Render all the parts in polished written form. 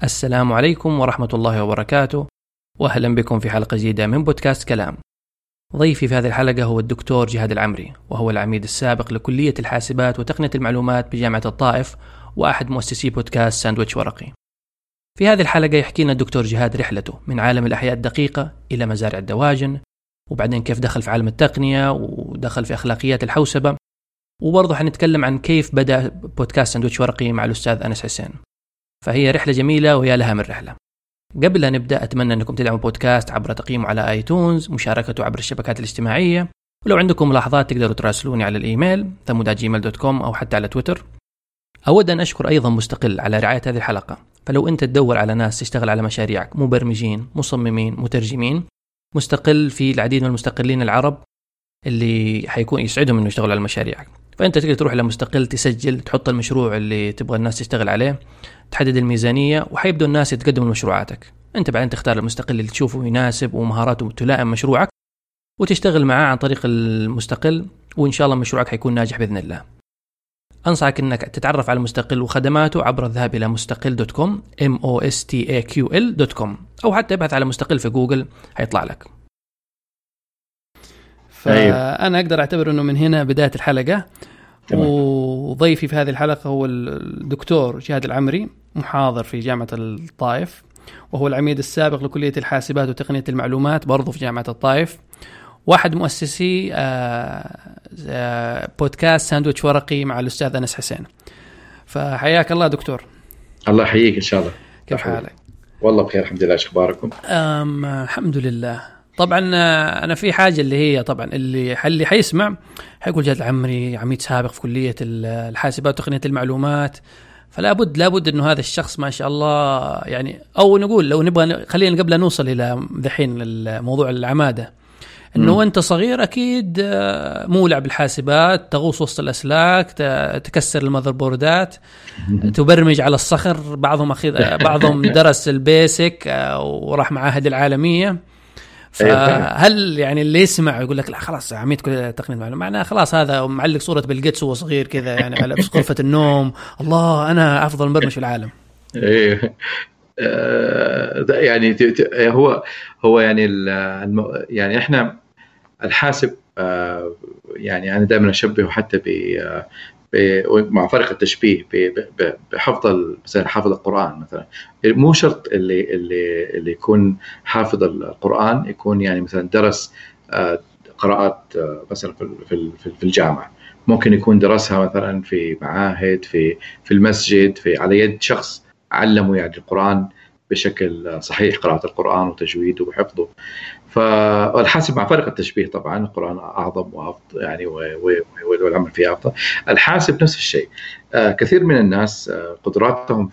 السلام عليكم ورحمة الله وبركاته، وأهلا بكم في حلقة جديدة من بودكاست كلام. ضيفي في هذه الحلقة هو الدكتور جهاد العمري، وهو العميد السابق لكلية الحاسبات وتقنية المعلومات بجامعة الطائف، وأحد مؤسسي بودكاست ساندويتش ورقي. في هذه الحلقة يحكي لنا الدكتور جهاد رحلته من عالم الأحياء الدقيقة إلى مزارع الدواجن، وبعدين كيف دخل في عالم التقنية ودخل في أخلاقيات الحوسبة، وبرضه حنتكلم عن كيف بدأ بودكاست ساندويتش ورقي مع الأستاذ أنس حسين. فهي رحلة جميلة ويا لها من رحلة. قبل أن نبدأ أتمنى أنكم تدعموا البودكاست عبر تقييمه على آيتونز، مشاركته عبر الشبكات الاجتماعية، ولو عندكم ملاحظات تقدروا تراسلوني على الإيميل ثمود@gmail.com أو حتى على تويتر. أود أن أشكر أيضا مستقل على رعاية هذه الحلقة. فلو أنت تدور على ناس تشتغل على مشاريعك، مبرمجين، مصممين، مترجمين، مستقل في العديد من المستقلين العرب اللي حيكون يسعدهم أنه يشتغلوا على مشاريعك. فأنت تقدر تروح لمستقل، تسجل، تحط المشروع اللي تبغى الناس تشتغل عليه، تحدد الميزانية، وحيبدأ الناس يتقدموا لمشروعاتك. أنت بعدين تختار المستقل اللي تشوفه يناسب ومهاراته تلائم مشروعك، وتشتغل معاه عن طريق المستقل، وإن شاء الله مشروعك حيكون ناجح بإذن الله. أنصحك أنك تتعرف على المستقل وخدماته عبر الذهاب إلى مستقل.com mostaql.com، أو حتى ابحث على مستقل في جوجل هيطلع لك. فأنا أقدر أعتبر أنه من هنا بداية الحلقة. وضيفي في هذه الحلقة هو الدكتور جهاد العمري، محاضر في جامعة الطائف، وهو العميد السابق لكلية الحاسبات وتقنية المعلومات برضو في جامعة الطائف، واحد مؤسسي بودكاست ساندويتش ورقي مع الأستاذ أنس حسين. فحياك الله دكتور. الله يحييك إن شاء الله. كيف حالك؟ والله بخير الحمد لله. أخباركم؟ الحمد لله. طبعا أنا في حاجة اللي هي طبعا اللي حيسمع حيقول جهاد العمري عميد سابق في كلية الحاسبات وتقنية المعلومات، لابد إنه هذا الشخص ما شاء الله يعني. أو نقول لو نبغى خلينا قبل نوصل إلى دحين الموضوع العمادة، إنه أنت صغير أكيد مولع بالحاسبات، تغوص وسط الأسلاك، تكسر المذر بوردات، تبرمج على الصخر. بعضهم درس البيسك وراح معاهد العالمية. فهل يعني اللي يسمع يقول لك لا خلاص عميد كل تقنية المعلومات معناه خلاص هذا معلق صورة بيل جيتس وهو صغير كذا يعني على غرفة النوم، الله أنا أفضل مبرمج في العالم؟ إيه يعني هو يعني يعني إحنا الحاسب يعني أنا دائما أشبهه حتى مع فرق التشبيه بحفظ مثلا حافظ القرآن مثلا. مو شرط اللي يكون حافظ القرآن يكون يعني مثلا درس قراءات مثلا في الجامعة، ممكن يكون درسها مثلا في معاهد في المسجد على يد شخص علمه يعني القرآن بشكل صحيح، قراءة القرآن وتجويده وحفظه. فالحاسب مع فرق التشبيه طبعا القرآن أعظم وأفضل يعني والعمل فيه أفضل. الحاسب نفس الشيء. كثير من الناس قدراتهم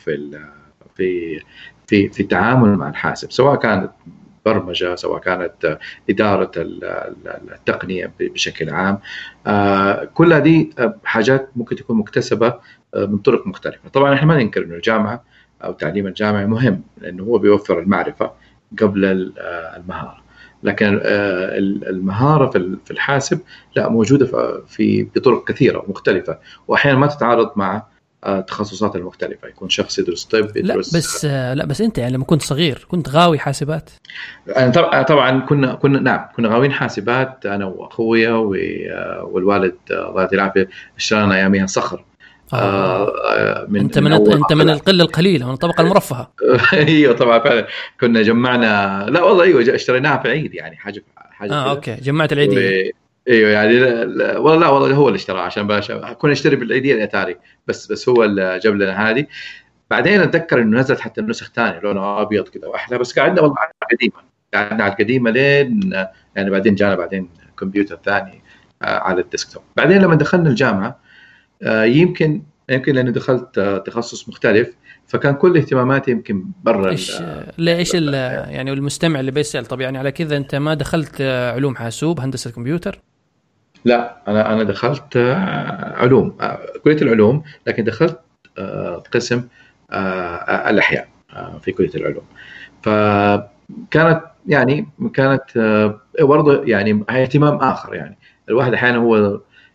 في التعامل مع الحاسب، سواء كانت برمجة سواء كانت إدارة التقنية بشكل عام، كل هذه حاجات ممكن تكون مكتسبة من طرق مختلفة. طبعا احنا ما ننكر إنه الجامعة أو تعليم الجامعي مهم، لأنه هو بيوفر المعرفة قبل المهارة، لكن المهارة في الحاسب لا موجودة بطرق كثيرة ومختلفة، وأحيانا ما تتعارض مع تخصصات المختلفة. يكون شخص يدرس طب يدرس لا بس أنت يعني لما كنت صغير كنت غاوي حاسبات؟ طبعا كنا غاويين حاسبات أنا وأخويا والوالد الله يعطيه العافية اشترانا أيامها صخر. انت من القله القليله من الطبقه المرفهه. ايوه طبعا فعلا كنا جمعنا. لا والله ايوه اشتريناها في العيد يعني حاجه اوكي جمعت العيديه. ايوه يعني والله هو اللي اشتراها عشان كنا نشتري بالعيديه الاتاري، بس هو اللي جاب لنا هذه. بعدين اتذكر انه نزلت حتى النسخ ثانيه لونه ابيض كذا واحلى، بس قعدنا والله قعدنا على القديمه لين يعني بعدين جانا كمبيوتر ثاني على الديسكتوب. بعدين لما دخلنا الجامعه يمكن لأني دخلت تخصص مختلف، فكان كل اهتماماتي يمكن برا. ليش يعني المستمع اللي بيسأل طب يعني على كذا أنت ما دخلت علوم حاسوب هندسة كمبيوتر؟ لا أنا دخلت علوم كلية العلوم، لكن دخلت قسم الأحياء في كلية العلوم. فكانت برضه يعني اهتمام آخر. يعني الواحد أحيانا هو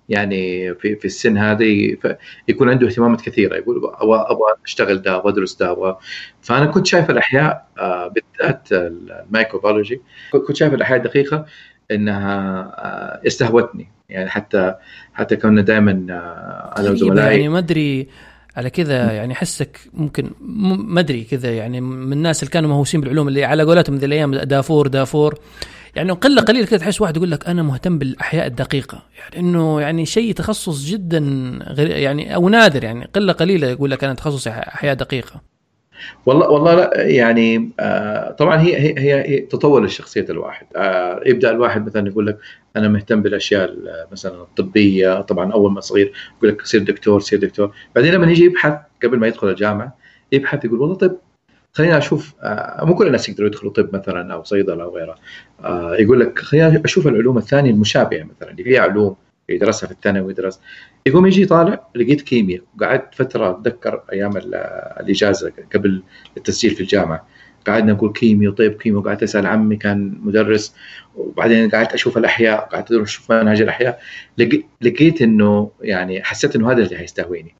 يعني في السن هذه يكون عنده اهتمامات كثيره، يقول ابغى اشتغل ده، ابغى ادرس ده، فانا كنت شايف الاحياء بالذات الميكروبيولوجي، كنت شايف الاحياء الدقيقه انها استهوتني يعني. حتى كنا دائما انا وزملائي يعني ما ادري على كذا، يعني حسك ممكن ما ادري كذا، يعني من الناس اللي كانوا مهووسين بالعلوم اللي على قولتهم ذي الايام دافور يعني قليل كذا تحس واحد يقول لك انا مهتم بالاحياء الدقيقه، يعني انه يعني شيء تخصص جدا يعني او نادر، يعني قليله يقول لك انا تخصصي احياء دقيقه. والله لا يعني طبعا هي تطور الشخصيه الواحد. يبدا الواحد مثلا يقول لك انا مهتم بالاشياء مثلا الطبيه، طبعا اول ما صغير يقول لك سير دكتور، بعدين لما يجي يبحث قبل ما يدخل الجامعه يبحث يقول والله طب خلينا اشوف، مو كل الناس يقدروا يدخلوا طب مثلا او صيدله او غيرها. يقول لك خلينا اشوف العلوم الثانيه المشابهه مثلا اللي فيها علوم يدرسها في الثانوي يدرس. يقوم يجي طالع لقيت كيمياء، وقعدت فتره اتذكر ايام الاجازه قبل التسجيل في الجامعه قعدنا نقول كيمياء كيمياء، وقعدت اسال عمي كان مدرس، وبعدين قعدت اشوف الاحياء، قعدت اشوف منهج الاحياء، لقيت انه يعني حسيت انه هذا اللي هيستهويني.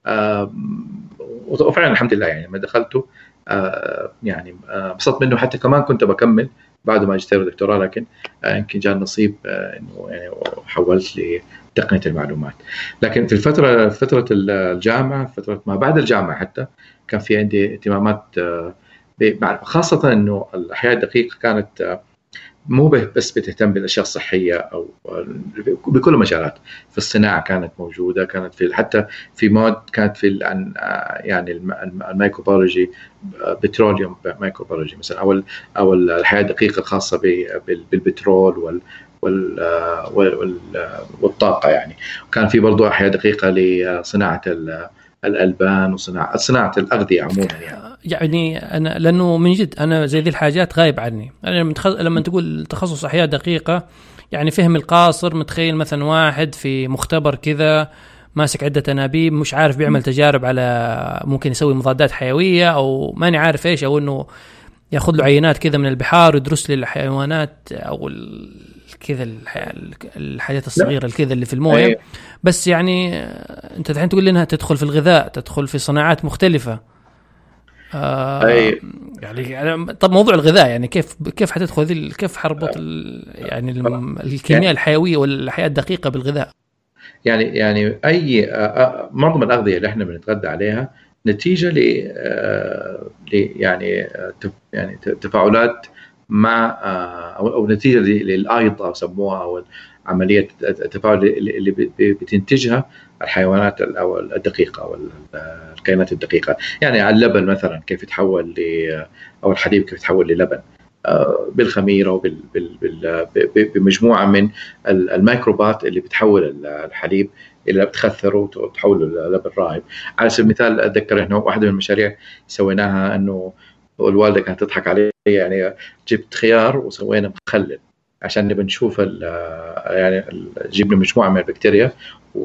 وفعلا الحمد لله يعني لما دخلته يعني انبسطت منه، حتى كمان كنت بكمل بعد ماجستير ودكتوراه، لكن يمكن جاء النصيب انه يعني حولت لتقنيه المعلومات. لكن في فتره الجامعه، فتره ما بعد الجامعه حتى كان في عندي اهتمامات خاصه انه الاحياء الدقيقه كانت مو بس بتهتم بالاشياء الصحيه او بكل المجالات. في الصناعه كانت موجوده، كانت في حتى في مواد كانت في يعني الميكروبيولوجي، بتروليوم ميكروبيولوجي مثلا، او الحياه الدقيقه الخاصه بالبترول والطاقه يعني. كان في برضو حياه دقيقه لصناعه الالبان وصناعه الاغذيه عموما يعني انا لانه من جد انا زي ذي الحاجات غايب عني. انا لما تقول تخصص احياء دقيقه يعني فهم القاصر، متخيل مثلا واحد في مختبر كذا ماسك عده انابيب، مش عارف بيعمل تجارب على ممكن يسوي مضادات حيويه او ماني عارف ايش، او انه ياخذ له عينات كذا من البحار ويدرس لي الحيوانات او كذا الحاجات الصغيره كذا اللي في المويه. بس يعني انت الحين تقول لي انها تدخل في الغذاء، تدخل في صناعات مختلفه. يعني طب موضوع الغذاء يعني كيف حتدخل كيف حربط يعني الكيمياء الحيويه والاحياء الدقيقه بالغذاء؟ يعني اي معظم الاغذيه اللي احنا بنتغذى عليها نتيجه يعني تفاعلات مع او نتيجه للايض او سموها، او عمليه التفاعل اللي بتنتجها الحيوانات او الدقيقه او الكائنات الدقيقه. يعني اللبن مثلا كيف يتحول او الحليب كيف يتحول للبن بالخميره بمجموعه من الميكروبات اللي بتحول الحليب اللي بتخثره وتحوله للبن رايب. على سبيل المثال اتذكر انه واحده من المشاريع سويناها انه الوالده كانت تضحك علي، يعني جبت خيار وسوينا مخلل عشان نبي نشوف يعني جبنا مجموعه من البكتيريا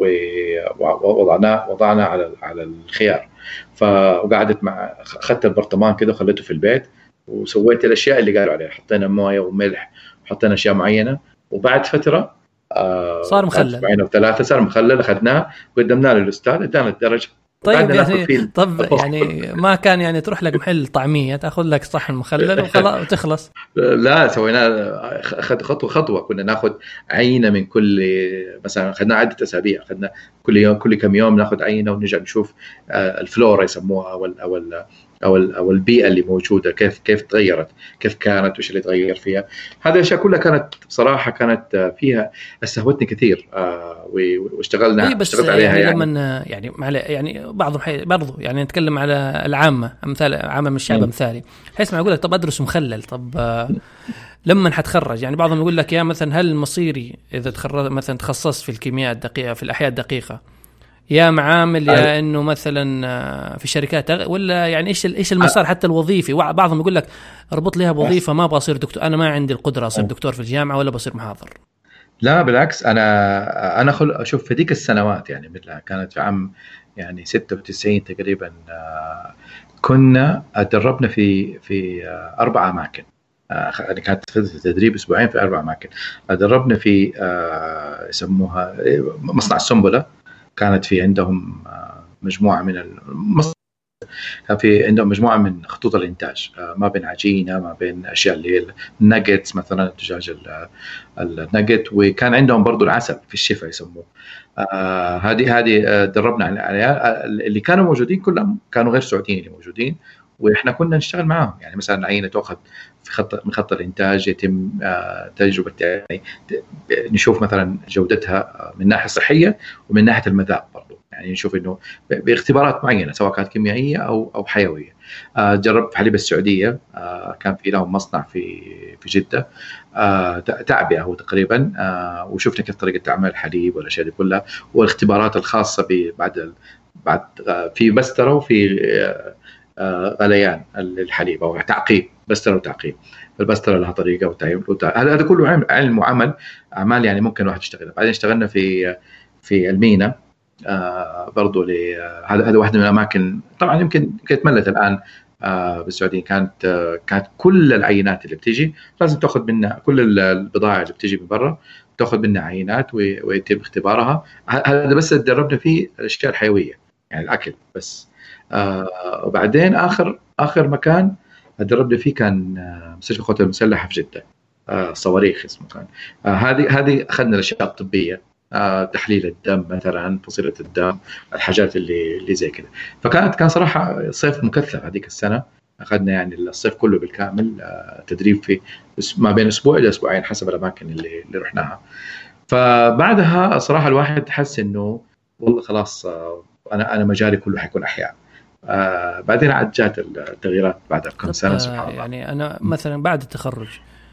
ووضعنا على الخيار. وقعدت اخذت البرطمان كده وخليته في البيت وسويت الاشياء اللي قالوا عليها، حطينا مويه وملح وحطينا اشياء معينه، وبعد فتره صار مخلل، اسبوعين او ثلاثه صار مخلل. اخذناه وقدمناه للاستاذ ادانا الدرجه. طيب يعني طب يعني ما كان يعني تروح لك محل طعميه تاخذ لك صحن مخلل وخلاص وتخلص؟ لا سوينا اخذ خطوه كنا ناخذ عينه من كل، مثلا اخذنا عده اسابيع، اخذنا كل كم يوم ناخذ عينه ونرجع نشوف الفلورا يسموها او البيئه اللي موجوده كيف تغيرت، كيف كانت وش اللي تغير فيها. هذه الاشياء كلها كانت بصراحه كانت فيها استهوتني كثير واشتغلت عليها. يعني لما يعني بعضهم برضو يعني نتكلم على العامه، امثال عامه من الشعب مثالي حيسمع يقول لك طب ادرس مخلل، طب لما حتخرج يعني بعضهم يقول لك يا مثلا هل مصيري اذا تخرج مثلا تخصصت في الكيمياء الدقيقه في الاحياء الدقيقه يا معامل يا انه مثلا في شركات، ولا يعني ايش المسار حتى الوظيفي؟ بعضهم يقول لك اربط ليها بوظيفه، ما بصير دكتور، انا ما عندي القدره اصير دكتور في الجامعه ولا بصير محاضر. لا بالعكس، انا اشوف في ذيك السنوات يعني مثلها كانت في عام يعني 96 تقريبا، كنا دربنا في 4 اماكن يعني كانت فترة التدريب أسبوعين في 4 أماكن. دربنا في يسموها مصنع السنبلة، كانت في عندهم مجموعة من كان في عندهم مجموعة من خطوط الإنتاج، ما بين عجينة، ما بين أشياء اللي هي الناجتس مثلا، الدجاج الناجت، وكان عندهم برضو العسل في الشفا يسموه. هذه دربنا عليها. اللي كانوا موجودين كلهم كانوا غير سعوديين اللي موجودين، واحنا كنا نشتغل معاهم. يعني مثلا عينه تاخذ من خط الانتاج، يتم تجربه، يعني نشوف مثلا جودتها من ناحيه صحيه ومن ناحيه المذاق برضو. يعني نشوف انه باختبارات معينه سواء كانت كيميائيه او حيويه. جربت في حليب السعوديه، كان في لهم مصنع في جده، تعبئه هو تقريبا، وشفنا كيف طريقه عمل الحليب والاشياء دي كلها، والاختبارات الخاصه بعد في بستره وفي غليان الحليب او تعقيم، بستره وتعقيم. البستره لها طريقه هذا كله علم وعمل، اعمال يعني ممكن الواحد يشتغلها. بعدين اشتغلنا في المينا، برضو هذا واحده من الاماكن. طبعا يمكن تملت الان بالسعوديه. كانت كل العينات اللي بتيجي لازم تاخذ منها، كل البضائع اللي بتيجي من برا تاخذ منها عينات ويتم اختبارها. هذا بس تدربنا فيه الاشياء الحيويه، يعني الاكل بس. وبعدين اخر مكان دربنا فيه كان مستشفى القوات المسلحه في جده، صواريخ اسمه كان. هذه اخذنا الاشياء الطبيه، تحليل الدم مثلا، فصيله الدم، الحاجات اللي زي كده. كان صراحه صيف مكثف هذيك السنه. اخذنا يعني الصيف كله بالكامل تدريب في ما بين اسبوع الى اسبوعين حسب الاماكن اللي رحناها. فبعدها صراحه الواحد حس انه والله خلاص، انا مجالي كله حيكون احياء. بعدين عاد جات التغييرات بعد كم سنه سبحان الله. يعني انا مثلا بعد التخرج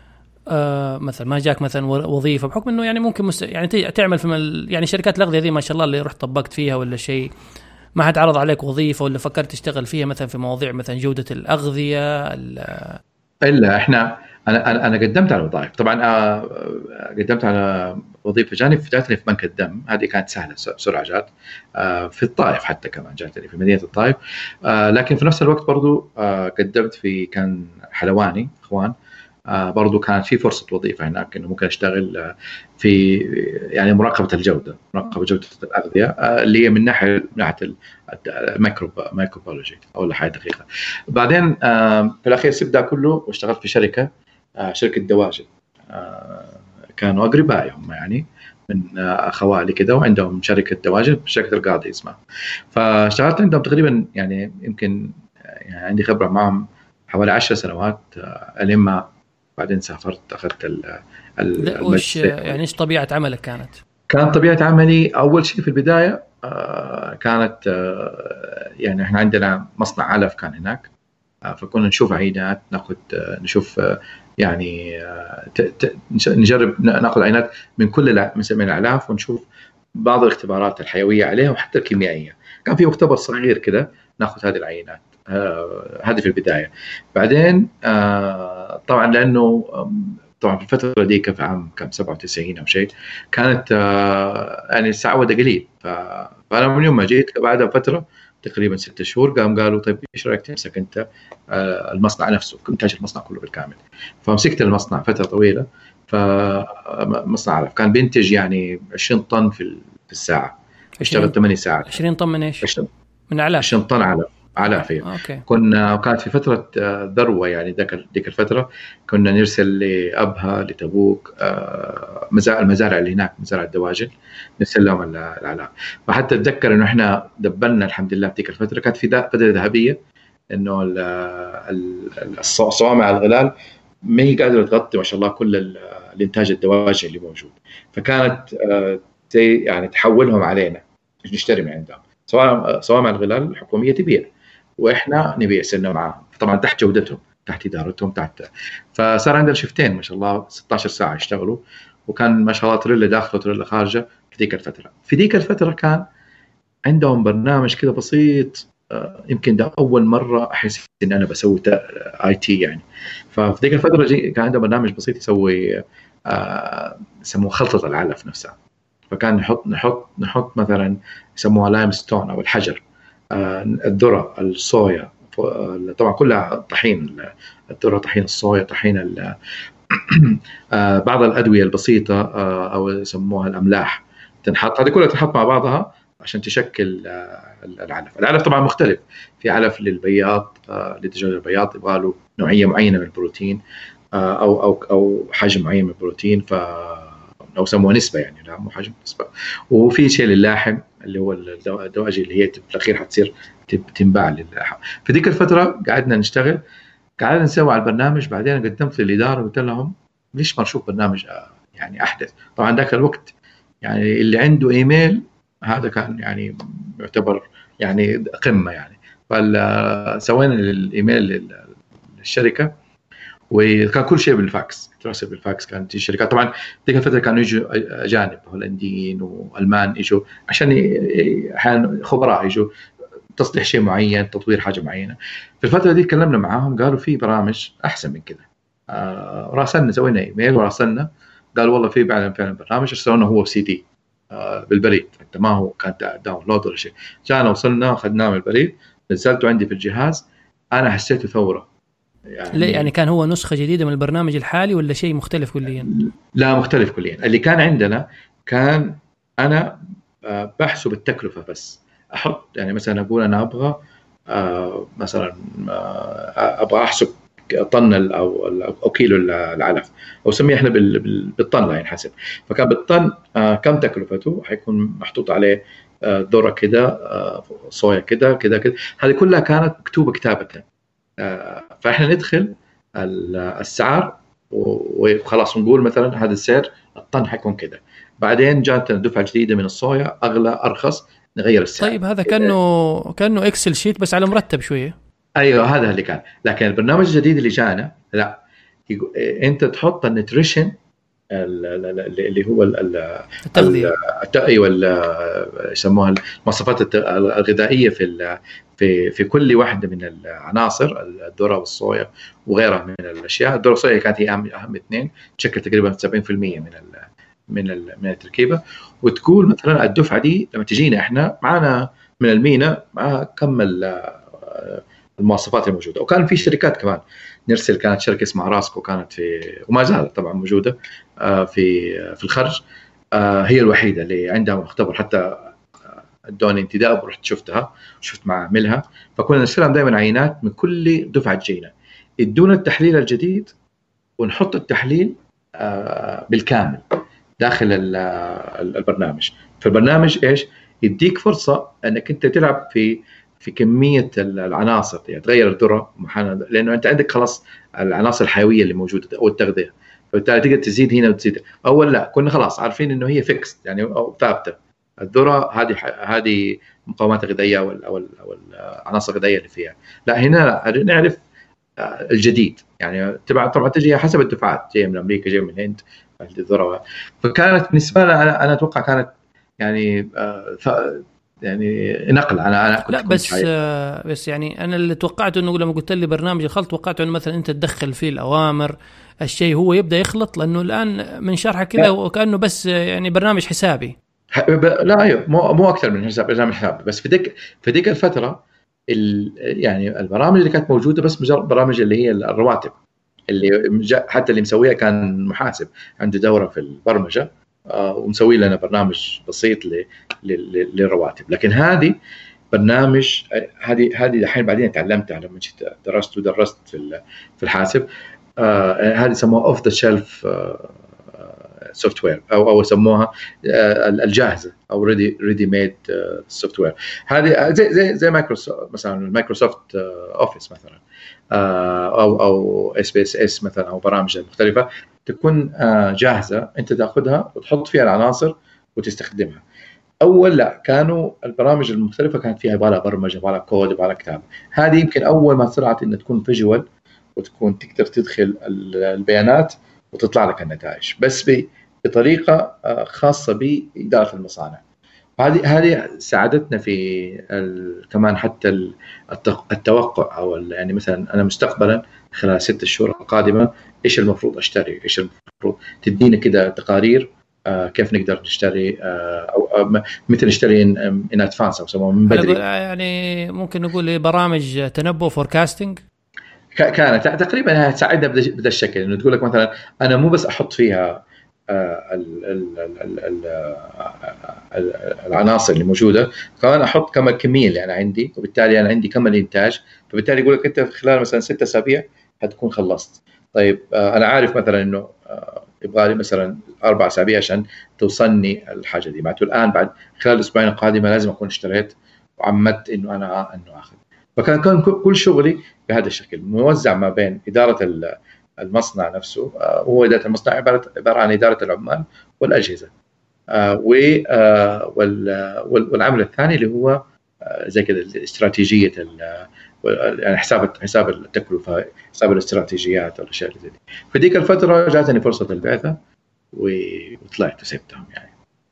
مثلا ما جاك مثلا وظيفه بحكم انه يعني ممكن يعني تعمل في يعني شركات الاغذيه ذي ما شاء الله اللي رحت طبقت فيها ولا شيء، ما حد عرض عليك وظيفه ولا فكرت تشتغل فيها مثلا في مواضيع مثلا جوده الاغذيه؟ الا احنا انا قدمت على وظائف طبعا. قدمت على وظيفه جاتني في بنك الدم، هذه كانت سهله بسرعه جات. في الطائف حتى كمان جاتني في مدينه الطائف. لكن في نفس الوقت برضو قدمت كان حلواني اخوان. برضو كانت في فرصه وظيفه هناك انه ممكن اشتغل في يعني مراقبه الجوده، مراقبه جوده الاغذيه، اللي هي من ناحيه الميكروبيولوجي او الحياه الدقيقه. بعدين في الاخير سبت ده كله واشتغلت في شركه دواجن. كانوا اقربائي هم، يعني من خوالي كده، وعندهم شركه دواجن، شركه القاضي اسمها. فاشتغلت عندهم تقريبا، يعني يمكن يعني عندي خبره معهم حوالي 10 سنوات. لما بعدين سافرت اخذت يعني ايش طبيعه عملك كانت طبيعه عملي اول شيء في البدايه كانت يعني احنا عندنا مصنع علف كان هناك. فكنا نشوف عينات، نشوف يعني نجرب ناخذ عينات من كل من الاعلاف، ونشوف بعض الاختبارات الحيويه عليها وحتى الكيميائيه. كان في مختبر صغير كده ناخذ هذه العينات. هذه في البدايه. بعدين طبعا لانه طبعا في الفتره دي في عام كم 97 او شيء، كانت يعني السعوده قليل. فانا من يوم ما جيت بعدها فتره تقريبا 6 شهور قالوا طيب ايش رايك تمسك انت المصنع نفسه، كنت تاجر المصنع كله بالكامل. فمسكت المصنع فتره طويله. فمصنع علف كان بينتج يعني 20 طن في الساعه، اشتغل 8 ساعات. 20 طن من ايش؟ من علف. 20 طن علف. كانت في فتره ذروه، يعني ديك الفتره كنا نرسل لابها لتبوك، المزارع اللي هناك، مزارع الدواجن، نرسل لهم الاعلاف. فحتى اتذكر انه احنا دبلنا الحمد لله في ديك الفتره. كانت في فتره ذهبيه انه الصوامع الغلال ما هي قادره تغطي ما شاء الله كل الانتاج الدواجن اللي موجود. فكانت يعني تحولهم علينا نشتري من عندهم. صوامع الغلال الحكوميه تبيع، واحنا نبيع سنه معاهم، طبعا تحت جودتهم، تحت ادارتهم، فصار عندنا شفتين ما شاء الله 16 ساعه يشتغلوا. وكان ما شاء الله تريلا داخله وتريلا خارجه. في ديك الفتره كان عندهم برنامج كده بسيط، يمكن ده اول مره احس ان انا بسوي اي تي يعني. ففي ديك الفتره كان عندهم برنامج بسيط يسوي يسموه خلطه العلف نفسها. فكان نحط مثلا يسموها لايم ستون او الحجر، الذره، الصويا، طبعا كلها طحين الذرة، طحين الصويا، طحين بعض الأدوية البسيطة أو يسموها الأملاح تنحط، هذه كلها تنحط مع بعضها عشان تشكل العلف. العلف طبعا مختلف، في علف للبياض، لدجاج البياض يبغى له نوعية معينة من البروتين أو حجم معين من البروتين، أو سموها نسبة يعني، لا مو حجم، نسبة. وفي شيء للاحم اللي هو الدواجن اللي هي في الأخير حتصير تنباع للاحم. في ذيك الفترة قعدنا نشتغل، قعدنا نسوي على البرنامج. بعدين قدمت للإدارة وقلت لهم ليش ما نشوف برنامج يعني أحدث. طبعا ذاك الوقت يعني اللي عنده إيميل هذا كان يعني يعتبر يعني قمة يعني. فسوينا الإيميل للشركة، وكان كل شيء بالفاكس، ترسل بالفاكس. كانت الشركات طبعا ذيك الفترة كانوا يجوا أجانب هولنديين وألمان، يجوا عشان أحيانا خبراء يجوا تصليح شيء معين، تطوير حاجة معينة. في الفترة دي تكلمنا معاهم، قالوا في برامج أحسن من كده. راسلنا، سوينا إيميل وراسلنا، قال والله في فعلا برنامج ارسلونا هو سي دي بالبريد، حتى ما هو كان داونلود ولا شيء. جانا وصلنا أخذناه من البريد، نزلته عندي في الجهاز. أنا حسيته ثورة يعني كان هو نسخة جديدة من البرنامج الحالي ولا شيء مختلف كليا؟ لا مختلف كليا. اللي كان عندنا كان أنا بحسب التكلفة بس، أحط يعني مثلا أقول أنا أبغى مثلا أبغى أحسب طن أو كيلو العلف، أو سميه إحنا بالطن لا ينحسب. فكان بالطن كم تكلفته، حيكون محطوط عليه ذرة كده، صويا كده. هذه كلها كانت مكتوبة كتابة. فإحنا ندخل السعر وخلاص نقول مثلا هذا السعر الطن حيكون كده. بعدين جاتنا دفعة جديدة من الصويا، أغلى أرخص، نغير السعر. طيب هذا كأنه إكسل شيت بس على مرتب شوية. أيوة هذا اللي كان. لكن البرنامج الجديد اللي جانا لا، أنت تحط النيوتريشن اللي هو التغذية، ايوه يسموها المواصفات الغذائيه في كل واحده من العناصر، الذره والصويا وغيرها من الاشياء. الذره والصويا كانت هي اهم اثنين، تشكل تقريبا 70% من التركيبه. وتقول مثلا الدفعه دي لما تجينا احنا معنا من المينا مع كم المواصفات الموجوده. وكان في شركات كمان نرسل، كانت شركه اسمها راسكو، كانت في وما زالت طبعا موجوده في الخرج. هي الوحيده اللي عندها مختبر، حتى ادوني انتداب ورحت شفتها، شفت معاملها. فكنا نستلم دائما عينات من كل دفعه جينا، يدونا التحليل الجديد ونحط التحليل بالكامل داخل البرنامج. فالبرنامج ايش يديك فرصه انك انت تلعب في كميه العناصر، يعني تغير الذره لانه انت عندك خلاص العناصر الحيويه اللي موجوده او التغذيه، فبالتالي تقدر تزيد هنا وتزيد. اول لا كنا خلاص عارفين انه هي فيكس يعني او ثابته الذره، هذه مقاومات غذائيه او العناصر الغذائيه اللي فيها. لا هنا نعرف الجديد، يعني طبعا تجي حسب الدفعات، جايه من امريكا، جايه من الهند الذره. فكانت بالنسبه لنا انا اتوقع كانت يعني نقل. انا كنت لا بس يعني انا اللي توقعته انه لما قلت لي برنامج الخلط توقعته انه مثلا انت تدخل فيه الاوامر، الشيء هو يبدا يخلط، لانه الان من شرحك كذا وكانه بس يعني برنامج حسابي. لا ايوه مو اكثر من برنامج حسابي. بس في ذيك الفتره يعني البرامج اللي كانت موجوده بس مجرد برامج اللي هي الرواتب، اللي حتى اللي مسويها كان محاسب عنده دوره في البرمجه ومسوي لنا برنامج بسيط للرواتب. لكن هذه برنامج، هذه الحين بعدين تعلمتها لما جيت درست في الحاسب. هذه يسموها اوف ذا شيلف سوفت وير، او يسموها الجاهزه او ريدي ميد سوفت وير. هذه زي مايكروسوفت مثلا، مايكروسوفت اوفيس مثلا، او اس بي اس اس مثلا، او برامج مختلفه تكون جاهزه، انت تاخذها وتحط فيها العناصر وتستخدمها. اول لا، كانوا البرامج المختلفه كانت فيها يبغى لها برمجه، يبغى لها كود، يبغى لها كتابه. هذه يمكن اول ما طلعت انها تكون فيجوال وتكون تقدر تدخل البيانات وتطلع لك النتائج، بس بطريقه خاصه باداره المصانع. هذه ساعدتنا في كمان حتى التوقع، او يعني مثلا انا مستقبلا خلال 6 شهور القادمه ايش المفروض اشتري، ايش المفروض تدينا كده تقارير كيف نقدر نشتري أو مثل نشتري إن أدفانس أو سموه من بدري. يعني ممكن نقول برامج تنبؤ فوركاستنج كانت تقريبا تساعدنا بهذا الشكل، إنه تقول لك مثلا أنا مو بس أحط فيها العناصر اللي موجودة، كمان أحط كم الكمية اللي أنا عندي، وبالتالي أنا عندي كم الإنتاج، فبالتالي يقول لك أنت في خلال مثلا 6 أسابيع هتكون خلصت. طيب أنا عارف مثلا إنه يبغى لي مثلا 4 أسابيع عشان توصلني الحاجة دي، معناته الآن بعد خلال الأسبوعين القادمة لازم أكون اشتريت وعمدت إنه أنا أخذ. فكان كل شغلي بهذا الشكل موزع ما بين إدارة المصنع نفسه، هو إدارة المصنع عبارة عن إدارة العمال والأجهزة، والعمل الثاني اللي هو زي كده استراتيجية، يعني حساب التكلفة، حساب الاستراتيجيات والأشياء اللي زي دي. في ديك الفترة جاتني فرصة البعثة وطلعت وسبتهم يعني.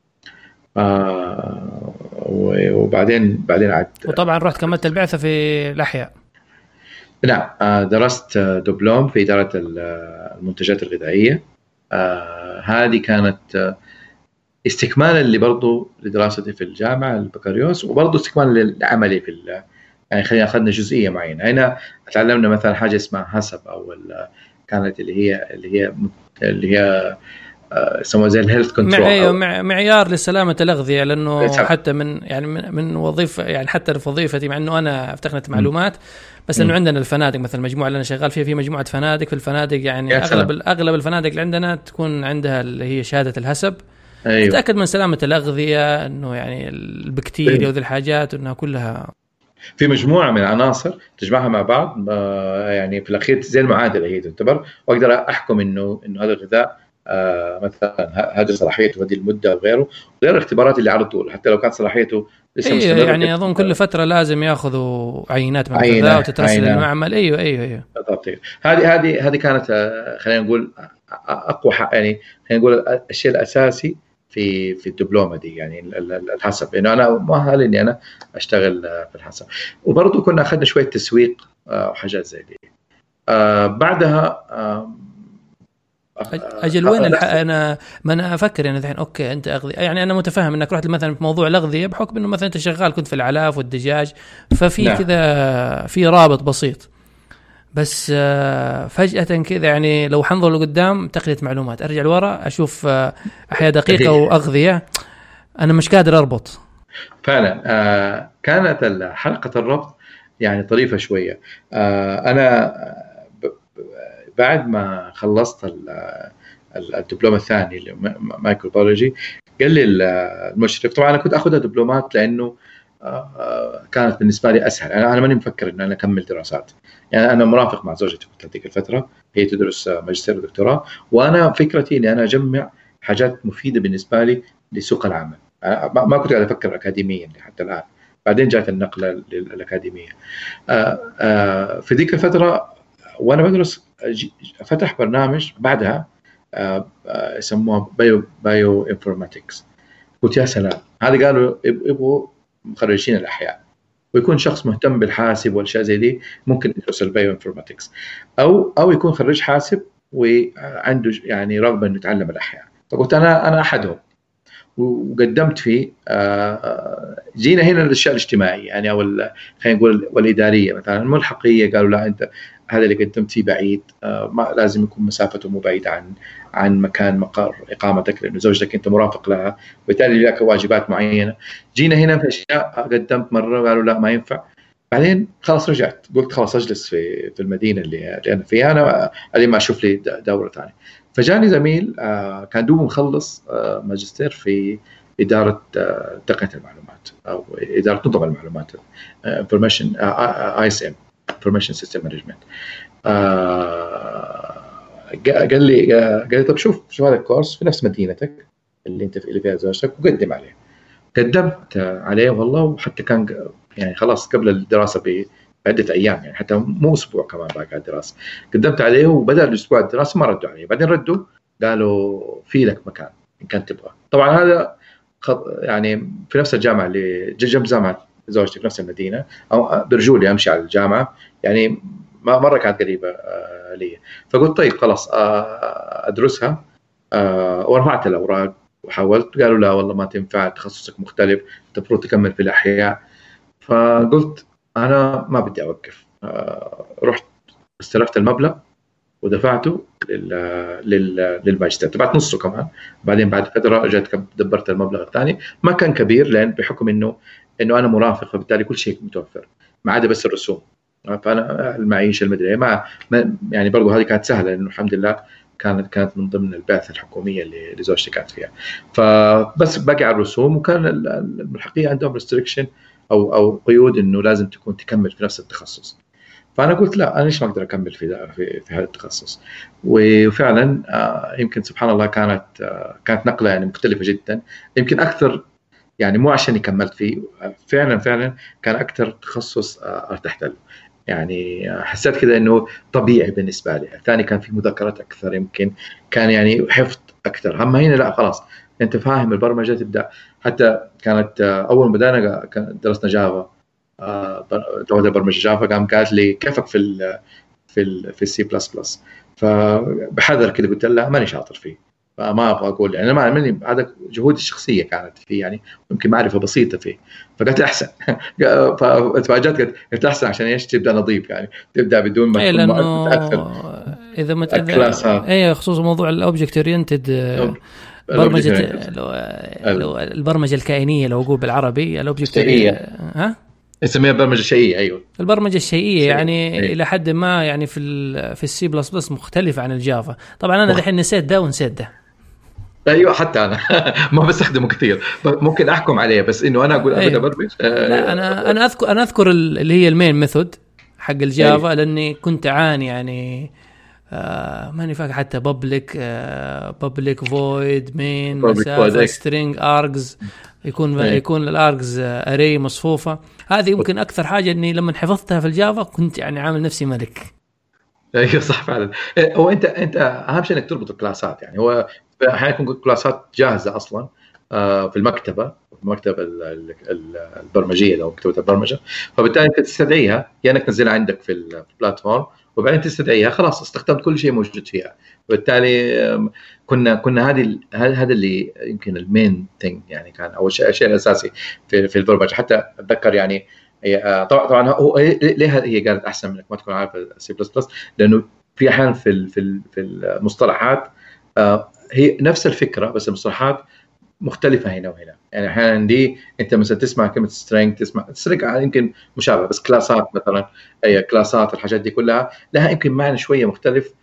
وبعدين عاد، وطبعا رحت كملت البعثة في الأحياء. نعم، درست دبلوم في إدارة المنتجات الغذائية. هذه كانت استكمالا اللي برضو لدراستي في الجامعة البكالوريوس، وبرضو استكمالا لعملي يعني خلينا أخذنا جزئية معينة. هنا تعلمنا مثلا حاجة اسمها حسب، أو كانت اللي هي يسموها زي الهيلث كنترول، معيار لسلامة الأغذية، لأنه حتى من وظيفة، يعني حتى في وظيفتي، مع أنه أنا في تقنية معلومات، بس أنه عندنا الفنادق مثلا، المجموعة اللي أنا شغال فيها في مجموعة فنادق. في الفنادق يعني أغلب الفنادق اللي عندنا تكون عندها اللي هي شهادة الحسب. أيوه. تتأكد من سلامة الأغذية، أنه يعني البكتيريا وذي الحاجات أنها كلها في مجموعة من العناصر تجمعها مع بعض، يعني في الأخير زي المعادلة هي تعتبر، وأقدر أحكم إنه هذا الغذاء مثلا هذه صلاحيته هذه المدة وغيره، غير الاختبارات اللي على طول حتى لو كانت صلاحيته لسه مستمرة. يعني أظن كل فترة لازم يأخذوا عينات من الغذاء وتترسل للمعمل. أيوه بالضبط. هذه كانت خلينا نقول أقوى يعني خلينا نقول الشيء الأساسي في الدبلومة دي، يعني الحسب، إنه أنا مؤهل إني أنا أشتغل في الحسب. وبرضو كنا أخذنا شوية تسويق وحاجات زي دي. بعدها أجل وين أنا ما أنا أفكر يعني الحين أوكي أنت أغذية، يعني أنا متفهم إنك رحت مثلا في موضوع الأغذية بحكم إنه مثلا أنت شغال كنت في العلاف والدجاج، ففي نعم. كذا في رابط بسيط، بس فجأة كذا يعني لو حنظر لقدام تقنية معلومات، أرجع لورا أشوف أحياء دقيقة وأغذية، أنا مش قادر أربط فعلا. كانت حلقة الربط يعني طريفة شوية. أنا بعد ما خلصت الدبلوم الثاني اللي مايكروبيولوجي، قال لي المشرف، طبعا أنا كنت أخذها دبلومات لأنه كانت بالنسبة لي أسهل. أنا ماني مفكر إن أنا أكمل دراسات، يعني أنا مرافق مع زوجتي في تلك الفترة، هي تدرس ماجستير ودكتوراه، وأنا فكرتي إني أنا أجمع حاجات مفيدة بالنسبة لي لسوق العمل. ما كنت قاعد أفكر أكاديميا حتى الآن، بعدين جاءت النقلة للأكاديمية. في ذيك الفترة وأنا بدرس فتح برنامج بعدها يسموه بايو انفورماتكس. قلت يا سلام، هذا قالوا يبغوا مخرجين الأحياء، ويكون شخص مهتم بالحاسب والأشياء زي دي، ممكن يدرس البايو انفورماتكس، أو يكون خريج حاسب وعنده يعني رغبة إنه يتعلم الأحياء. فقلت أنا أحدهم، وقدمت فيه. جينا هنا الأشياء الاجتماعية يعني، أو خلينا نقول والإدارية. مثلا الملحقية قالوا لا، أنت هذا اللي قدمت فيه بعيد، ما لازم يكون مسافته مو بعيدة عن مكان مقر إقامتك، لأنه زوجتك أنت مرافق لها، وبالتالي لك واجبات معينة. جينا هنا في أشياء قدمت مرة قالوا لا ما ينفع. بعدين خلاص رجعت، قلت خلاص أجلس في المدينة اللي أنا فيها، أنا اللي ما أشوف لي دورة ثانية. فجاني زميل كان دوب مخلص ماجستير في إدارة تقنية المعلومات، أو إدارة نظم المعلومات، Information ISM Information System Management. قال لي طب شوف هذا الكورس في نفس مدينتك اللي أنت اللي فيها زوجتك، وقدم عليه. قدمت عليه والله، وحتى كان يعني خلاص قبل الدراسة بعدة أيام، يعني حتى مو أسبوع كمان باقي الدراسة. قدمت عليه وبدأ الأسبوع الدراسة ما ردوا عليه. بعدين ردوا قالوا في لك مكان إن كنت تبغى. طبعا هذا يعني في نفس الجامعة اللي جنب جامعة زوجتي في نفس المدينة، أو برجولي أمشي على الجامعة، يعني مرة كانت قريبة لي. فقلت طيب خلاص أدرسها، ورفعت الأوراق وحاولت، قالوا لا والله ما تنفع، تخصصك مختلف، أنت المفروض تكمل في الأحياء. فقلت أنا ما بدي أوقف. رحت استلفت المبلغ ودفعته للماجستير، دفعت نصه كمان. بعدين بعد فترة رجعت دبرت المبلغ الثاني، ما كان كبير لأن بحكم إنه أنا مرافق، فبالتالي كل شيء متوفر ما عدا بس الرسوم. فأنا المعيشة المدرية يعني برضو هذه كانت سهلة، لأنه الحمد لله كانت من ضمن البعثة الحكومية اللي زوجتي كانت فيها. فبس باقي على الرسوم، وكان الملحقية عندهم ريستريكشن أو قيود إنه لازم تكون تكمل في نفس التخصص. فأنا قلت لا، أنا ليش ما أقدر أكمل في هذا التخصص. وفعلا يمكن سبحان الله كانت نقلة يعني مختلفة جدا، يمكن أكثر يعني مو عشان كملت فيه، فعلا كان أكثر تخصص ارتحت له. يعني حسيت كده إنه طبيعي بالنسبة لي. الثاني كان في مذاكرات أكثر، يمكن كان يعني حفظ أكثر. أما هنا لا، خلاص أنت فاهم البرمجة تبدأ. حتى كانت أول ما بدأنا درسنا جافا، لغة البرمجة جافا، قالت لي كيفك في السي بلس بلس. فبحذر كده قلت لها ماني شاطر فيه، فما ابغى اقول يعني، ما مني، هذا جهودي الشخصيه كانت فيه يعني، يمكن معرفه بسيطه فيه. فقلت احسن. فتفاجأت، قلت احسن عشان ايش؟ تبدا نظيف يعني، تبدا بدون ما تكون متاثر. اذا اي خصوصا موضوع الاوبجكت اورينتد، برمجه البرمجه الكائنيه، لو اقول بالعربي الاوبجكت، ها اسمها برمجه شيئيه. ايوه، البرمجه الشيئيه يعني الى حد ما يعني في السي بلس بلس مختلف عن الجافا. طبعا انا دحين نسيت ده ونسيت ده. ايوه، حتى انا ما بستخدمه كثير، ممكن احكم عليه، بس انه انا اقول ابدا برمج. لا، انا اذكر اللي هي المين ميثود حق الجافا، لاني كنت اعاني يعني ماني فاكر حتى بابليك فويد مين مسافه سترينج ارجز، يكون الارجز اري مصفوفه. هذه يمكن اكثر حاجه اني لما حفظتها في الجافا كنت يعني عامل نفسي ملك. ايوه صح فعلا. هو انت اهم شيء انك تربط الكلاسات. يعني هو احيانا يكون كلاسات جاهزه اصلا في المكتبه البرمجيه او مكتبه البرمجه، فبالتالي انت تستدعيها، يعني انك تنزلها عندك في البلاتفورم، وبعدين تستدعيها، خلاص استخدمت كل شيء موجود فيها. وبالتالي كنا هذا اللي يمكن المين ثينج يعني، كان اول الشيء الاساسي في البرمجه. حتى اتذكر يعني طبعا هو ليه هي قالت احسن منك ما تكون عارف السي بلس بلس، لانه في احيانا في المصطلحات هي نفس الفكره، بس المصطلحات مختلفه هنا وهنا. يعني احيانا دي انت مثلا تسمع كلمه سترينج، تسمع سترينج يمكن مشابه، بس كلاسات مثلا، اي كلاسات الحاجات دي كلها لها يمكن معنى شويه مختلف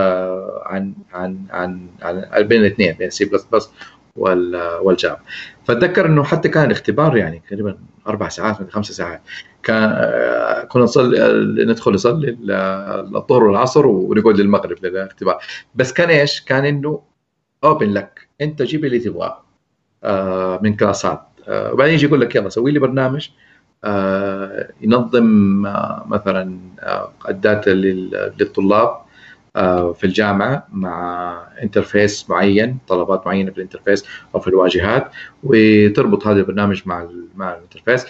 عن بين الاثنين، بين السي بلس بلس والجافا. فاتذكر انه حتى كان الاختبار يعني تقريبا 4 ساعات من 5 ساعات. كنا ندخل نصلي الظهر والعصر ونقعد للمغرب للاختبار. بس كان ايش؟ كان انه اوبن لك، انت جيب اللي تبغاه من كلاسات، وبعدين يجي يقول لك يلا سوي لي برنامج ينظم مثلا الداتا للطلاب في الجامعة مع انترفيس معين، طلبات معينة في الانترفيس أو في الواجهات، وتربط هذا البرنامج مع الانترفيس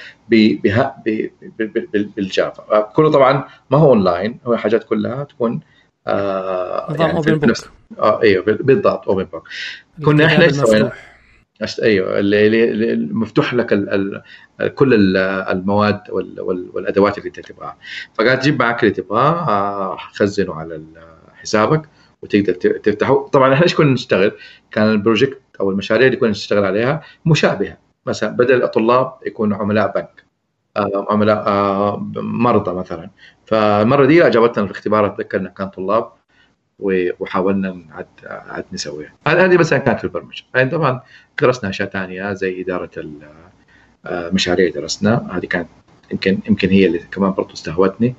بالجافا. كله طبعا ما هو أونلاين، هو حاجات كلها تكون نظام أوبن بوك. ايوه بالضبط، أوبن بوك. كنا احنا سوينا ايوه اللي مفتوح لك كل المواد والادوات اللي انت تبغاها. فقاعد تجيب معك اللي تبغاه، خزنه على حسابك وتقدر تفتحه. طبعا احنا ايش كنا نشتغل؟ كان البروجكت او المشاريع اللي كنا نشتغل عليها مشابهه. مثلا بدل الطلاب يكونوا عملاء بنك، عملاء مرضى مثلا. فالمره دي جاوبتنا في الاختبارات، اتذكر كان طلاب وحاولنا عاد نسويها. هذه مثلا كانت في البرمجه. يعني طبعا درسنا اشياء ثانيه زي اداره المشاريع، درسنا هذه كانت يمكن هي اللي كمان برضو استهوتني.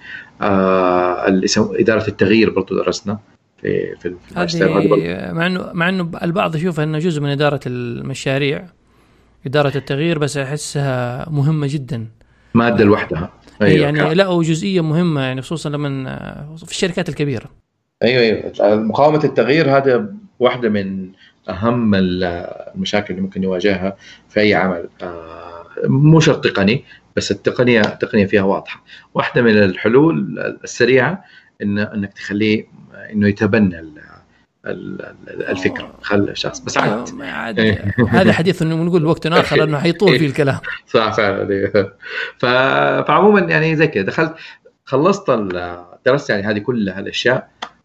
اداره التغيير برضو درسنا في الماجستير. مع انه البعض يشوفها انه جزء من اداره المشاريع، اداره التغيير، بس احسها مهمه جدا، ماده لوحدها. أيوة يعني لا، وجزئيه مهمه يعني، خصوصا لما في الشركات الكبيره. ايوه مقاومه التغيير هذا واحده من اهم المشاكل اللي ممكن يواجهها في اي عمل، مو شرط تقني، بس التقنيه فيها واضحه. واحده من الحلول السريعه انك تخليه انه يتبنى الفكره، خلى الشخص بس عاد هذا حديث انه نقول وقت اخر انه حيطول فيه الكلام. صح فعلا. فعموما يعني زي كده دخلت خلصت درست يعني هذه كل هالاشياء،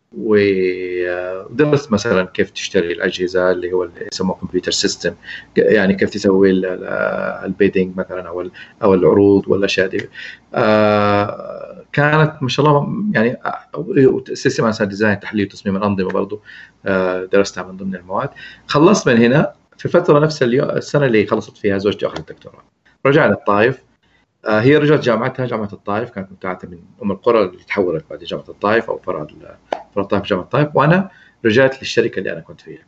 ودرست مثلا كيف تشتري الاجهزه اللي هو اللي يسموه كمبيوتر سيستم، يعني كيف تسوي البيدنج مثلا او العروض والاشياء دي. كانت ما شاء الله يعني سيستم اساسا ديزاين تحليل وتصميم الانظمه برضو درستها من ضمن المواد. خلصت من هنا في الفتره نفس السنه اللي خلصت فيها زوجتي اخذت الدكتوراه، رجعنا الطائف. هي رجعت جامعتها جامعة الطائف، كانت متابعة من أم القرى اللي تحولت بعد جامعة الطائف أو فرع الطائف جامعة الطائف، وأنا رجعت للشركة اللي أنا كنت فيها.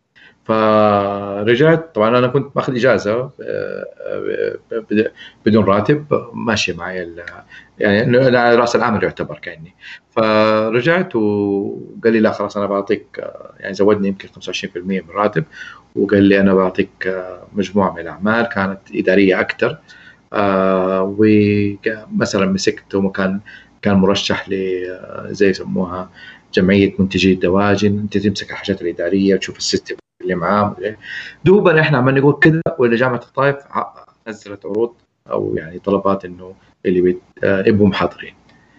فرجعت طبعا أنا كنت ماخذ إجازة بدون راتب ماشي معي يعني رأس العمل يعتبر كأني. فرجعت وقال لي لا خلاص أنا بعطيك يعني زودني يمكن 25% من الراتب، وقال لي أنا بعطيك مجموعة من الأعمال كانت إدارية أكثر. ومثلا مسكت وكان مرشح ل زي يسموها جمعية منتجي الدواجن، انت تمسك الحاجات الإدارية وتشوف السيستم اللي معاه. دوبا احنا عمالنا نقول كده ولا جامعة الطائف نزلت عروض او يعني طلبات انه اللي يبقوا محاضرين.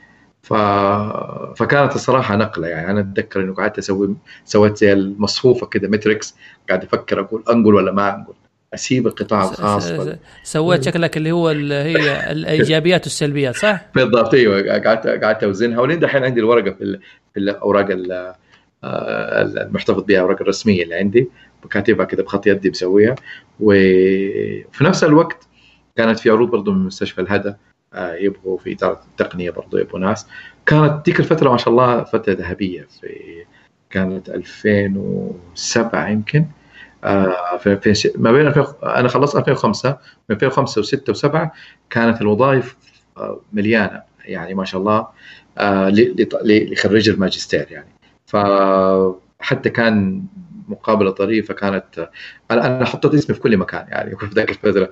فكانت الصراحة نقلة يعني. أنا أتذكر إنه قعدت سويت زي المصفوفة كده متريكس، قاعد أفكر أنقل ولا ما أنقل، أسيب القطاع الخاص سويت شكلك اللي هو هي الإيجابيات والسلبيات صح؟ بالضبط أيوة. قعدت أوزنها، ولين دحين عندي الورقة في الأوراق المحتفظ بها، الأوراق الرسمية اللي عندي كاتبها كده بخط يدي مسويها. وفي نفس الوقت كانت في عروض برضو من مستشفى الهدى يبغوا في إدارة التقنية برضو يبغوا ناس. كانت ديك الفترة ما شاء الله فترة ذهبية، كانت 2007 يمكن. في ما بين أنا خلصت 2005، من 2005 و6 و7 كانت الوظائف مليانة يعني ما شاء الله لخريج الماجستير يعني. فحتى كان مقابلة طريفة كانت، أنا حطيت اسمي في كل مكان يعني في ذاك الفترة.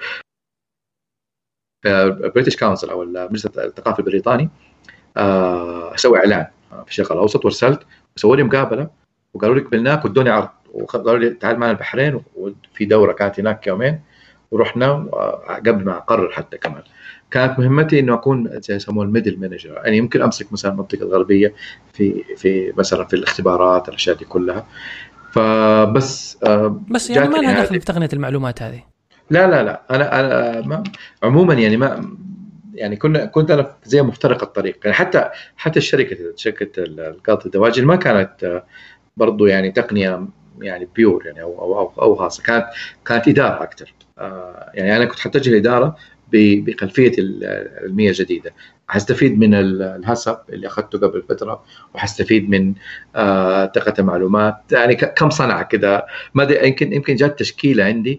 بريتش كونسل أو المجلس الثقافي البريطاني أسوي إعلان في الشرق الأوسط، وارسلت وسووا لي مقابلة وقالوا لي قبلناك وادوني عرض وقالوا لي تعال معنا البحرين، وفي دورة كانت هناك يومين ورحنا قبل ما أقرر حتى كمان. كانت مهمتي إنه أكون زي يسموه الميدل مانجر، يعني يمكن أمسك مثلا المنطقة الغربية في مثلا في الاختبارات الأشياء دي كلها. فبس يعني ما لها دخل بتقنية المعلومات هذه. لا أنا ما عموما يعني ما يعني كنت أنا زي مفترق الطريق يعني. حتى شركة القاط الدواجن ما كانت برضو يعني تقنية يعني بيور يعني أو خاصة، كانت إدارة أكتر. يعني أنا كنت حتجه الإدارة بخلفية المية الجديدة، هستفيد من الهسب اللي أخذته قبل فترة، وهستفيد من تقنية المعلومات يعني كم صنعة كده. ما يمكن جات تشكيلة عندي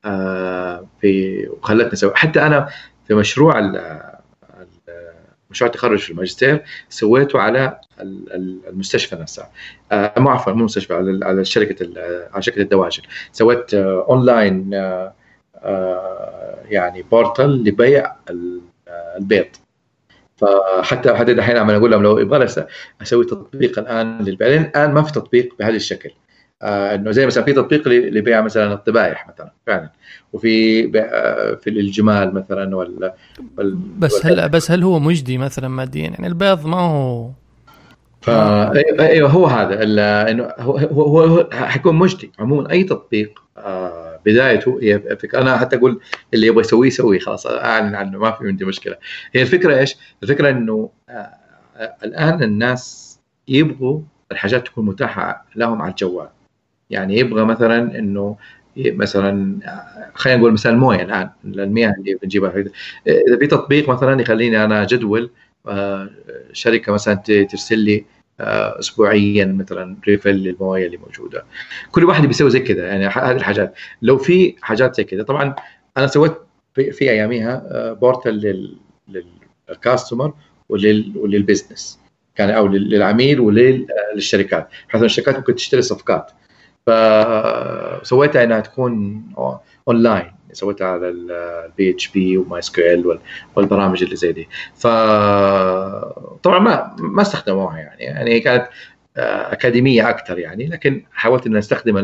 وخلتني أسوي. حتى أنا في مشروع التخرج في الماجستير سويته على المستشفى نفسها، مو عفوا مو مستشفى، على شركة الدواجن. سويت أونلاين يعني بورتال لبيع البيض. فحتى دحين عم اقول لهم لو يبغى اسوي تطبيق الان للبيع، الان ما في تطبيق بهذا الشكل. انه زي مثلا في تطبيق لبيع مثلا الطبائح مثلا فعلا، وفي في الجمال مثلا بس هل هو مجدي مثلا ماديا؟ يعني البيض ما هو ايوه هو هذا انه هو حيكون مجدي. عموما اي تطبيق بدايته هي فكرة. انا حتى اقول اللي يبغى يسويه خلاص اعلن عنه، ما في عندي مشكله. هي الفكره ايش؟ الفكره انه الان الناس يبغوا الحاجات تكون متاحه لهم على الجوال. يعني يبغى مثلا انه مثلا خلينا نقول مثلا المويه الان، المياه اللي بنجيبها اذا في تطبيق مثلا يخليني انا جدول شركه مثلا ترسل لي اسبوعيا مثلا ريفل للمويه اللي موجوده. كل واحد بيسوي زي كده يعني. هذه الحاجات لو في حاجات زي كده، طبعا انا سويت في اياميها بورتال للكاستمر وللبزنس كان، او للعميل وللشركات، حيث الشركات ممكن تشتري صفقات. فسويتها انها تكون اونلاين، سويتها على البي اتش بي وماي اس كيو ال والبرامج اللي زي دي. فطبعا ما استخدموها يعني كانت اكاديميه اكثر يعني، لكن حاولت ان استخدم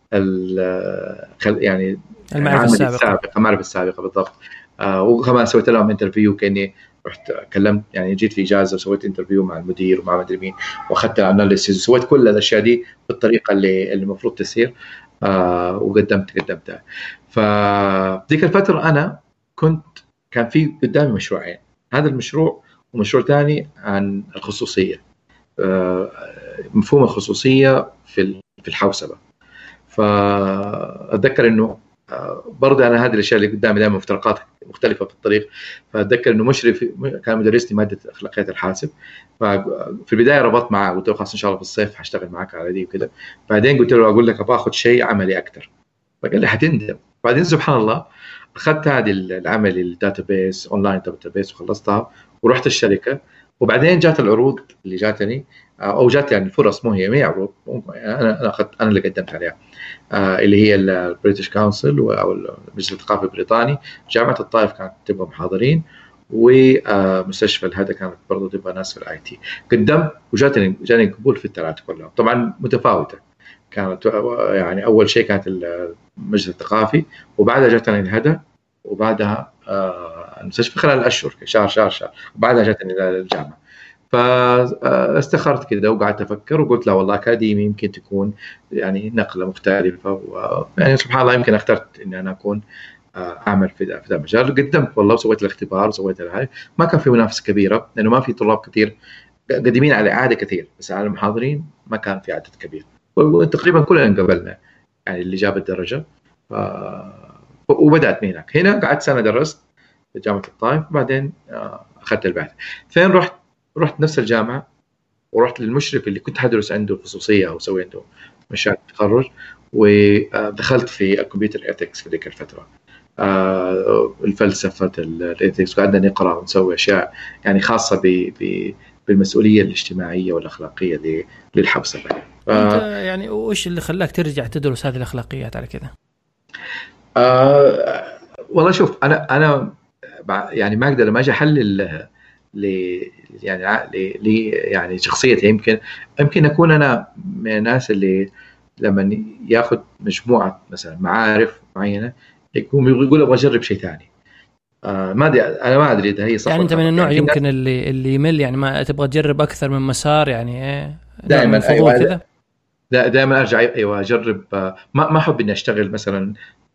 يعني المعرفه السابقه بالضبط. وكمان سويت لهم انترفيو، كاني رحت كلمت يعني، جيت في اجازه وسويت انترفيو مع المدير ومع مدري مين، واخذت الاناليسيز وسويت كل الاشياء دي بالطريقه اللي المفروض تصير. قدمتها. فذيك الفتره انا كان في قدامي مشروعين، هذا المشروع ومشروع ثاني عن الخصوصيه، مفهوم الخصوصيه في الحوسبه. فأتذكر إنه برضه أنا هذه الأشياء اللي قدامي دائما مفترقات مختلفة في الطريق. فأتذكر إنه مشرف كان مدرسني مادة أخلاقيات الحاسب، ففي البداية ربطت معه، قلت له خلاص إن شاء الله في الصيف هشتغل معك على دي وكده. بعدين قلت له أقول لك أبغى أخذ شيء عملي أكثر، فقال لي حتندم. بعدين سبحان الله أخذت هذه العمل الداتابيس أونلاين داتابيس وخلصتها ورحت الشركة. وبعدين جات العروض اللي جاتني، أو جات يعني الفرص، مو هي عروض، أنا أخذت، أنا اللي قدمت عليها، اللي هي البريتش كونسل او المجلس الثقافي البريطاني. جامعه الطائف كانت تبغى محاضرين، ومستشفى الهدى كانت برضه تبغى ناس في الاي تي. قدمت جاني قبول في الثلاث كلهم، طبعا متفاوته. كانت يعني اول شيء كانت المجلس الثقافي، وبعدها جاتني الهدى، وبعدها المستشفى خلال الاشهر، شهر، وبعدها جاتني الجامعه. فاستخرت كده وقعدت افكر وقلت لا والله اكاديمي يمكن تكون يعني نقله مختلفه، ويعني سبحان الله يمكن اخترت اني انا اكون اعمل في ذا المجال. قدمت والله وسويت الاختبار وسويت هاي. ما كان في منافسه كبيره لانه ما في طلاب كثير قادمين على اعاده كثير، بس على المحاضرين ما كان في عدد كبير، وتقريبا كلنا انقبلنا يعني اللي جاب الدرجه. وبدات من هنا قعدت سنه درست في جامعه الطائف، وبعدين اخذت البحث. فين رحت نفس الجامعة، ورحت للمشرف اللي كنت حدرس عنده الخصوصية أو سوي عنده مشاريع تخرج، ودخلت في الكمبيوتر إيثكس في ذيك الفترة. الفلسفة الإيثكس، وقعدنا نقرأ ونسوي أشياء يعني خاصة بالمسؤولية الاجتماعية والأخلاقية للحوسبة. أنت يعني وش اللي خلاك ترجع تدرس هذه الأخلاقيات على كذا؟ والله شوف، أنا يعني ما أقدر ما أجي أحلل يعني شخصيتي. يمكن أكون أنا من الناس اللي لما ياخذ مجموعة مثلا معارف معينة يقول أبغى أجرب شيء ثاني. ما أدري، أنا ما أدري إذا هي صح. يعني أنت من النوع يعني يمكن اللي يمل، يعني ما تبغى تجرب أكثر من مسار، يعني دائما أيوة كذا. دائما أرجع أيوة أجرب. ما أحب إني أشتغل مثلا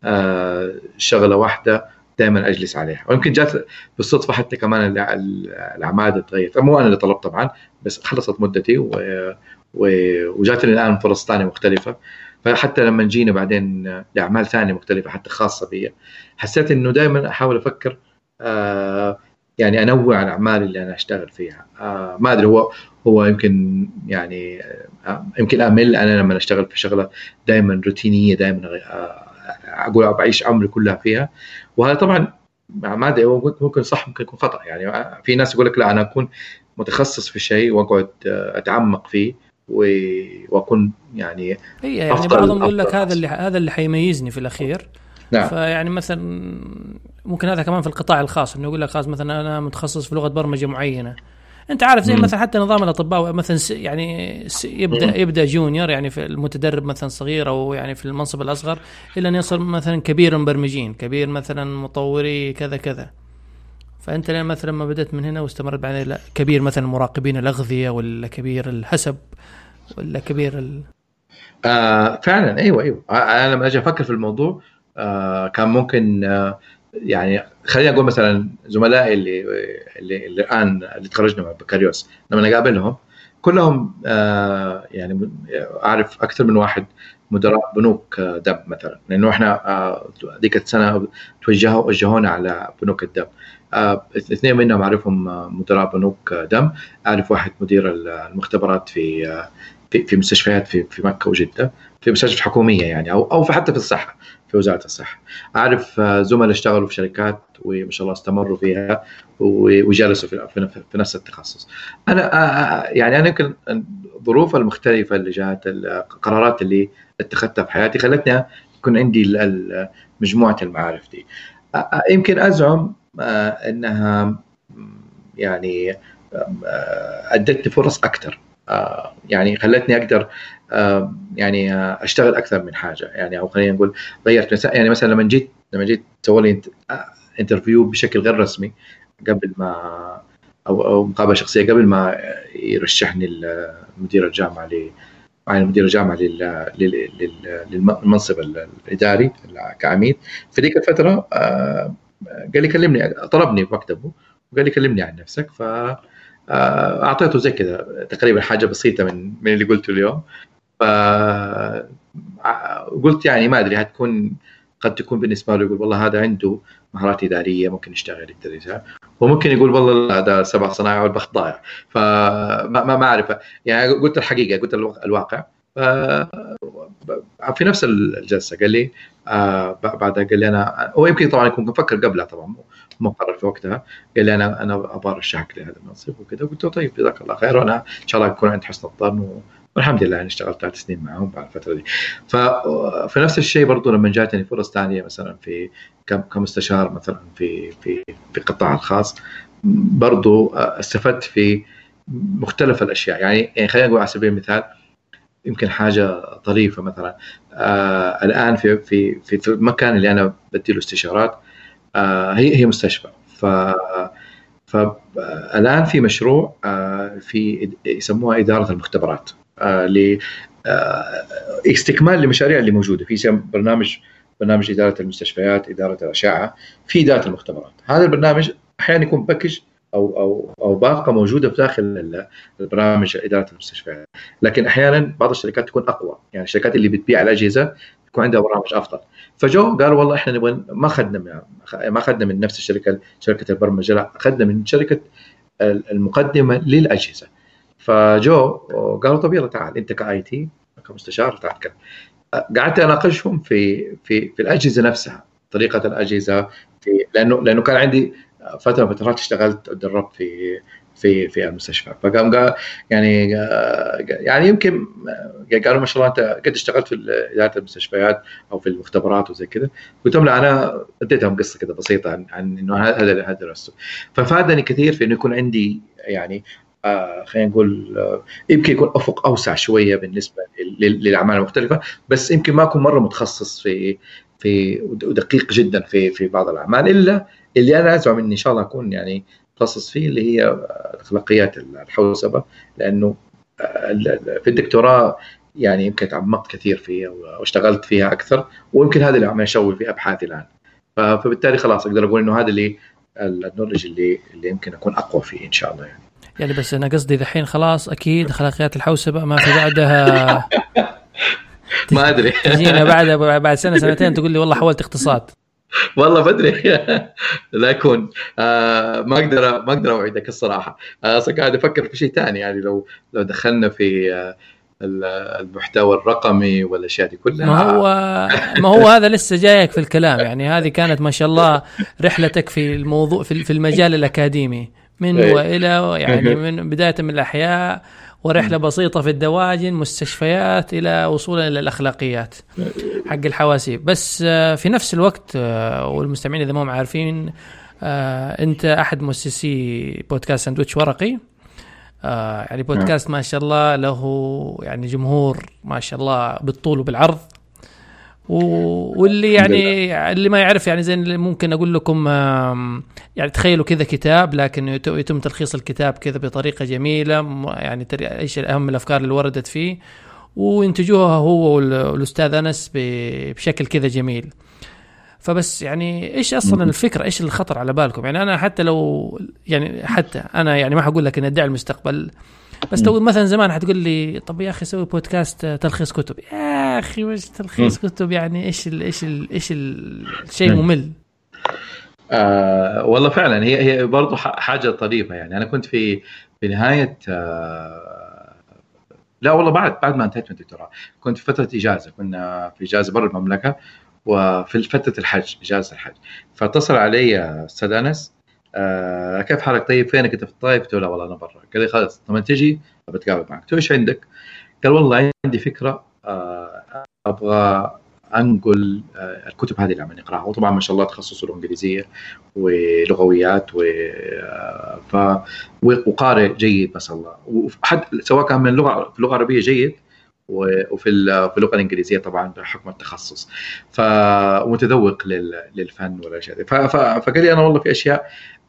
شغلة واحدة دائما اجلس عليها. ويمكن جات بالصدفه حتى كمان الاعمال تغيرت، مو انا اللي طلبت طبعا، بس خلصت مدتي وجاتني الان فرص ثانيه مختلفه. فحتى لما جينا بعدين لاعمال ثانيه مختلفه حتى خاصه بي، حسيت انه دائما احاول افكر يعني انوع الاعمال اللي انا اشتغل فيها. ما ادري، هو يمكن يعني يمكن امل انا لما اشتغل في شغله دائما روتينيه، دائما اقول بعيش عمري كلها فيها. وهذا طبعا ما ادري، ممكن صح ممكن يكون خطا. يعني في ناس يقول لك لا انا اكون متخصص في شيء واقعد اتعمق فيه واكون يعني يعني بعضهم يقول لك هذا اللي حيميزني في الاخير. نعم. فيعني مثلا ممكن هذا كمان في القطاع الخاص، انه يقول لك خلاص مثلا انا متخصص في لغه برمجه معينه. انت عارف زي مثلا حتى نظام الاطباء مثلا يعني يبدا جونيور، يعني في المتدرب مثلا صغير، او يعني في المنصب الاصغر، الى ان يصل مثلا كبير مبرمجين، كبير مثلا مطوري كذا كذا. فانت مثلا ما بدأت من هنا واستمرت بعدين كبير مثلا مراقبين الاغذيه، ولا كبير الحسب، ولا كبير فعلا ايوه. انا لما اجي افكر في الموضوع كان ممكن يعني خلينا نقول مثلا زملائي اللي الان اللي تخرجنا من بكالوريوس، لما نقابلهم كلهم يعني اعرف اكثر من واحد مدراء بنوك دم مثلا، لانه احنا ذيك السنه وجهونا على بنوك الدم. اثنين منهم اعرفهم مدراء بنوك دم، اعرف واحد مدير المختبرات في مستشفيات في مكه وجده، في مستشفيات حكوميه يعني، او حتى في الصحه في وزاره الصحه. اعرف زملاء اشتغلوا في شركات وما شاء الله استمروا فيها وجلسوا في نفس التخصص. انا يعني انا يمكن الظروف المختلفه اللي جات، القرارات اللي اتخذتها في حياتي خلتني يكون عندي مجموعه المعارف دي. يمكن ازعم انها يعني ادتني فرص اكثر يعني خلتني اقدر يعني اشتغل اكثر من حاجه يعني، او خلينا نقول غيرت يعني مثلا لما جيت سووا لي انترفيو بشكل غير رسمي قبل ما او مقابله شخصيه قبل ما يرشحني مدير الجامعه معي مدير الجامعه للمنصب الاداري كعميد. في ذيك الفتره قال لي كلمني، طلبني بمكتبه وقال لي كلمني عن نفسك. ف اعطيته زي كذا تقريبا حاجه بسيطه من اللي قلته اليوم. ف قلت يعني ما ادري قد تكون بالنسبه له يقول والله هذا عنده مهارات اداريه ممكن يشتغل يقدر، وممكن يقول والله هذا سبع صنايع والبخت ضايع. فما اعرف يعني، قلت الحقيقه، قلت الواقع. في نفس الجلسه قال لي بعدها قال لي انا، هو يمكن طبعا يكون مفكر قبلها طبعا مو قرر في وقتها، قال لي انا ابغى ارشحك لهذا المنصب وكذا. قلت له طيب جزاك الله خير، وانا ان شاء الله اكون عند حسن الظن، والحمد لله يعني اشتغلت 3 سنين معهم بعد الفتره دي. ففي نفس الشيء برضو لما جاتني فرص ثانيه مثلا في كمستشار مثلا في القطاع الخاص، برضو استفدت في مختلف الاشياء. يعني خلينا نقول على سبيل المثال يمكن حاجه طريفه مثلا، الان في المكان اللي انا بدي له استشارات، هي مستشفى. فالآن في مشروع في يسموها إدارة المختبرات، لاستكمال المشاريع اللي موجودة في برنامج إدارة المستشفيات، إدارة الأشعة، في إدارة المختبرات. هذا البرنامج أحيانا يكون باكج أو باقة موجودة في داخل البرنامج إدارة المستشفيات، لكن أحيانا بعض الشركات تكون أقوى، يعني الشركات اللي بتبيع الأجهزة يكون عندها برامج أفضل. فجو قالوا والله إحنا نبغى، ما أخذنا من نفس شركة البرمجة، لا أخذنا من شركة المقدمة للأجهزة. فجو قالوا طب يلا تعال أنت كآي تي كمستشار تعال كذا. قعدت أناقشهم في الأجهزة نفسها، طريقة الأجهزة، لأنه كان عندي فترات اشتغلت ودربت في المستشفى. فقام يعني يمكن قالوا ما شاء الله انت قد اشتغلت في اداره المستشفيات او في المختبرات وزي كذا. قلت لهم لا، انا اديتهم قصه كذا بسيطه عن انه هذا درسته. ففادني كثير في انه يكون عندي يعني خلينا نقول يمكن يكون افق اوسع شويه بالنسبه للاعمال المختلفه، بس يمكن ما اكون مره متخصص في ودقيق جدا في بعض الاعمال، الا اللي انا ازعم اني ان شاء الله اكون يعني متخصص فيه، اللي هي اخلاقيات الحوسبه. لانه في الدكتوراه يعني يمكن تعمقت كثير فيها واشتغلت فيها اكثر، ويمكن هذا اللي عم اشوي فيه ابحاثي الان. فبالتالي خلاص اقدر اقول انه هذا اللي النولج اللي يمكن اكون اقوى فيه ان شاء الله يعني بس انا قصدي الحين خلاص اكيد اخلاقيات الحوسبه ما في بعدها. ما ادري تجينا بعد سنه سنتين تقول لي والله حولت اقتصاد. والله بدري لا يكون ما اقدر اوعدك الصراحه. اصلا قاعد افكر في شيء ثاني، يعني لو دخلنا في المحتوى الرقمي والاشياء دي كلها. ما هو هذا لسه جايك في الكلام. يعني هذه كانت ما شاء الله رحلتك في الموضوع في المجال الاكاديمي من والى، يعني من بدايه من الاحياء ورحلة بسيطة في الدواجن، مستشفيات، إلى وصولا إلى الأخلاقيات حق الحواسيب. بس في نفس الوقت والمستمعين إذا ما هم عارفين، أنت أحد مؤسسي بودكاست ساندويتش ورقي. يعني بودكاست ما شاء الله له يعني جمهور ما شاء الله بالطول وبالعرض، واللي يعني اللي ما يعرف يعني زي ممكن أقول لكم يعني تخيلوا كذا كتاب، لكن يتم تلخيص الكتاب كذا بطريقة جميلة، يعني إيش أهم الأفكار اللي وردت فيه وينتجوها هو والأستاذ أنس بشكل كذا جميل. فبس يعني إيش أصلا الفكرة، إيش الخطر على بالكم؟ يعني أنا حتى لو يعني حتى أنا يعني ما هقول لك إن أدعي المستقبل، بس لو مثلا زمان هتقول لي طب يا أخي سوي بودكاست تلخيص كتب، يا أخي وش تلخيص كتب يعني؟ إيش الشيء ممل. والله فعلا هي برضو حاجة طريفة. يعني أنا كنت في نهاية لا والله بعد ما انتهيت من الدكتوراه كنت في فترة إجازة، كنا في إجازة برا المملكة وفي فترة الحج، إجازة الحج. فاتصل علي أستاذ أنس، كيف حالك؟ طيب فينك انت في الطائف؟ قلت له لا والله انا برا. قال لي خلاص طب تجي بتقابل معك. قلت له ايش عندك؟ قال والله عندي فكره ابغى انقل الكتب هذه اللي عم نقراها. وطبعا ما شاء الله تخصصه الانجليزيه ولغويات وقارئ جيد ما شاء الله، وحد سواء كان من في اللغه العربيه جيد في اللغه الانجليزيه طبعا بحكم التخصص، فمتذوق للفن والاشياء. فقال لي انا والله في اشياء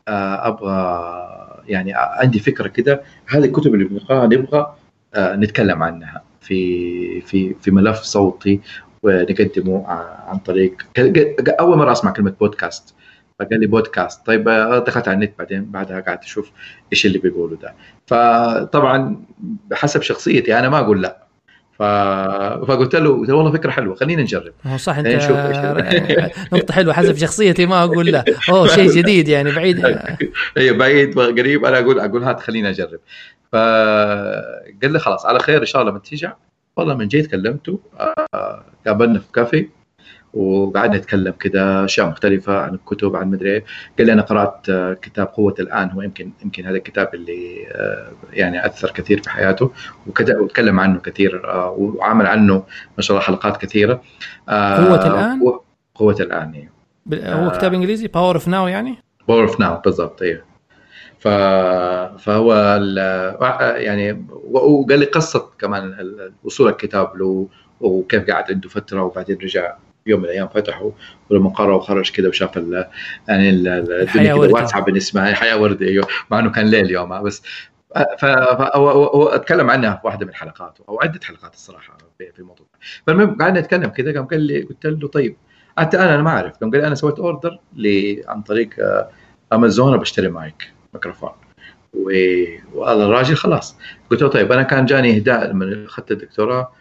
ابغى يعني عندي فكره كده، هذه الكتب اللي بنقراها نبغى نتكلم عنها في ملف صوتي ونقدمه عن طريق. اول مره اسمع كلمه بودكاست، فقال لي بودكاست. طيب دخلت على النت بعدين بعدها قاعد اشوف ايش اللي بيقولوا ده. فطبعا بحسب شخصيتي انا ما اقول لا، فقلت له والله فكره حلوه خلينا نجرب. هو صح انت نقطه حلوه، حسب شخصيتي ما اقول لا. شيء جديد يعني بعيد. ايوه بعيد قريب، انا اقول هات خلينا نجرب. فقال لي خلاص على خير ان شاء الله ما تيجي. والله من جيت كلمته، قابلنا في كافي وقعدنا نتكلم كده اشياء مختلفه عن الكتب عن مدري. قال لي انا قرات كتاب قوه الان، هو يمكن هذا الكتاب اللي يعني اثر كثير في حياته، وتكلم عنه كثير وعمل عنه ما شاء الله حلقات كثيره. قوه الان، قوه الان يعني. هو كتاب انجليزي باور اوف ناو، يعني باور اوف ناو بالضبط. ايوه فهو يعني وقال لي قصه كمان وصول الكتاب له وكيف قاعد عنده فتره وبعدين رجع يوم من الايام فتحوا ولما قرأ وخرج كده وشاف يعني الدنيا كده واسعه بالنسبه له، حياه وردي. ايوه مع انه كان ليل يومها بس. فهو اتكلم عنها في واحده من حلقاته او عده حلقات الصراحه في الموضوع. فالمهم قعدنا نتكلم كده، قام قال لي، قلت له طيب انا ما اعرف. قام قال لي انا سويت اوردر عن طريق امازون بشتري مايك ميكروفون. وهذا الراجل خلاص قلت له طيب انا كان جاني اهداء لما اخذت الدكتوراه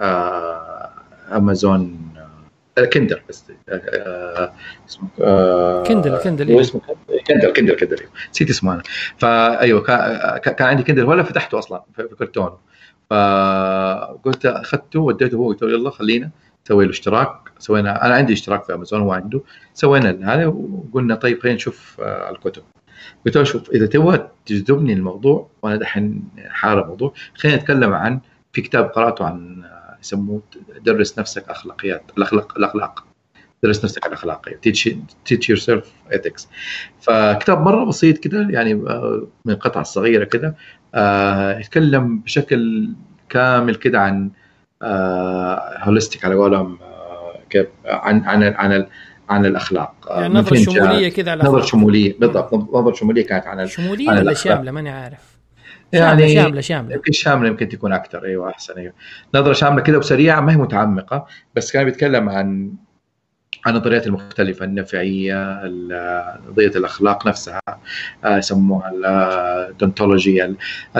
امازون كندل، بس اسمه كندل اسمه كندل نسيت اسمه انا. فايوه كان عندي كندل ولا فتحته اصلا في كرتون. فقلت اخذته وديته هو، قلت له يلا خلينا نسوي له اشتراك. سوينا، انا عندي اشتراك في امازون وعنده، سوينا هذا وقلنا طيب خلينا نشوف الكتب. قلت له شوف اذا تبغى تجذبني الموضوع وانا دحين حاره موضوع، خلينا نتكلم عن في كتاب قراته عن يسموه درس نفسك اخلاقيات الاخلاق درس نفسك الاخلاقيه teach yourself ethics. فكتاب مره بسيط كده يعني من القطعه الصغيره كده، يتكلم بشكل كامل كده عن هوليستيك على قولهم، كيف عن الاخلاق، يعني نظره شموليه كده على نظره شموليه بالضبط. نظره شموليه كانت عن شموليه ولا شامله ماني عارف. يعني شامله يمكن تكون اكثر. ايوه احسن. ايوه نظره شامله كده وسريعه ما هي متعمقه، بس كان بيتكلم عن النظريات المختلفه النفعيه، نظريه الاخلاق نفسها، يسموها الدونتولوجي،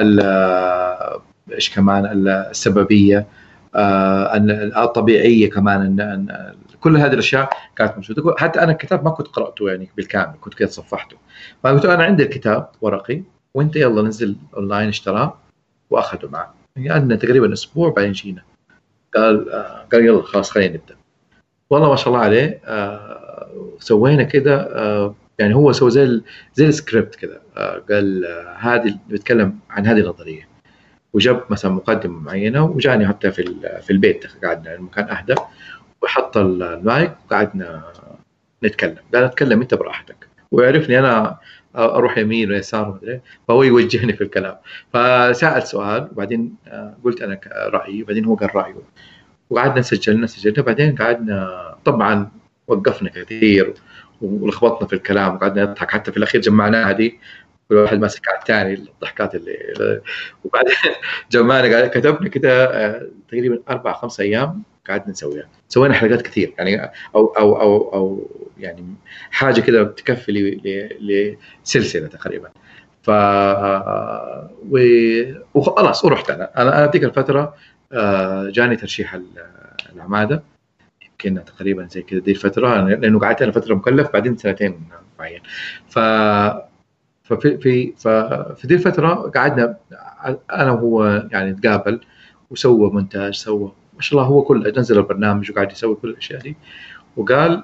ايش كمان السببيه، الطبيعيه كمان. كل هذه الاشياء كانت موجوده. حتى انا الكتاب ما كنت قراته يعني بالكامل، كنت كده صفحته. فقلت انا عندي الكتاب ورقي وانت يلا نزل اونلاين اشتراه واخذه معه. يعني تقريبا اسبوع بعدين جينا قال يلا خلاص خلينا نبدا. والله ما شاء الله عليه سوينا كده. يعني هو سوى زي السكريبت كده. قال هذه بيتكلم عن هذه النظريه، وجاب مثلا مقدمه معينه، وجاني حتى في البيت قعدنا المكان اهدى وحط المايك وقعدنا نتكلم. قال اتكلم انت براحتك، ويعرفني انا اروح يمين ويسار ومدري، فهو يوجهني في الكلام. فسأل سؤال وبعدين قلت انا رايي، وبعدين هو قال رايه، وقعدنا سجلنا بعدين قعدنا طبعا وقفنا كثير ولخبطنا في الكلام وقعدنا نضحك، حتى في الاخير جمعناها دي كل واحد ماسك على الثاني الضحكات اللي وبعدين جمعنا كتبنا كده تقريبا 4-5 ايام قعدنا نسويها. سوينا حلقات كثير يعني او يعني حاجه كده تكفي لسلسله تقريبا. ف وخلاص ورحت انا ذيك الفتره جاني ترشيح العماده، يمكن تقريبا زي كده دي الفتره، لانه قعدت انا فتره مكلف بعدين سنتين معين. ففي دي الفتره قعدنا انا وهو يعني نتقابل وسوى مونتاج، سوى ما شاء الله هو كل نزل البرنامج وقاعد يسوي كل الاشياء دي. وقال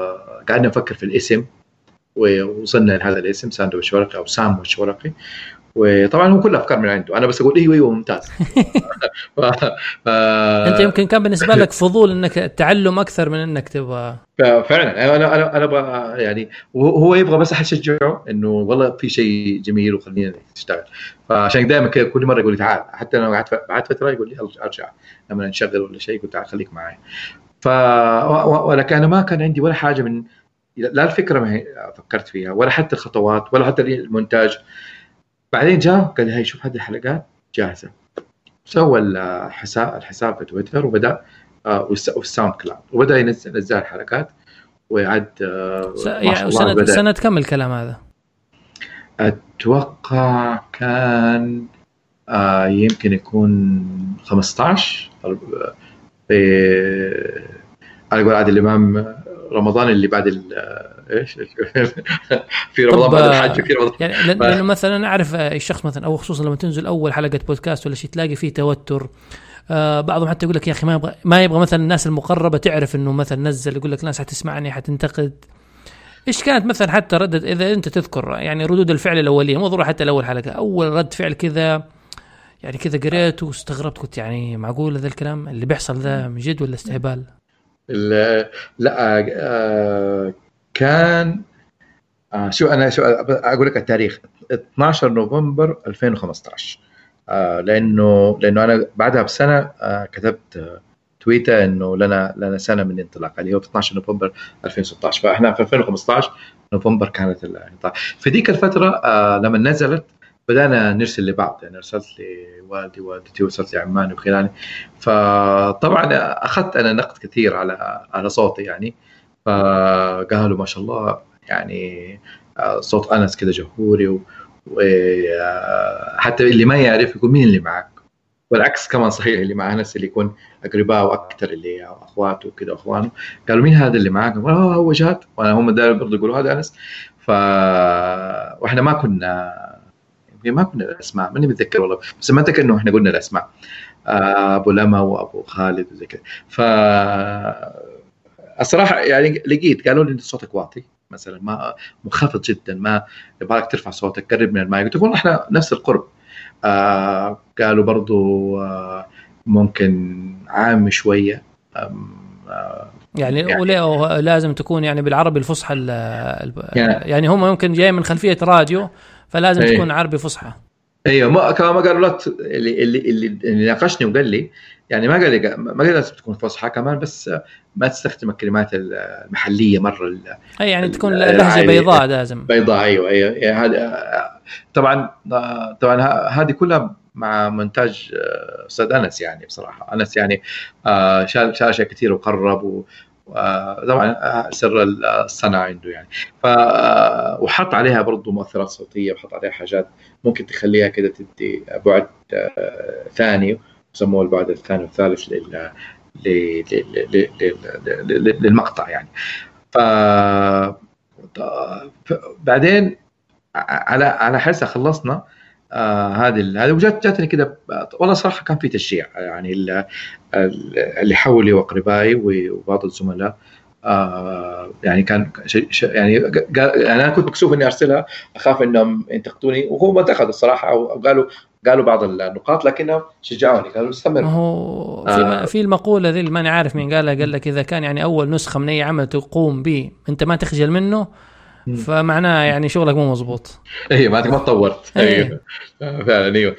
قعدنا نفكر في الاسم، ووصلنا لهذا الاسم ساندويتش ورقي او ساندويتش ورقي. وطبعا هو كل افكار من عنده، انا بس اقول ايوه ممتاز. ف... ف... انت يمكن كان بالنسبه لك فضول انك تعلم اكثر من انك تبغى. فعلا انا ابغى يعني، وهو يبغى بس احد يشجعه انه والله في شيء جميل وخلينا نشتغل. فعشان دائما كل مره يقول لي تعال، حتى انا بعد فتره يقول لي ارجع لما نشغل ولا شيء، قلت تعال خليك معي. ولكن انا ما كان عندي ولا حاجه من، لا الفكره ما فكرت فيها ولا حتى الخطوات ولا حتى المونتاج. بعدين جاء قال لي هاي شوف هذه الحلقات جاهزه، سوى الحساب في تويتر وبدا والساوند كلاود، وبدا ينزل الحلقات ويعد. يعني سنة كم الكلام هذا؟ اتوقع كان يمكن يكون 15 انا اقول عاد الامام رمضان اللي بعد ايش في رمضان بعد الحج في رمضان. يعني لانه مثلا اعرف الشخص مثلا، او خصوصا لما تنزل اول حلقه بودكاست ولا شيء تلاقي فيه توتر. بعضهم حتى يقول لك يا اخي ما يبغى مثلا الناس المقربه تعرف انه مثلا نزل، يقول لك ناس حتسمعني حتنتقد. ايش كانت مثلا حتى ردة، اذا انت تذكر يعني ردود الفعل الاوليه، مو ضروري حتى الاول حلقه، اول رد فعل كذا يعني كذا قريت واستغربت، كنت يعني معقول هذا الكلام اللي بيحصل ده من جد ولا استهبال؟ لا كان شو اقول لك التاريخ 12 نوفمبر 2015. لانه انا بعدها بسنه كتبت تويته انه لنا سنه من الانطلاق اللي هو في 12 نوفمبر 2016. فاحنا في 2015 نوفمبر كانت الانطلاق. في ذيك الفتره لما نزلت بدأنا نرسل لبعض، يعني ارسلت لوالدي ووالدتي وارسلت لعماني وخلاني. فطبعا اخذت انا نقد كثير على صوتي يعني، فقالوا ما شاء الله يعني صوت أنس كده جهوري، وحتى اللي ما يعرف يقول مين اللي معك، والعكس كمان صحيح، اللي مع أنس اللي يكون أقرباء وأكثر اللي أخواته وكده أخوانه قالوا مين هذا اللي معك، هو جهاد، وأنا هم دائما برضه يقولوا هذا أنس. وإحنا ما كنا الأسماء، ماني متذكر والله، بس ما أتذكر إنه إحنا قلنا الأسماء أبو لما وأبو خالد وزي كده. الصراحة يعني لقيت قالوا لي إن صوتك واطي مثلا، ما منخفض جدا، ما يبغاك ترفع صوتك، قرب من المايك. قلت والله احنا نفس القرب. قالوا برضو ممكن عام شوية يعني لازم تكون يعني بالعربي الفصحى يعني هم ممكن جاي من خلفية راديو فلازم تكون عربي فصحى. ايوه كما قالوا لا، اللي ناقشني وقال لي يعني ما قال لازم تكون فصحى كمان، بس ما تستخدم الكلمات المحليه مره اي يعني تكون لهجه بيضاء، لازم بيضاء. ايوه يعني هذا طبعا هذه كلها مع مونتاج استاذ انس. يعني بصراحه انس يعني شال اشياء كثير وقرب، طبعا سر الصنع عنده يعني. وحط عليها برضو مؤثرات صوتيه، وحط عليها حاجات ممكن تخليها كده تدي بعد ثاني، يسموه البعد الثاني والثالث للمقطع يعني. بعدين على حسب خلصنا هذه وجاتني كده والله صراحه كان في تشجيع يعني، اللي حولي واقربائي وبعض الزملاء يعني كان يعني انا كنت مكسوف اني ارسلها، اخاف انهم ينتقدوني، وهو ما انتقدوا الصراحه، او قالوا بعض النقاط لكنهم شجعوني، قالوا استمر. هو في المقوله ذي اللي ماني عارف مين قالها، قال لك اذا كان يعني اول نسخه من اي عمل تقوم به انت ما تخجل منه فمعناه يعني شغلك مو مزبوط. ايوه ما تطورت. ايوه فعلا. ايوه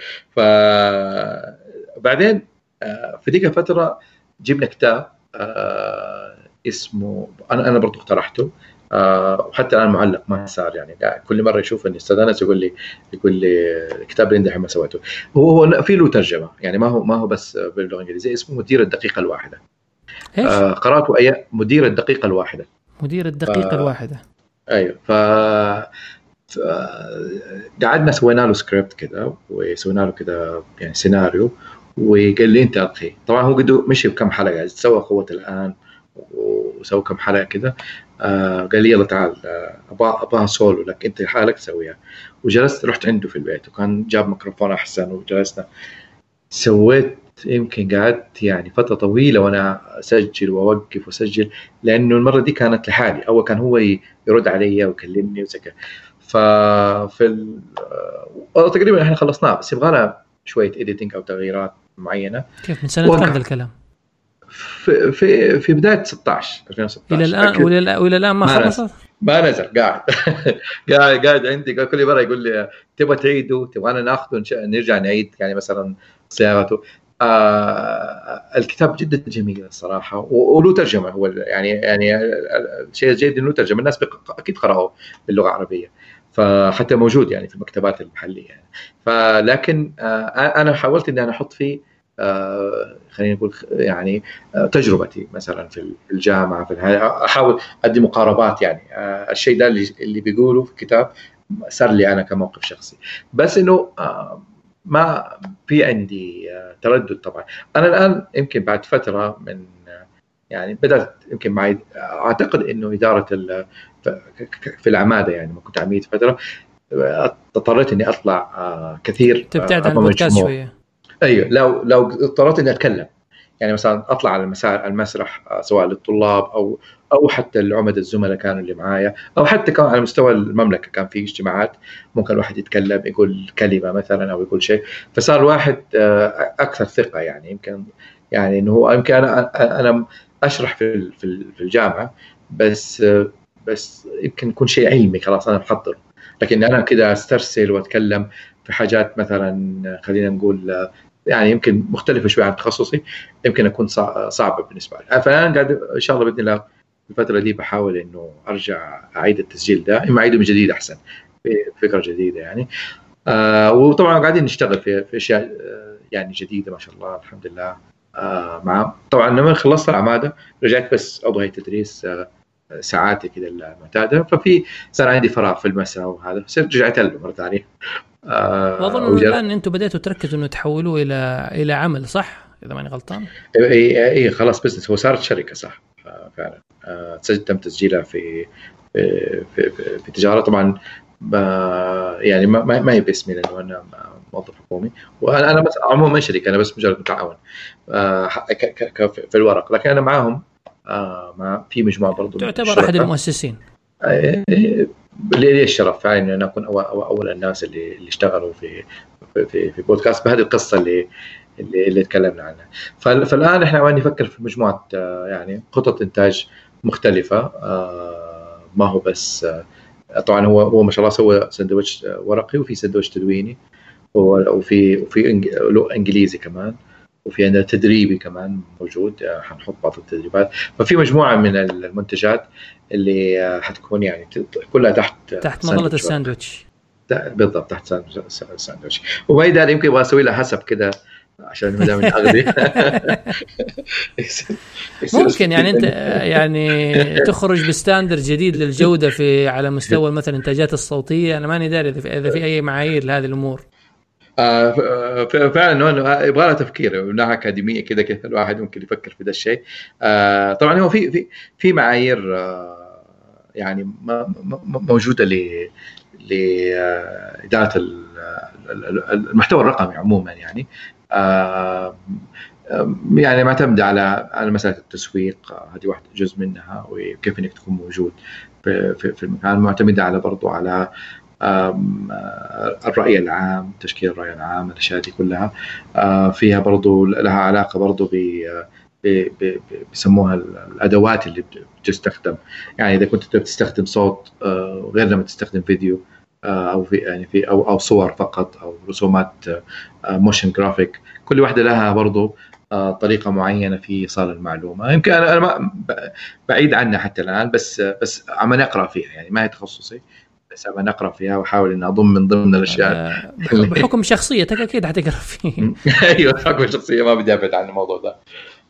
بعدين في ذيك الفتره جبنا كتاب اسمه انا برضو اقترحته، وحتى الان معلق ما صار يعني كل مره يشوف اني استاذ انس يقول لي الكتاب اللي عندي ما سويته. هو في له ترجمه يعني، ما هو بس باللغه الانجليزيه، اسمه مدير الدقيقه الواحده. قراته مدير الدقيقه الواحده. مدير الدقيقه الواحده. ايوه قعدنا سوينا له سكريبت كده، وسوينا له كده يعني سيناريو، وقال لي انت اخي طبعا هو قد مشي بكم حلقه، سوى قوه الان وسوى كم حلقه كده. قال لي يلا تعال ابغى سولو لك انت حالك سويها. وجلست رحت عنده في البيت، وكان جاب ميكروفون احسن، وجلسنا سويت يمكن قعدت يعني فتره طويله وانا اسجل واوقف واسجل، لانه المره دي كانت لحالي، اول كان هو يرد علي ويكلمني وزي كده. ففي تقريبا احنا خلصناه، بس يبغى لنا شويه اديتنج او تغييرات معينه. كيف من سنه كم ذا الكلام؟ في بدايه 2016 الى الان والى الان ما خلصت، ما نزل. قاعد قاعد عندي كل مره يقول لي تبغى تعيده، تبغانا ناخذه نرجع نعيد يعني مثلا صياغته. الكتاب جدا جميل الصراحه، وله ترجمه. هو يعني الشيء الجيد انه ترجمه، الناس اكيد قرأوه باللغه العربيه، فحتى موجود يعني في المكتبات المحليه يعني. فلكن انا حاولت اني انا احط فيه خلينا نقول يعني تجربتي مثلا في الجامعه، احاول ادي مقاربات يعني. الشيء ده اللي بيقوله في الكتاب صار لي انا كموقف شخصي، بس انه ما في عندي تردد. طبعا انا الان يمكن بعد فتره من يعني بدات يمكن معي اعتقد انه اداره في العماده، يعني ما كنت عميد فتره، اضطريت اني اطلع كثير، تبتعد عن البودكاست شويه. ايوه، لو اضطريت اني اتكلم يعني مثلا اطلع على المسرح سواء للطلاب او حتى العمد الزملاء كانوا اللي معايا، او حتى كان على مستوى المملكه كان في اجتماعات ممكن الواحد يتكلم يقول كلمه مثلا او يقول شيء، فصار الواحد اكثر ثقه. يعني يمكن يعني انه هو يمكن انا اشرح في الجامعه، بس يمكن يكون شيء علمي خلاص انا محضر، لكن انا كده استرسل واتكلم في حاجات مثلا خلينا نقول يعني يمكن مختلفه شويه عن تخصصي، يمكن اكون صعبه بالنسبه لي. فانا قاعد ان شاء الله باذن الله الفتره دي بحاول انه ارجع اعيد التسجيل ده، اما اعيده من جديد احسن بفكره جديده يعني. وطبعا قاعدين نشتغل في اشياء يعني جديده ما شاء الله الحمد لله. مع طبعا لما خلصت العماده رجعت بس اضوي التدريس ساعاتي كده المعتاده، ففي صار عندي فراغ في المساء وهذا، رجعت له مره ثانيه. واظن الان انتم بديتوا تركزوا انه تحولوه الى عمل، صح اذا ماني غلطان؟ اي خلاص بزنس، هو صارت شركه صح فعلا. تم تسجيلها في تجاره طبعا. يعني ما هي باسمي لانه انا موظف حكومي، وانا بس عموما شركه، انا بس مجرد متعاون في الورق، لكن انا معاهم في مجموعه برضو تعتبر احد المؤسسين. لي الشرف فعلا ان انا اكون اول الناس اللي اشتغلوا في بودكاست بهذه القصه اللي تكلمنا عنها. فالان احنا عم نفكر في مجموعه يعني خطط انتاج مختلفه، ما هو بس طبعا هو ما شاء الله سوى سندويتش ورقي وفي سندويتش تدويني وفي له انجليزي كمان، وفي عندنا تدريبي كمان موجود، حنحط بعض التدريبات. ففي مجموعه من المنتجات اللي حتكون يعني كلها تحت مظله الساندويتش بالضبط، تحت الساندويتش. وبعدين يمكن ابغى اسوي لها حسب كده عشان ما دام اغلي ممكن يعني انت يعني تخرج بستاندر جديد للجوده على مستوى مثلا الانتاجات الصوتيه. انا ماني داري اذا في اي معايير لهذه الامور. فعلا انه يبغى لها تفكير من ناحيه اكاديميه كده الواحد ممكن يفكر في ذا الشيء. طبعا هو في معايير يعني موجوده لاداره المحتوى الرقمي عموما يعني. يعني معتمده على مساله التسويق، هذه واحده جزء منها، وكيف انك تكون موجود في المكان. معتمده على برضو على الرأي العام، تشكيل الرأي العام، الأشياء دي كلها فيها برضو لها علاقة برضو بيسموها الأدوات اللي بتستخدم. يعني إذا كنت بتستخدم صوت غير لما تستخدم فيديو أو أو صور فقط أو رسومات موشن جرافيك، كل واحدة لها برضو طريقة معينة في إيصال المعلومة. يمكن أنا ما بعيد عنها حتى الآن، بس عم نقرأ فيها يعني، ما هي تخصصي، بس أنا نقرأ فيها وحاول إن أضم من ضمن الأشياء بحكم شخصيتك أكيد حتقرأ فيه. أيوة بحكم شخصية ما بدي أبعد عن الموضوع ده.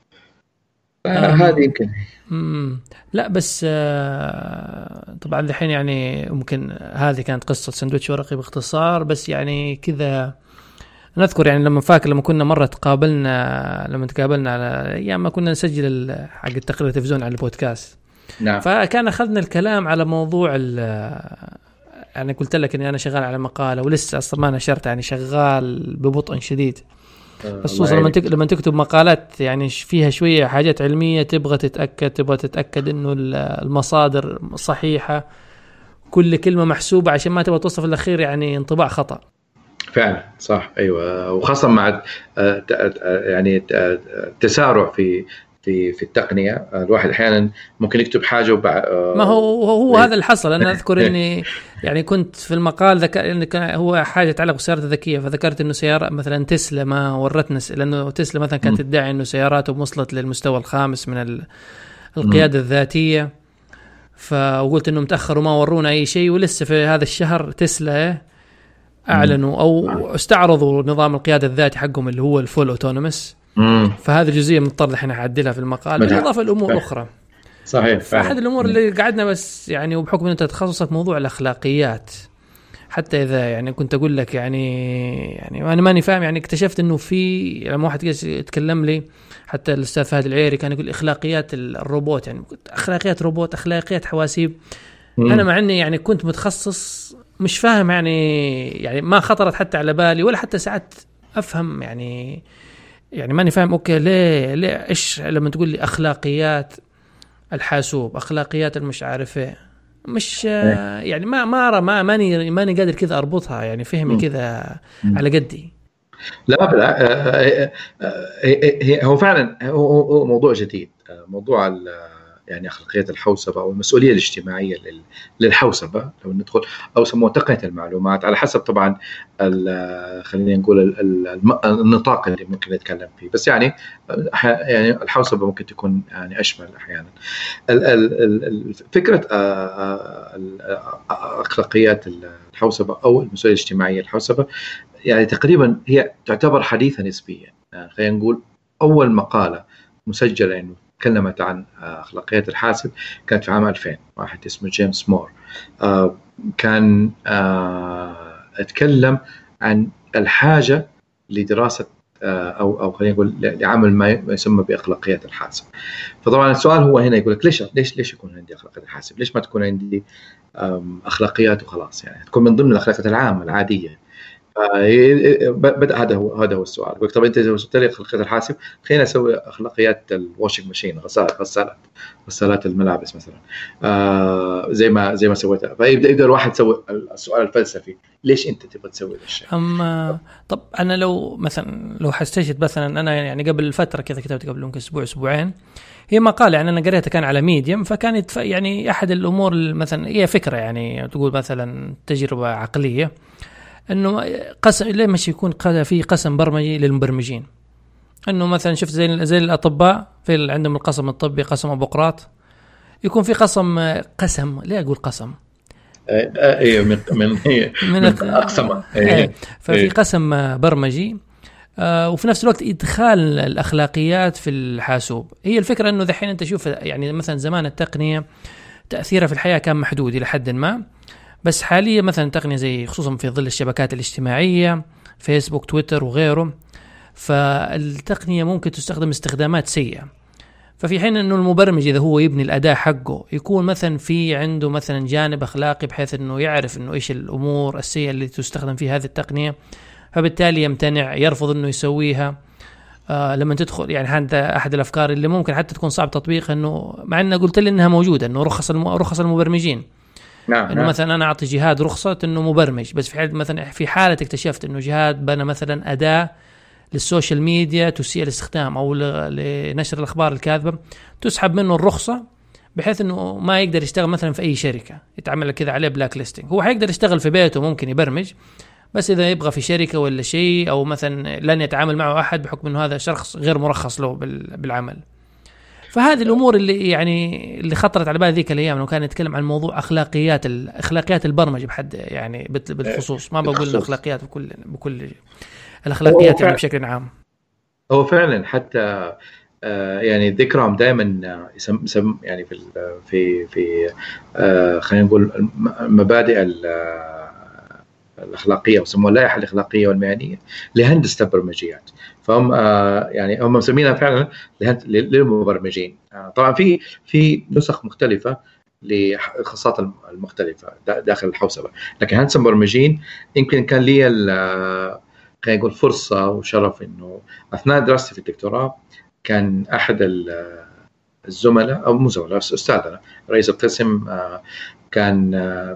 هذه يمكن لا بس طبعا الحين يعني ممكن هذه كانت قصة سندويتش ورقي باختصار، بس يعني كذا نذكر يعني لما كنا مرة تقابلنا على أيام ما كنا نسجل حق التقرير التلفزيون على البودكاست. نعم. فكان أخذنا الكلام على موضوع يعني قلت لك إني أنا شغال على مقالة ولسه أصلا ما نشرت، يعني شغال ببطء شديد، خصوصا لما تكتب مقالات يعني فيها شوية حاجات علمية تبغى تتأكد إنه المصادر صحيحة، كل كلمة محسوبة عشان ما تبغى توصف الأخير يعني انطباع خطأ. فعلا صح، ايوه، وخاصه مع يعني تسارع في التقنيه. الواحد احيانا ممكن يكتب حاجه ما هو هذا اللي حصل. انا اذكر اني يعني كنت في المقال ذكر ان هو حاجه تتعلق بالسيارات الذكيه، فذكرت انه سياره مثلا تسلا ما ورتنا، لانه تسلا مثلا كانت تدعي انه سياراتهم وصلت للمستوى الخامس من القياده الذاتيه، فقلت انه متاخر وما ورونا اي شيء، ولسه في هذا الشهر تسلا اعلنوا او استعرضوا نظام القياده الذاتي حقهم اللي هو الفول اوتونومس. فهذه الجزئيه بنضطر الحين نعدلها في المقال بالاضافه لامور اخرى. صحيح. فاحد الامور اللي قعدنا بس يعني، وبحكم ان انت تخصصك موضوع الاخلاقيات، حتى اذا يعني كنت اقول لك يعني انا ماني فاهم، يعني اكتشفت انه في لما واحد يتكلم لي، حتى الاستاذ فهد العيري كان يقول اخلاقيات الروبوت، يعني اخلاقيات روبوت، اخلاقيات حواسيب. انا مع اني يعني كنت متخصص مش فاهم يعني ما خطرت حتى على بالي، ولا حتى ساعات افهم يعني ماني فاهم. اوكي ليه ايش لما تقول لي اخلاقيات الحاسوب، اخلاقيات المش عارفه، مش يعني ما ارى ماني قادر كذا اربطها، يعني فهمي كذا على قدي. لا هو فعلا هو موضوع جديد، موضوع يعني أخلاقيات الحوسبة أو المسؤولية الاجتماعية للحوسبة لو ندخل، أو سموه تقنية المعلومات، على حسب طبعا خلينا نقول النطاق اللي ممكن نتكلم فيه. بس يعني الحوسبة ممكن تكون يعني أشمل أحيانا. فكرة أخلاقيات الحوسبة أو المسؤولية الاجتماعية الحوسبة يعني تقريبا هي تعتبر حديثة نسبيا. خلينا نقول أول مقالة مسجلة إنه تكلمت عن أخلاقيات الحاسب كانت في عام 2000، واحد اسمه جيمس مور كان اتكلم عن الحاجة لدراسة أو خلينا نقول لعمل ما يسمى بأخلاقيات الحاسب. فطبعا السؤال هو هنا يقول لك ليش يكون عندي أخلاقيات الحاسب؟ ليش ما تكون عندي أخلاقيات وخلاص، يعني تكون من ضمن الأخلاقيات العامة العادية؟ بدأ هذا هو السؤال. قلت طب انت اذا وصلت لي اخلاقيات الحاسب، خلينا نسوي اخلاقيات الواشنج ماشين، غسالات الملابس مثلا، زي ما سويتها. فيبدا الواحد يسوي السؤال الفلسفي، ليش انت تبغى تسوي هذا الشيء؟ طب انا لو حستشهد مثلا، انا يعني قبل فتره كذا كتبت قبل ممكن اسبوعين، هي مقاله يعني انا قريتها كان على ميديم، فكانت يعني احد الامور مثلا هي فكره يعني تقول مثلا تجربه عقليه، انه ليه مش يكون في قسم برمجي للمبرمجين؟ انه مثلا شفت زي الاطباء في عندهم القسم الطبي، قسم ابو قراط، يكون في قسم ليه اقول قسم من اقسم ففي قسم برمجي، وفي نفس الوقت ادخال الاخلاقيات في الحاسوب. هي الفكره انه دحين انت شوف يعني مثلا زمان التقنيه تاثيرها في الحياه كان محدود الى حد ما، بس حاليا مثلا تقنية زي خصوصا في ظل الشبكات الاجتماعية فيسبوك تويتر وغيره، فالتقنية ممكن تستخدم استخدامات سيئة. ففي حين انه المبرمج اذا هو يبني الاداء حقه يكون مثلا في عنده مثلا جانب اخلاقي، بحيث انه يعرف انه ايش الامور السيئة اللي تستخدم في هذه التقنية، فبالتالي يمتنع، يرفض انه يسويها. لما تدخل يعني هذا احد الافكار اللي ممكن حتى تكون صعب تطبيقها، انه مع انه قلت لي انها موجودة، انه رخص المبرمجين. انه مثلا انا اعطي جهاد رخصه انه مبرمج، بس في حاله اكتشفت انه جهاد بنى مثلا اداه للسوشيال ميديا تسيء الاستخدام او لنشر الاخبار الكاذبه، تسحب منه الرخصه بحيث انه ما يقدر يشتغل مثلا في اي شركه، يتعمل كذا عليه بلاك ليستنج. هو حيقدر يشتغل في بيته ممكن يبرمج، بس اذا يبغى في شركه ولا شيء او مثلا لن يتعامل معه احد بحكم انه هذا شخص غير مرخص له بالعمل. فهذه الامور اللي خطرت على بالي ذيك الايام، انه كان يتكلم عن موضوع اخلاقيات البرمجه بحد يعني بالخصوص، ما بقول اخلاقيات بكل الاخلاقيات يعني بشكل عام. هو فعلا حتى يعني ذكرهم دائما يعني في خلينا نقول مبادئ الأخلاقية، وسموها اللائحة الأخلاقية والمهنية لهندسة البرمجيات. فهم يعني هم مسمينها فعلا للمبرمجين. طبعا في نسخ مختلفة للخاصات المختلفة داخل الحوسبة، لكن هندسة البرمجين يمكن كان لي خلينا نقول فرصة وشرف إنه أثناء دراستي في الدكتوراه كان أحد الزملاء أو مو زملاء، أستاذنا رئيس القسم كان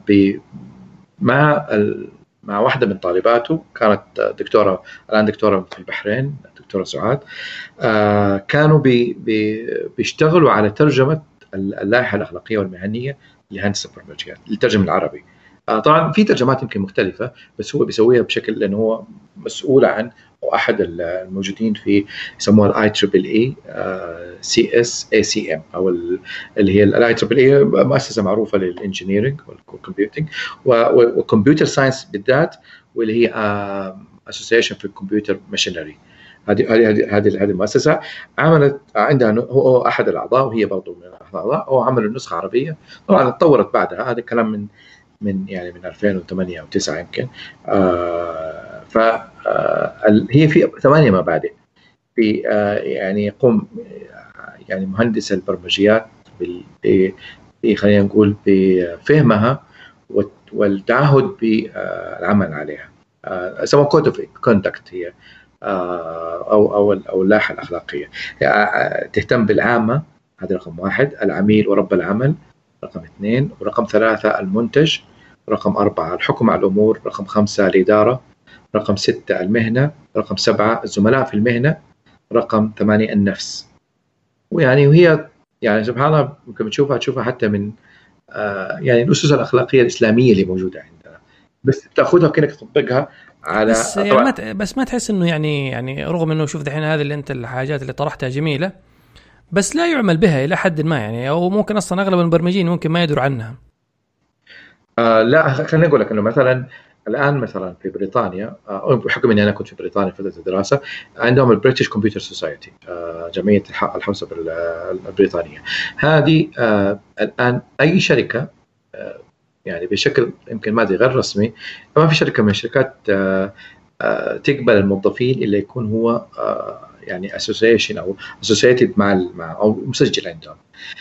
مع واحدة من طالباته كانت دكتورة، الآن دكتورة في البحرين، دكتورة سعاد. كانوا بيشتغلوا على ترجمة اللائحة الأخلاقية والمهنية لهندسة البرمجيات للترجمة العربي. طبعا في ترجمات يمكن مختلفة، بس هو بيسويها بشكل لأنه هو مسؤول عن أو أحد الموجودين في يسموها IEEE CSACM أو اللي هي IEEE مؤسسة معروفة للإنجينيرينج والكمبيوتينج والكمبيوتر ساينس بالذات، واللي هي Association for Computer Machinery. هذه المؤسسة عملت عندها، هو أحد الأعضاء وهي برضو من الأعضاء، هو عملوا النسخة عربية. طبعا اتطورت بعدها، هذا الكلام من 2008 أو 9 يمكن. فهي في 8 مبادئ في يعني يقوم يعني مهندس البرمجيات خلينا نقول بفهمها والتعهد بالعمل عليها. سواء كود اوف كوندكت هي او اللائحه الاخلاقيه. تهتم بالعامه، هذا رقم 1، العميل ورب العمل رقم 2، ورقم 3 المنتج، رقم 4 الحكم على الامور، رقم 5 الاداره، رقم 6 المهنه، رقم 7 الزملاء في المهنه، رقم 8 النفس. وهي يعني سبحان الله ممكن تشوفها حتى من يعني الأسس الأخلاقية الإسلامية اللي موجودة عندنا، بس تأخذها كأنك تطبقها على بس يعني بس ما تحس إنه يعني رغم إنه شوف دحين هذه اللي أنت الحاجات اللي طرحتها جميلة، بس لا يعمل بها إلى حد ما يعني، أو ممكن أصلا أغلب المبرمجين ممكن ما يدروا عنها. لا خليني أقول لك إنه مثلا الآن مثلا في بريطانيا، بحكم إني أنا كنت في بريطانيا فترة الدراسة، عندهم البريتش كمبيوتر سوسايتي، جمعية الحوسبة البريطانية. هذه الآن أي شركة يعني بشكل يمكن مادي غير رسمي، ما في شركة من الشركات تقبل الموظفين اللي يكون هو يعني association أو associated مع أو مسجل عندهم.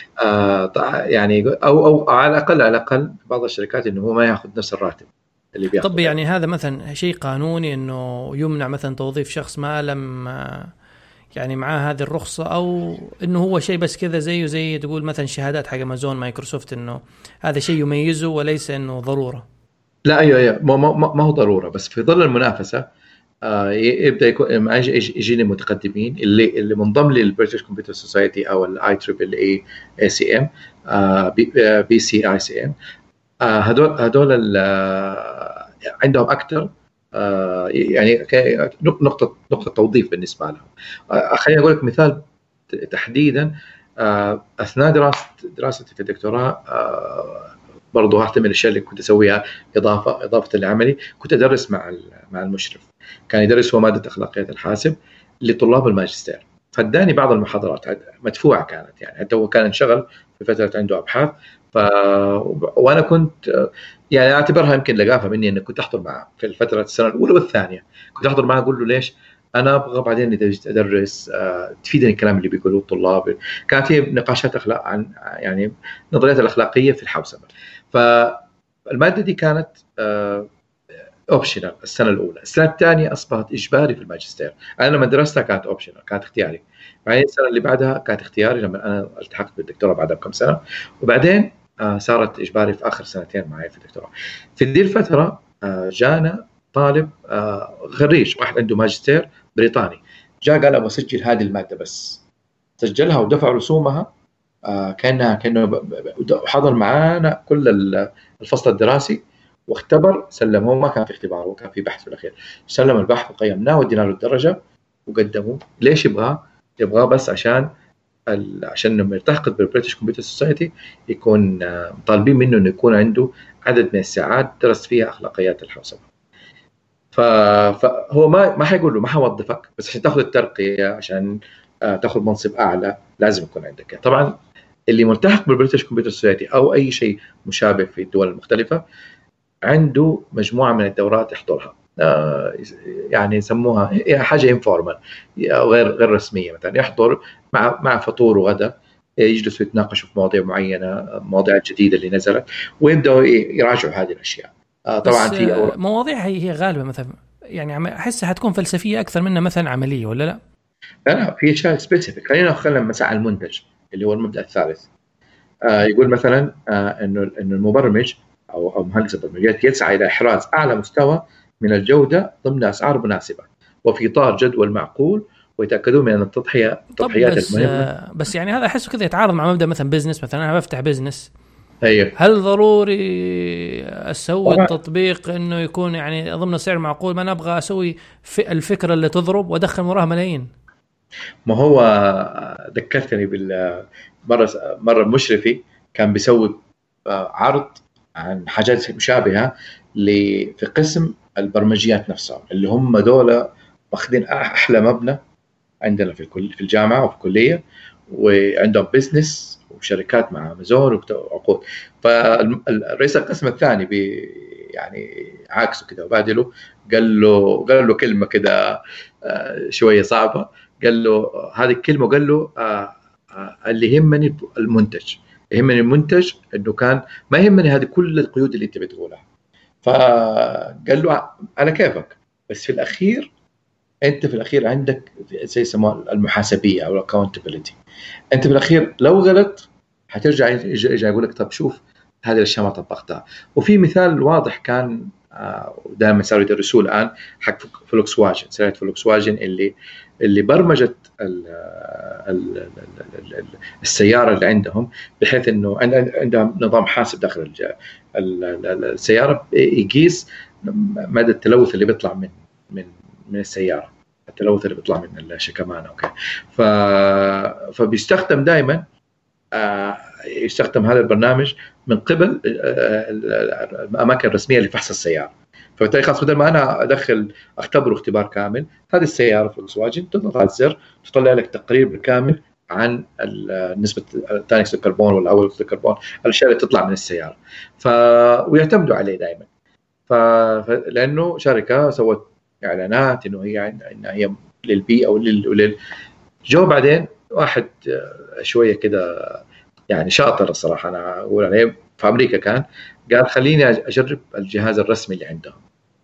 يعني أو على الأقل بعض الشركات إنه هو ما يأخذ نفس الراتب اللي بيأخذ. طب يعني هذا مثلا شيء قانوني إنه يمنع مثلا توظيف شخص ما لم يعني معاه هذه الرخصة، أو إنه هو شيء بس كذا زي تقول مثلا شهادات حق أمازون مايكروسوفت، إنه هذا شيء يميزه وليس إنه ضرورة؟ لا أيوة ما هو ضرورة، بس في ظل المنافسة يبدأ يكون يجيني متقدمين اللي منضم للبريتش كمبيوتر سوسايتي أو IEEE ACM BCICM. هذول عندهم أكثر يعني نقطة توظيف بالنسبة لهم. خليني أقول لك مثال تحديدا. أثناء دراستي في الدكتوراه برضو واحدة من الأشياء اللي كنت أسويها إضافة لعملي، كنت أدرس مع المشرف، كان يدرس هو مادة أخلاقيات الحاسب لطلاب الماجستير، فاداني بعض المحاضرات مدفوعة كانت، يعني حتى هو كان انشغل في فترة عنده أبحاث. وأنا كنت يعني أعتبرها يمكن لقافة مني أن كنت أحضر معه في الفترة السنة الأولى والثانية، كنت أحضر معه أقول له ليش أنا أبغى بعدين أدرس تفيدني الكلام اللي بيقولوه الطلاب. كانت هي نقاشات أخلاق عن يعني نظريات الأخلاقية في الحوسبة. فالمادة دي كانت اوبشنال السنة الأولى، السنة الثانية أصبحت إجباري في الماجستير. أنا لما درستها كانت اوبشنال، كانت اختياري، بعدين السنة اللي بعدها كانت اختياري لما أنا التحقت بالدكتوراه بعدها بكم سنة، وبعدين صارت إجباري في آخر سنتين معي في الدكتوراه. في ذي الفترة جانا طالب خريج واحد عنده ماجستير بريطاني، جاء قال أبغى أسجل هذه المادة، بس سجلها ودفع رسومها كأنه حضر معانا كل الفصل الدراسي واختبر، سلم. هو ما كان في اختبار، هو كان في بحث في الأخير، سلم البحث وقيمناه ودينا له الدرجة وقدمه. ليش يبغاه بس عشان لما يلتحق بالبريتش كمبيوتر سوسايتي يكون طالبين منه انه يكون عنده عدد من الساعات درس فيها اخلاقيات الحوسبه. فهو ما حيقول له ما حوظفك، بس عشان تاخذ الترقيه، عشان تاخذ منصب اعلى لازم يكون عندك. طبعا اللي ملتحق بالبريتش كمبيوتر سوسايتي او اي شيء مشابه في الدول المختلفه عنده مجموعه من الدورات يحضرها، يعني يسموها حاجه انفورمال غير رسميه، مثلا يحضر مع فطور وغدا، يجلسوا يتناقشوا في مواضيع معينه، مواضيع جديده اللي نزلت، ويبداوا يراجعوا هذه الاشياء. طبعا في مواضيع هي غالبا مثلا يعني احسها حتكون فلسفيه اكثر منها مثلا عمليه، ولا لا؟ لا في اشياء سبيسيفيك. خلينا مثلا على المنتج اللي هو المبدا الثالث. يقول مثلا انه المبرمج او مهندس البرمجيات يسعى الى احراز اعلى مستوى من الجوده ضمن اسعار مناسبه وفي اطار جدول معقول، ويتاكدون من ان التضحيات المهمه. بس يعني هذا احسه كذا يتعارض مع مبدا مثلا بزنس. مثلا انا بفتح بزنس، ايوه هل ضروري اسوي التطبيق انه يكون يعني ضمن سعر معقول؟ ما انا ابغى اسوي الفكره اللي تضرب وادخل وراها ملايين. ما هو ذكرتني مره مشرفي كان بيسوي عرض عن حاجات مشابهه في قسم البرمجيات نفسها، اللي هم دول واخذين احلى مبنى عندنا في الجامعه وفي الكليه، وعندهم بزنس وشركات مع امازون وعقود. فالرئيس القسم الثاني يعني عاكسه كده وبادله، قال له كلمه كده شويه صعبه. قال له هذه الكلمه، قال له اللي يهمني المنتج، انه كان ما يهمني هذه كل القيود اللي انت بتقولها. فقال له على كيفك، بس في الاخير عندك زي يسموها المحاسبيه او الاكونتابيلتي. انت في الاخير لو غلط حترجع يقول لك طب شوف هذه الاشياء ما طبقتها. وفي مثال واضح كان دائما صاروا يدرسوه الان حق سيارة فولكسواجن اللي برمجت السياره اللي عندهم، بحيث انه عندهم نظام حاسب داخل السياره يقيس مدى التلوث اللي بيطلع من السياره، التلوث اللي بيطلع من الشكمان. اوكي، فبيستخدم دائما يستخدم هذا البرنامج من قبل الاماكن الرسميه لفحص السياره. فبالتالي خلاص بدل ما انا اختبره اختبار كامل، هذه السياره فولكسواجن تضغط على الزر تطلع لك تقرير بالكامل عن نسبه ثاني اكسيد الكربون ولا اول اكسيد الكربون، الاشياء اللي تطلع من السياره. ويعتمدوا عليه دائما، لانه شركه سوت اعلانات انه هي للبيئه جو. بعدين واحد شويه كده يعني شاطر الصراحه انا اقول عليه، في امريكا كان قال خليني اجرب الجهاز الرسمي اللي عندهم.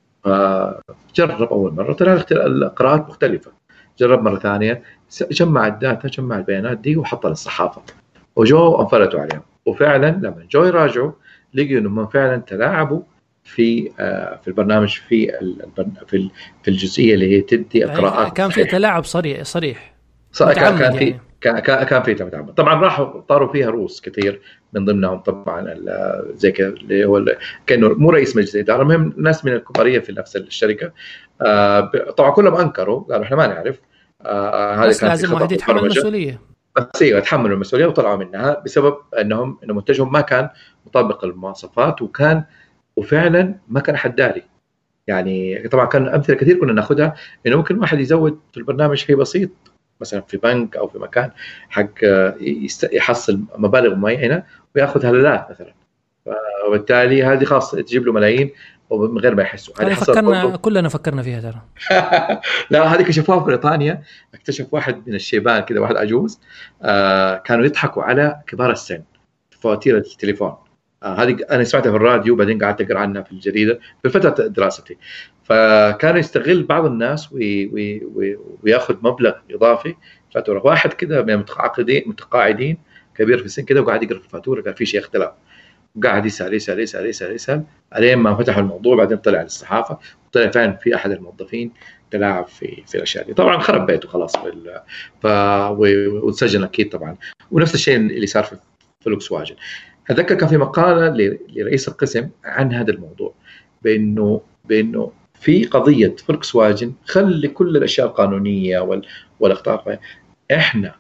جرب اول مره طلع القراءات مختلفه، جرب مره ثانيه، جمع الداتا، جمع البيانات دي وحطها للصحافه، وجو انفلتوا عليهم. وفعلا لما جو يراجعوا لقوا انهم فعلا تلاعبوا في البرنامج في الجزئيه اللي هي تدي القراءات. كان في تلاعب صريح كان في كان في تعمد. طبعا راحوا طاروا فيها روس كثير، من ضمنهم طبعا زي كذا اللي هو كانه مو رئيس مجلس الاداره، المهم ناس من الكباريه في نفس الشركه. طبعا كلهم انكروا، قالوا احنا ما نعرف. هذا بس لازم واحد يتحمل المسؤوليه. بس ايوه يتحملوا المسؤوليه وطلعوا منها بسبب انه منتجهم ما كان مطابق للمواصفات، وفعلا ما كان حد داري. يعني طبعا كان امثله كثير كنا ناخذها، انه ممكن واحد يزود في البرنامج شيء بسيط مثلا في بنك او في مكان حق يحصل مبالغ معينه وياخذ هلالات مثلا، وبالتالي هذه خاصه تجيب له ملايين ومن غير ما يحسوا. هذه كلنا فكرنا فيها ترى. لا هذه كشفوها في بريطانيا، اكتشف واحد من الشيبان كذا، واحد عجوز، كانوا يضحكوا على كبار السن فواتير التليفون. هذه انا سمعتها في الراديو، بعدين قعدت اقرا عنها في الجريده في فتره دراستي. فكان يستغل بعض الناس وياخذ مبلغ اضافي فاتوره. واحد كده من المتقاعدين كبير في السن كده، وقاعد يقرا في الفاتوره، كان في شيء اختلاف، وقاعد يسال عليه ما فتحوا الموضوع. بعدين طلع للصحافه، وطلع فعلا في احد الموظفين تلاعب في الاشياء دي. طبعا خرب بيته خلاص وتسجن اكيد طبعا. ونفس الشيء اللي صار في فولكسواجن. أتذكر كان في مقالة لرئيس القسم عن هذا الموضوع، بأنه في قضية فولكسواجن خلي كل الأشياء القانونية والأخطاء، إحنا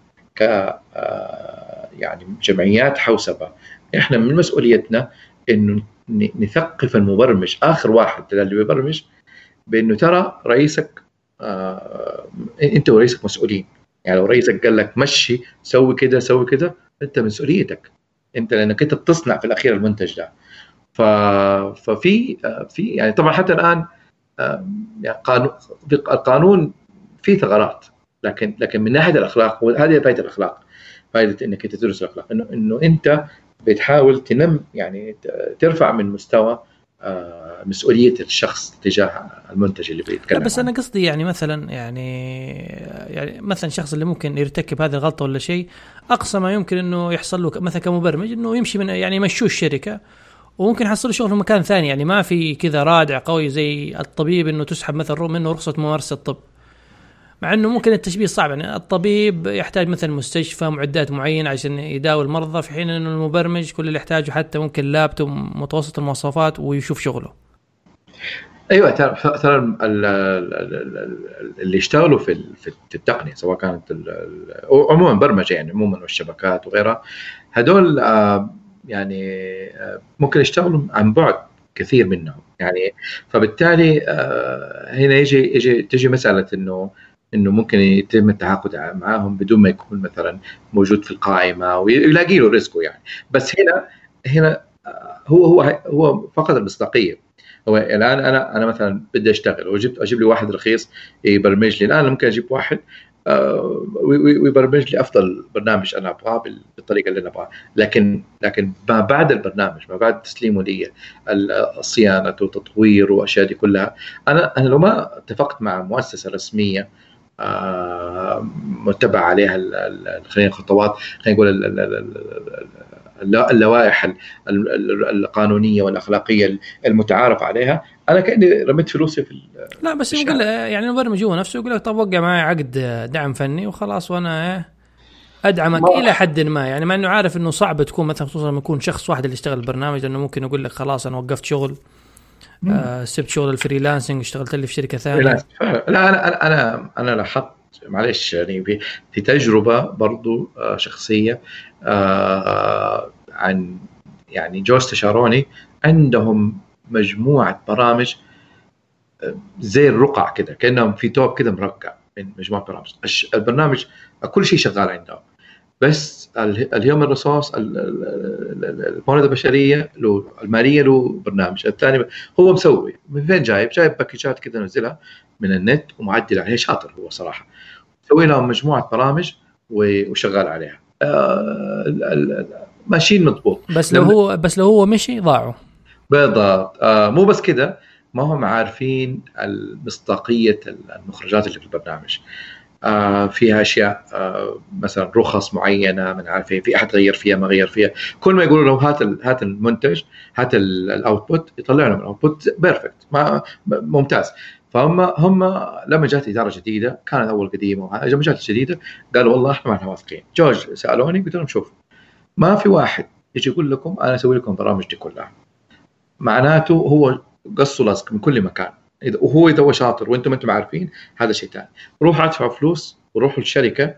يعني جمعيات حوسبة، إحنا من مسؤوليتنا إنه نثقف المبرمج، آخر واحد اللي بيبرمج، بأنه ترى رئيسك أنت ورئيسك مسؤولين. يعني لو رئيسك قال لك مشي سوي كده أنت مسؤوليتك انت، لانك انت بتصنع في الاخير المنتج ده. ففي يعني طبعا حتى الان يعني القانون فيه ثغرات، لكن من ناحيه الاخلاق، وهذه فائده الاخلاق، فائده انك تدرس الاخلاق، انه انت بتحاول يعني ترفع من مستوى مسؤولية الشخص تجاه المنتج اللي بيتكلم لا بس عنه. أنا قصدي يعني مثلا يعني مثلا شخص اللي ممكن يرتكب هذه الغلطة ولا شيء، أقصى ما يمكن إنه يحصل له مثلا كمبرمج إنه يمشي من يعني يمشوه الشركة، وممكن يحصل شغل في مكان ثاني. يعني ما في كذا رادع قوي زي الطبيب إنه تسحب مثلا منه رخصة ممارسة الطب، مع إنه ممكن التشبيه صعب. يعني الطبيب يحتاج مثلا مستشفى معدات معينة عشان يداوي المرضى، في حين إنه المبرمج كل اللي يحتاجه حتى ممكن لابتوب متوسط المواصفات ويشوف شغله. ايوه، ترى اللي يشتغلوا في التقنيه، سواء كانت عموما برمجه يعني عموما والشبكات وغيرها، هدول يعني ممكن يشتغلوا عن بعد كثير منهم يعني. فبالتالي هنا تجي مساله انه ممكن يتم التعاقد معاهم بدون ما يكون مثلا موجود في القائمه ويلاقي له رزقه يعني. بس هنا هو فقط المصداقيه. هو الان انا مثلا بدي اشتغل اجيب لي واحد رخيص يبرمج لي. الان ممكن اجيب واحد ويبرمج لي افضل برنامج انا ابغاه بالطريقه اللي انا ابغاها، لكن ما بعد البرنامج، ما بعد تسليمه لي، الصيانه وتطوير واشياء دي كلها، انا لو ما اتفقت مع مؤسسه رسميه متبع عليها خلينا الخطوات، خلينا نقول اللوائح القانونيه والاخلاقيه المتعارف عليها، انا كاني رميت فلوسي في لا بس يقول يعني المبرمج هو نفسه يقول لك طب وقع معي عقد دعم فني وخلاص، وانا ادعمك الى حد ما. يعني مع انه عارف انه صعب تكون مثلا خصوصا لما يكون شخص واحد اللي يشتغل البرنامج، لانه ممكن يقول لك خلاص انا وقفت شغل، سبت شغل الفريلانسنج، اشتغلت لي في شركه ثانيه. لا انا لاحظت، معلش يعني في تجربه برضو شخصيه عن يعني جو استشاروني، عندهم مجموعه برامج زي الرقع كده، كانهم في توب كده مرقع من مجموعه برامج. البرنامج كل شيء شغال عندهم، بس الهيومن ريسورس، الموارد البشريه له، الماليه له برنامج الثاني هو مسوي من فين، جايب باكيجات كده نزلها من النت ومعدل عليه، شاطر هو صراحه، سوي لهم مجموعه برامج وشغال عليها ماشيين مضبوط. بس لو هو مشي ضاعوا. بالضبط. مو بس كده، ما هم عارفين مصداقيه المخرجات اللي في البرنامج. فيها اشياء مثلا رخص معينه من عارف في احد غير فيها ما غير فيها. كل ما يقولوا له هات المنتج، هات الاوتبوت، يطلع لهم الاوتبوت بيرفكت ممتاز. هم لما جات اداره جديده، كانت اول قديمه، لما جات جديده قالوا والله احنا ما احنا واثقين. جورج سالوني قلت لهم شوف، ما في واحد يجي يقول لكم انا اسوي لكم برامج دي كلها، معناته هو قص لصق من كل مكان. اذا هو شاطر وانتم عارفين، هذا شيء ثاني. روحوا ادفعوا فلوس وروحوا الشركه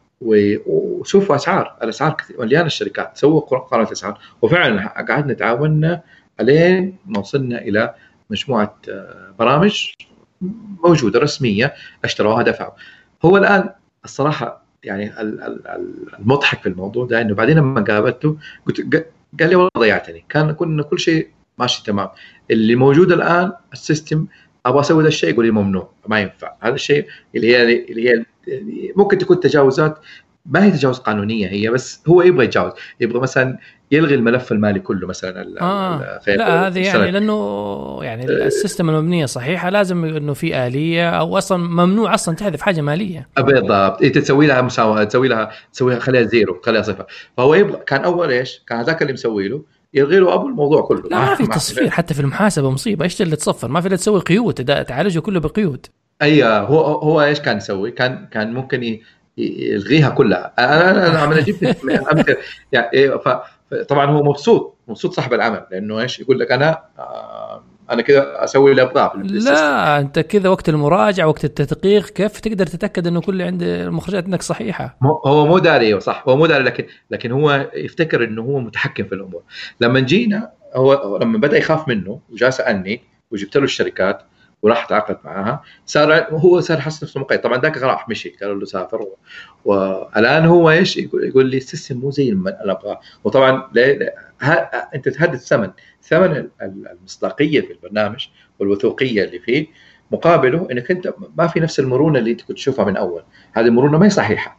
وشوفوا الاسعار كثير مليانه الشركات، سووا قرارات اسعار. وفعلا قعدنا تعاوننا الين ما وصلنا الى مجموعه برامج موجوده رسميه، اشتروها دفعوا. هو الان الصراحه يعني المضحك في الموضوع ده انه بعدين لما قابلته قال لي والله ضيعتني، كنا كل شيء ماشي تمام، اللي موجود الان السيستم ابغى اسوي ذا الشيء يقول لي ممنوع، ما ينفع هذا الشيء. اللي هي ممكن تكون تجاوزات، ما هي تجاوز قانونيه هي، بس هو يبغى يتجاوز، يبغى مثلا يلغي الملف المالي كله مثلا. لا هذه يعني لانه يعني السيستم المبنيه صحيحه، لازم انه في اليه، او اصلا ممنوع اصلا تحذف حاجه ماليه. بالضبط، انت تسوي لها مساواه، تسويها خليها زيرو، خليها صفر. فهو يبغى، كان اول ايش كان هذاك اللي مسوي له يلغي له ابو الموضوع كله. لا ما في تصفير حتى في المحاسبه، مصيبه. ايش اللي تصفر؟ ما في، تسوي قيود تعالجه كله بقيود. ايوه، هو ايش كان يسوي؟ كان ممكن يلغيها كلها. انا عم اجيب امثله يعني. طبعا هو مبسوط صاحب العمل، لانه ايش يقول لك انا كذا اسوي اللي ابغاه بالسيستم. لا انت كذا وقت المراجعه، وقت التدقيق، كيف تقدر تتاكد انه كل عند المخرجات انك صحيحه؟ هو مو داري، صح، هو مو داري، لكن هو يفتكر انه هو متحكم في الامور. لما جينا، هو لما بدا يخاف منه وجاء سالني وجبت له الشركات وراح تعاقد معها، صار حس نفسه مقيد. طبعا ذاك راح مشي، قالوا له سافر. والان هو ايش يقول لي السيستم مو زي ما انا ابغاه. وطبعا انت تهدد ثمن المصداقيه في البرنامج والوثوقيه اللي فيه، مقابله انك انت ما في نفس المرونه اللي انت كنت تشوفها من اول. هذه المرونه ما هي صحيحه.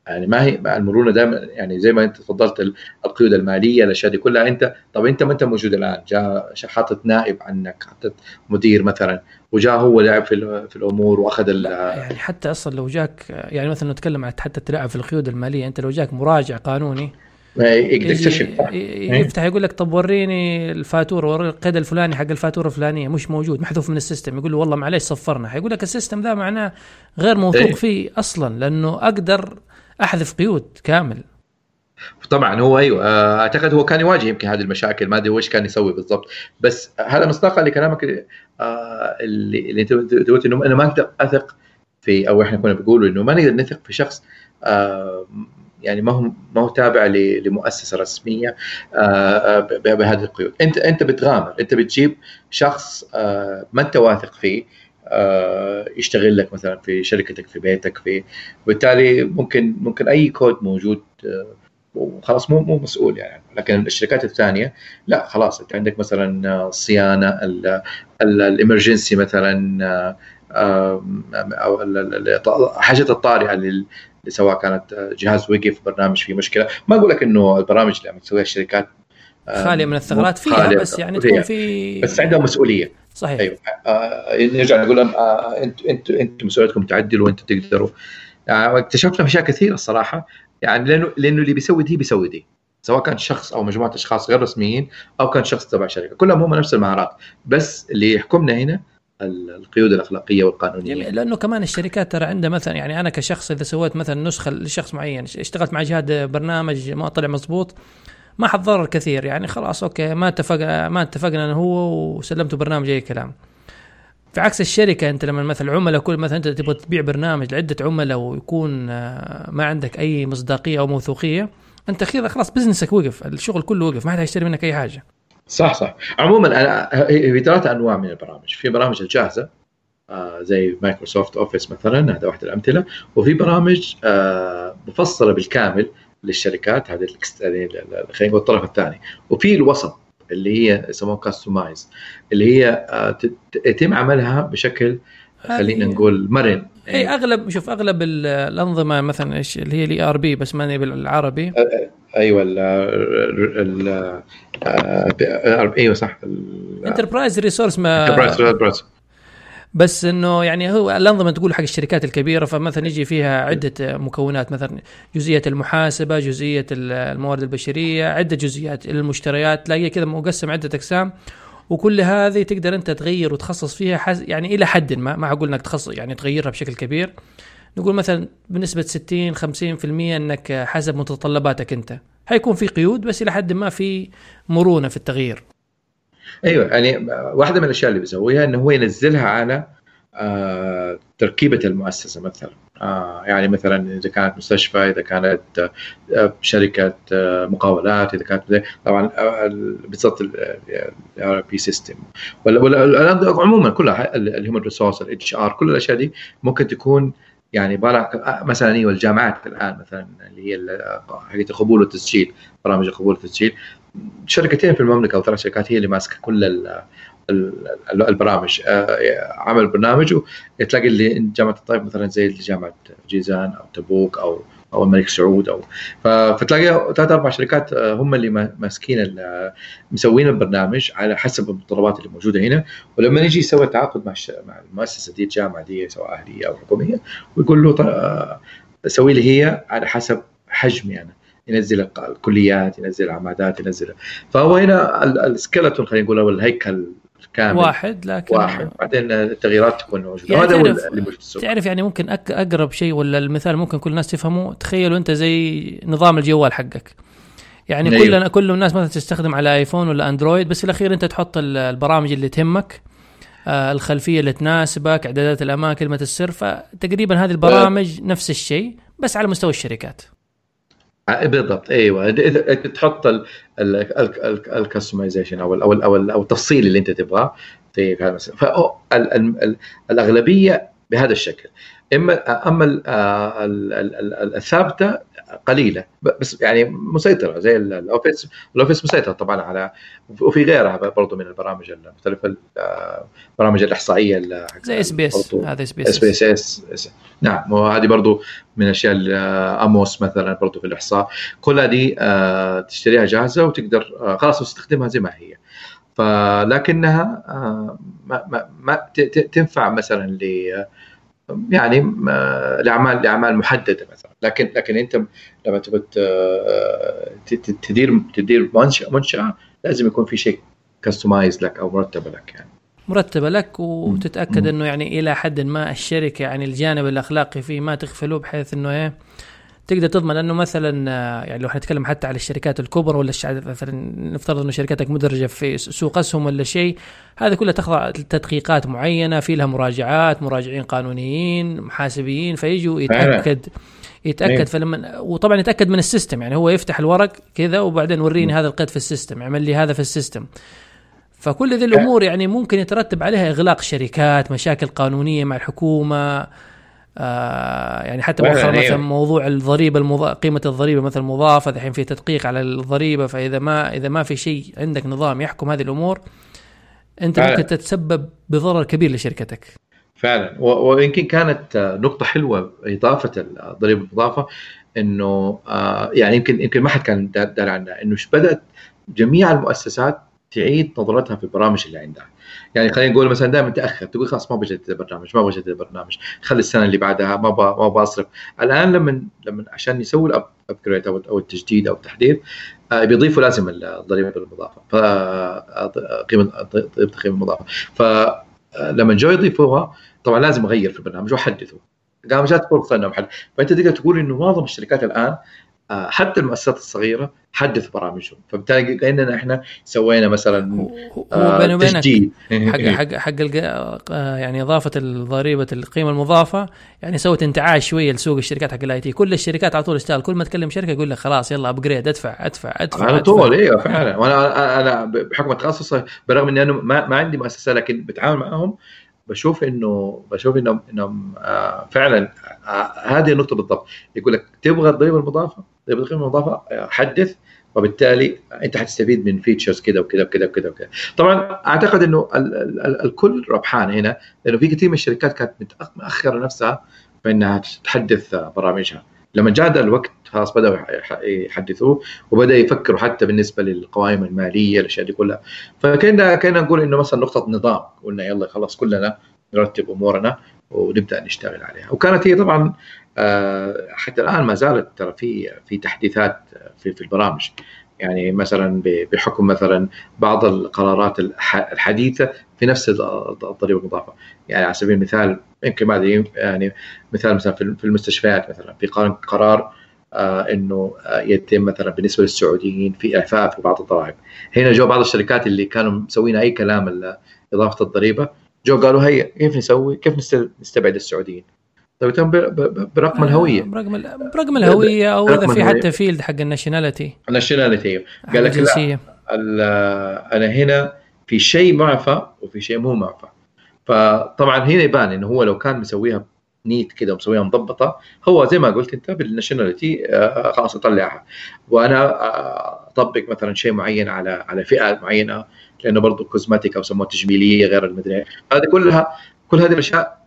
يعني ما هي المرونه دائما، يعني زي ما انت تفضلت القيود الماليه الاشياء دي كلها، انت طب انت ما انت موجود الان، جاء حاطط نائب عنك، حاطط مدير مثلا، وجاء هو لعب في الامور واخذ لا يعني حتى اصلا لو جاك، يعني مثلا نتكلم عن حتى تلعب في القيود الماليه، انت لو جاك مراجع قانوني يقدر يجي يكتشف. يفتح يقول لك طب وريني الفاتوره، وريني القيد الفلاني حق الفاتوره الفلانيه مش موجود، محذوف من السيستم، يقول له والله معليش صفرنا، حيقول لك السيستم ذا معناه غير موثوق فيه اصلا، لانه اقدر احذف قيود كامل. طبعا هو ايوه، اعتقد هو كان يواجه يمكن هذه المشاكل، ما ادري وش كان يسوي بالضبط، بس هذا مصداقا لكلامك اللي انت قلت انه انا ما اقدر اثق في، او احنا كنا بنقول انه ما نقدر نثق في شخص يعني ما هو تابع لمؤسسه رسميه بهذه القيود. انت بتغامر، انت بتجيب شخص ما انت واثق فيه يشتغل لك مثلا في شركتك في بيتك، وبالتالي ممكن اي كود موجود وخلاص مو مسؤول يعني. لكن الشركات الثانيه لا، خلاص انت عندك مثلا الصيانه، الامرجنسي مثلا، او حاجه الطارئه سواء كانت جهاز وقف، برنامج فيه مشكله. ما اقول لك انه البرامج اللي عم تسويها الشركات خاليه من الثغرات فيها، بس يعني تكون في، بس عندها مسؤوليه. صحيح. ايوه، نرجع نقول لهم انتم مسؤوليتكم تعدلوا وانتم تقدروا. اكتشفنا اشياء كثيره الصراحه، يعني لانه اللي بيسوي دي سواء كان شخص او مجموعه اشخاص غير رسميين، او كان شخص تبع شركه، كلهم هم نفس المهارات، بس اللي يحكمنا هنا القيود الاخلاقيه والقانونيه. لانه كمان الشركات ترى عندها مثلا، يعني انا كشخص اذا سويت مثلا نسخه لشخص معين، اشتغلت مع جهه برنامج ما طلع مزبوط، ما حتضرر كثير، يعني خلاص اوكي، ما اتفقنا انا هو وسلمته برنامج اي كلام. في عكس الشركه، انت لما مثلا عملاء، كل مثلا انت تبغى تبيع برنامج لعده عملاء ويكون ما عندك اي مصداقيه او موثوقيه، انت كذا خلاص بزنسك وقف، الشغل كله وقف، ما حد يشتري منك اي حاجه. صح. عموما في 3 انواع من البرامج. في برامج الجاهزه زي مايكروسوفت اوفيس مثلا، هذا واحد الامثله. وفي برامج مفصله بالكامل للشركات، هذه خلينا نقول الطرف الثاني. وفي الوسط اللي هي يسموها كاستمايز، اللي هي يتم عملها بشكل خلينا نقول مرن. اي اغلب الانظمه مثلا ايش اللي هي الاي ار بي، بس ما بالعربي. ايوه ايوه صح، انتربرايز ريسورس، بس انه يعني هو الانظمه تقول حق الشركات الكبيره، فمثلا يجي فيها عده مكونات، مثلا جزئيه المحاسبه، جزئيه الموارد البشريه، عده جزئيات، المشتريات، تلاقيها كذا مقسم عده اقسام، وكل هذه تقدر انت تغير وتخصص فيها يعني الى حد ما اقول انك تخصص يعني تغيرها بشكل كبير. نقول مثلا بنسبه 60-50% انك حسب متطلباتك انت، حيكون في قيود بس الى حد ما في مرونه في التغيير. ايوه، يعني واحده من الاشياء اللي بيسويها انه هو ينزلها على تركيبه المؤسسه مثلا. يعني مثلا اذا كانت مستشفى، اذا كانت شركه مقاولات، اذا كانت طبعا بالضبط الار بي سيستم، ولا عموما كلها الهيومن ريسورس، الاتش ار، كل الاشياء دي ممكن تكون يعني مثلا ايوه الجامعات الان مثلا اللي هي حقت القبول والتسجيل، برامج القبول والتسجيل، شركتين في المملكه او 3 شركات هي اللي ماسكه كل البرامج. عمل برنامج وتلاقي اللي جامعه الطائف مثلا زي جامعه جيزان او تبوك او الملك سعود، فتلاقي 3-4 شركات هم اللي ماسكين مسوين البرنامج على حسب المتطلبات اللي موجوده هنا. ولما نيجي يسوي تعاقد مع المؤسسه دي، الجامعه دي سواء اهليه او حكوميه، ويقول له سوي لي هي على حسب حجمي يعني، ينزل الكليات، ينزل العمادات، ينزل. فهو هنا السكيلتون خلينا نقول، او الهيكل كامل واحد، لكن بعدين التغييرات تكون موجوده. يعني هذا هو اللي موجود. تعرف يعني ممكن اقرب شيء ولا المثال ممكن كل الناس تفهمه، تخيلوا انت زي نظام الجوال حقك، يعني أيوه. كل الناس مثلا تستخدم على ايفون ولا اندرويد، بس في الاخير انت تحط البرامج اللي تهمك، الخلفيه اللي تناسبك، اعدادات الامان، كلمه السر، فتقريبا هذه البرامج نفس الشيء بس على مستوى الشركات. بالضبط، ايوه، تحط الكستمايزيشن او التفصيل اللي انت تبغاه في هذا المثال. فالاغلبيه بهذا الشكل. اما الثابته قليله بس يعني مسيطره زي الاوفيس. الاوفيس مسيطر طبعا على، وفي غيرها برضه من البرامج المختلفه، البرامج الاحصائيه زي اس بي اس، برضه هذا اس بي اس بي اس. اس. نعم، وهذه برضه من الاشياء اموس مثلا برضه في الاحصاء. كل هذه تشتريها جاهزه وتقدر خلاص تستخدمها زي ما هي. فلكنها ما تنفع مثلا يعني لاعمال محدده مثلا. لكن انت لما تبغى تدير منشأة لازم يكون في شيء كاستمايز لك او مرتب لك، يعني مرتبة لك، وتتأكد انه يعني الى حد ما الشركة يعني الجانب الاخلاقي فيه ما تغفلوه، بحيث انه ايه تقدر تضمن انه مثلا يعني لو حنتكلم حتى على الشركات الكبرى ولا مثلا نفترض انه شركاتك مدرجه في سوق اسهم ولا شيء، هذا كله تخضع لتدقيقات معينه، في لها مراجعات، مراجعين قانونيين، محاسبيين، فيجوا يتاكد. فلما وطبعا يتاكد من السيستم، يعني هو يفتح الورق كذا وبعدين وريني هذا القيد في السيستم، يعمل لي هذا في السيستم. فكل ذي الامور يعني ممكن يترتب عليها اغلاق شركات، مشاكل قانونيه مع الحكومه. يعني حتى مؤخرا مثلا موضوع الضريبه قيمه الضريبه مثلا مضافه، الحين في تدقيق على الضريبه. فاذا ما في شيء عندك نظام يحكم هذه الامور، انت ممكن تتسبب بضرر كبير لشركتك فعلا. ويمكن كانت نقطه حلوه اضافه الضريبه المضافه، انه يعني يمكن ما حد كان دار عنها، انه بدات جميع المؤسسات تعيد نظرتها في البرامج اللي عندها. يعني خلينا نقول مثلا دائما تاخر، تقول خلاص ما بجدد البرنامج، خلي السنه اللي بعدها، ما بصرف. الان لما عشان يسوي الابجريد او التجديد او التحديث بيضيفوا لازم الضريبه المضافه، قيمه المضافه. فلما جو يضيفوها طبعا لازم اغير في البرنامج واحدثه. قام جات فرصه انه فانت تقدر تقول انه معظم الشركات الان حتى المؤسسات الصغيره حدث برامجهم. فبالتالي كاننا احنا سوينا مثلا تجديد حق يعني اضافه الضريبه القيمه المضافه، يعني سوت انتعاش شويه لسوق الشركات حق الاي تي. كل الشركات على طول اشتغل، كل ما تكلم شركه يقول لك خلاص يلا ابجريد، ادفع على طول. ايوه فعلا. وانا بحكم التخصص، برغم اني انا ما عندي مؤسسه لكن بتعامل معهم، بشوف انه فعلا هذه النقطه بالضبط. يقول لك تبغى الضريبه المضافه، حدث، وبالتالي انت حتستفيد من فيتشرز كذا وكذا وكذا وكذا وكذا. طبعا اعتقد انه الكل ربحان هنا، لانه في كثير من الشركات كانت متاخره نفسها بانها تحدث برامجها. لما جاء الوقت خلاص بدأوا يحدثوه، وبدأ يفكروا حتى بالنسبة للقوائم المالية، الأشياء دي كلها. فكنا نقول إنه مثلا نقطة نظام، قلنا يلا خلاص كلنا نرتب أمورنا ونبدأ نشتغل عليها. وكانت هي طبعا حتى الآن ما زالت ترى في تحديثات في البرامج. يعني مثلا بحكم مثلا بعض القرارات الحديثة في نفس الضريبة المضافة. يعني على سبيل المثال يمكن ما ادري، يعني مثلا في المستشفيات مثلا في قرار انه يتم مثلا بالنسبه للسعوديين في اعفاء في بعض الضرائب. هنا جو بعض الشركات اللي كانوا مسوين اي كلام اضافه الضريبه، جو قالوا هي كيف نسوي، كيف نستبعد السعوديين؟ طيب برقم الهويه، برقم الهويه، او اذا في حتى فيلد حق الناشوناليتي قال لك لا، انا هنا في شيء معفى وفي شيء مو معفى. فطبعا هنا يبان انه هو لو كان مسويها نيت كده ومسويها مضبطه، هو زي ما قلت انت بالناشوناليتي خلاص اطلعها، وانا اطبق مثلا شيء معين على فئه معينه، لانه برضه كوزماتيك او سموها تجميليه غير المدري. هذه كل هذه الاشياء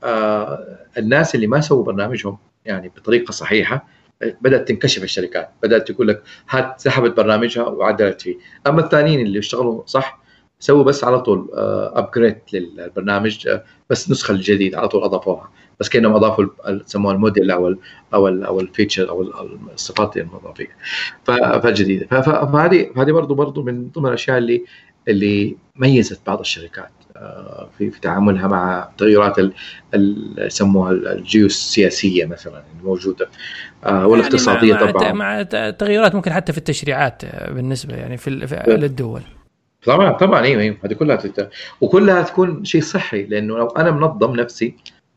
الناس اللي ما سووا برنامجهم يعني بطريقه صحيحه بدات تنكشف الشركات، بدات تقول لك هات سحبت برنامجها وعدلت فيه. اما الثانيين اللي اشتغلوا صح سووا بس على طول ابجريد للبرنامج، بس نسخه الجديده على طول اضافوها، بس كانهم اضافوا سموها الموديل او الفيتشر او الصفات المضافيه فالجديده. فهذه برضو من ضمن الاشياء اللي ميزت بعض الشركات في تعاملها مع تغيرات يسموها الجيوسياسيه مثلا الموجوده والاقتصاديه. يعني طبعا مع تغيرات ممكن حتى في التشريعات بالنسبه يعني في للدول. طبعا ايوه هذه كلها وكلها تكون شيء صحي، لانه لو انا منظم نفسي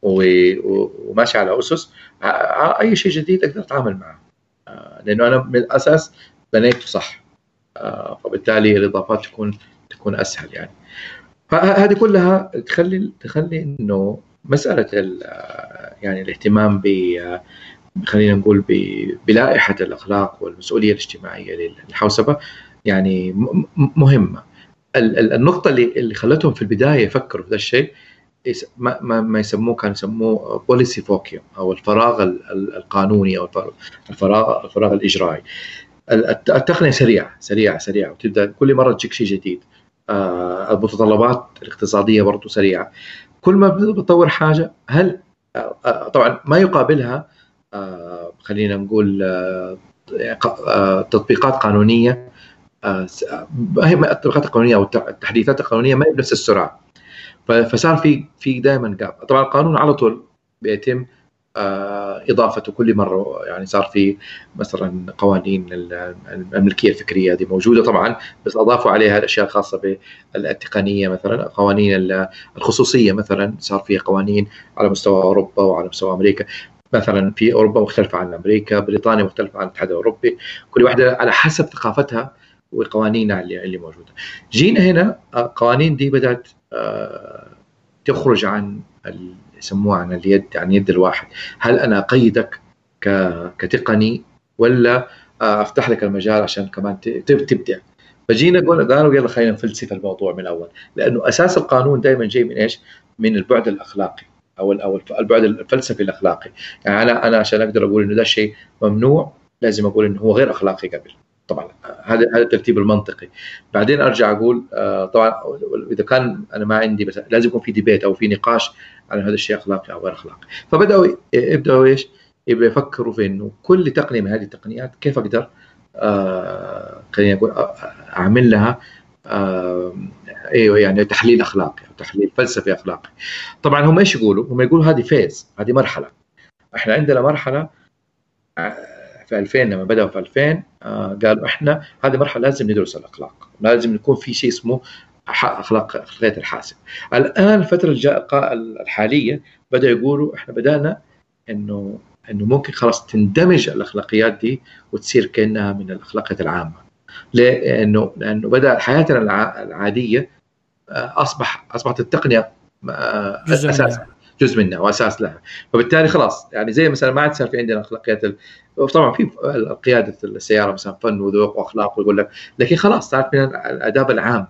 وماشي على اسس، اي شيء جديد اقدر اتعامل معه، لانه انا من الاساس بنيته صح. فبالتالي الاضافات تكون اسهل يعني. فهذه كلها تخلي انه مساله يعني الاهتمام خلينا نقول بلائحة الأخلاق والمسؤولية الاجتماعية للحوسبة يعني مهمة. النقطة اللي خلتهم في البداية يفكروا في هذا الشيء ما يسموه، كانوا يسموه بوليسي فوكيوم أو الفراغ القانوني أو الفراغ الإجرائي. التقنية سريعة وتبدأ كل مرة تجيك شيء جديد. المتطلبات الاقتصادية برضو سريعة. كل ما بتطور حاجة هل طبعا ما يقابلها خلينا نقول تطبيقات قانونية. هي التطبيقات القانونية والتحديثات القانونية ما هي بنفس السرعة. فصار في دائما جاب. طبعا القانون على طول بيتم إضافته كل مرة. يعني صار في مثلا قوانين الملكية الفكرية دي موجودة طبعا، بس أضافوا عليها الأشياء الخاصة بالتقنية، مثلا قوانين الخصوصية مثلا صار فيها قوانين على مستوى أوروبا وعلى مستوى أمريكا. مثلا في أوروبا مختلفة عن أمريكا، بريطانيا مختلفة عن الاتحاد الأوروبي، كل واحدة على حسب ثقافتها وقوانينها اللي موجودة. جينا هنا قوانين دي بدأت تخرج عن يسموها عن اليد، عن يد الواحد. هل أنا أقيدك كتقني ولا أفتح لك المجال عشان كمان تبدع؟ فجينا قالوا يلا خلينا نفلسف الموضوع من الأول، لأنه أساس القانون دائما جاي من إيش؟ من البعد الأخلاقي أو البعد الفلسفي الأخلاقي. يعني أنا عشان أقدر أقول إنه ده شيء ممنوع لازم أقول إنه هو غير أخلاقي قبل. طبعا هذا الترتيب المنطقي. بعدين ارجع اقول طبعا اذا كان انا ما عندي، بس لازم يكون في ديبيت او في نقاش على هذا الشيء اخلاقي او غير اخلاقي. يبداوا ايش؟ يبداوا يفكروا في انه كل تقنيه من هذه التقنيات كيف اقدر خليني اقول اعمل لها ايوه يعني تحليل اخلاقي او تحليل فلسفي اخلاقي. طبعا هم ايش يقولوا؟ هم يقولوا هذه فيز، هذه مرحله. احنا عندنا مرحله في 2000 لما بدأوا في 2000 قالوا احنا هذه مرحله لازم ندرس الاخلاق، لازم يكون في شيء اسمه اخلاقيه الحاسب. الان الفتره الحاليه بدأوا يقولوا احنا بدأنا انه ممكن خلاص تندمج الاخلاقيات دي وتصير كانها من الاخلاقيات العامه. لانه بدأ حياتنا العاديه اصبحت التقنيه اساسا جزء منها واساس لها. فبالتالي خلاص يعني زي مثلا ما عاد صار في عندنا اخلاقيات طبعا في قياده السياره مثلا فن وذوق واخلاق ويقول لك، لكن خلاص صارت من الاداب العامه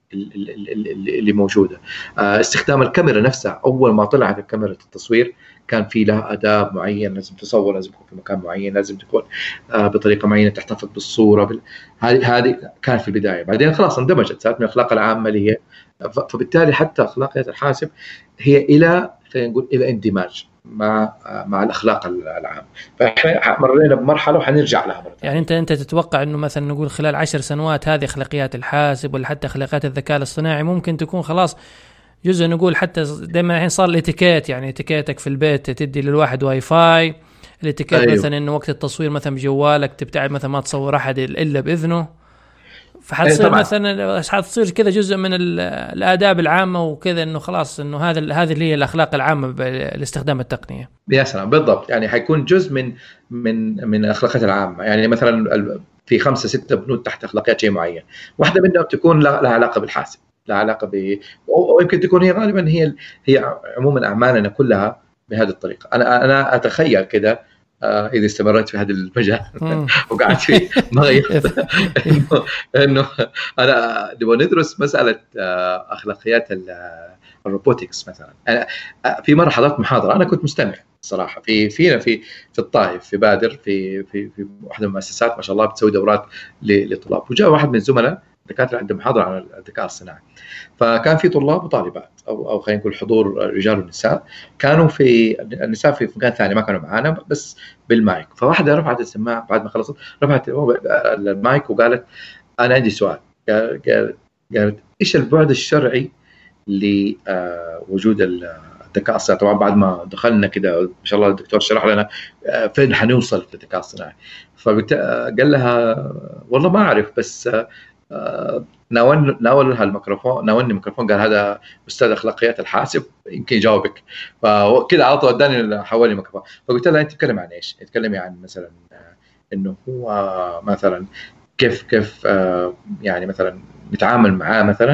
اللي موجوده. استخدام الكاميرا نفسها، اول ما طلعت الكاميرا التصوير كان في لها اداب معين، لازم تصور، لازم تكون في مكان معين، لازم تكون بطريقه معينه تحتفظ بالصوره. هذه كانت في البدايه. بعدين خلاص اندمجت، صارت من الاخلاق العامه اللي هي. فبالتالي حتى اخلاقيات الحاسب هي الى خلينا نقول الى اندماج مع الاخلاق العامه. فاحنا مرينا بمرحله وحنرجع لها مره ثانيه. يعني انت تتوقع انه مثلا نقول خلال 10 سنوات هذه اخلاقيات الحاسب ولا حتى اخلاقيات الذكاء الاصطناعي ممكن تكون خلاص جزء، نقول حتى دائما الحين صار الاتيكيت، يعني اتيكيتك في البيت تدي للواحد واي فاي، الاتيكيت أيوه. مثلا انه وقت التصوير مثلا بجوالك تبتعد مثلا ما تصور احد الا باذنه. فحتصير مثلا حتصير كذا جزء من الآداب العامة وكذا، انه خلاص انه هذه اللي هي الاخلاق العامة باستخدام التقنية. يا سلام بالضبط. يعني حيكون جزء من الاخلاقيات العامة. يعني مثلا في 5-6 بنود تحت اخلاقيات شيء معين، واحدة منهم تكون لها علاقة بالحاسب، لها علاقة او يمكن تكون هي غالبا هي عموما اعمالنا كلها بهذه الطريقة. انا اتخيل كده إذا استمرت في هذا المجال وقعدت فيه ما غيرت إنه أنا نبغى ندرس مسألة أخلاقيات الروبوتكس مثلا. أنا في مرة حضرت محاضرة، أنا كنت مستمع صراحة في الطائف في بادر في واحدة من المؤسسات ما شاء الله بتسوي دورات لطلاب، وجاء واحد من الزملاء دكاترة عنده محاضرة عن الذكاء الصناعي. فكان في طلاب وطالبات او خلينا نقول حضور رجال ونساء، كانوا في النساء في مكان ثاني ما كانوا معانا بس بالمايك. فواحدة رفعت السماعة بعد ما خلصت، رفعت المايك وقالت انا عندي سؤال. قالت ايش البعد الشرعي لوجود الذكاء الصناعي؟ طبعا بعد ما دخلنا كده ما شاء الله الدكتور شرح لنا فين حنوصل للذكاء الصناعي. فقال لها والله ما اعرف، بس ناولها الميكروفون، ناولني الميكروفون، قال هذا استاذ اخلاقيات الحاسب يمكن يجاوبك. فكده على طول اداني حولي الميكروفون. فقلت لها انت تتكلم عن ايش؟ تتكلمي عن مثلا انه هو مثلا كيف يعني مثلا نتعامل معاه مثلا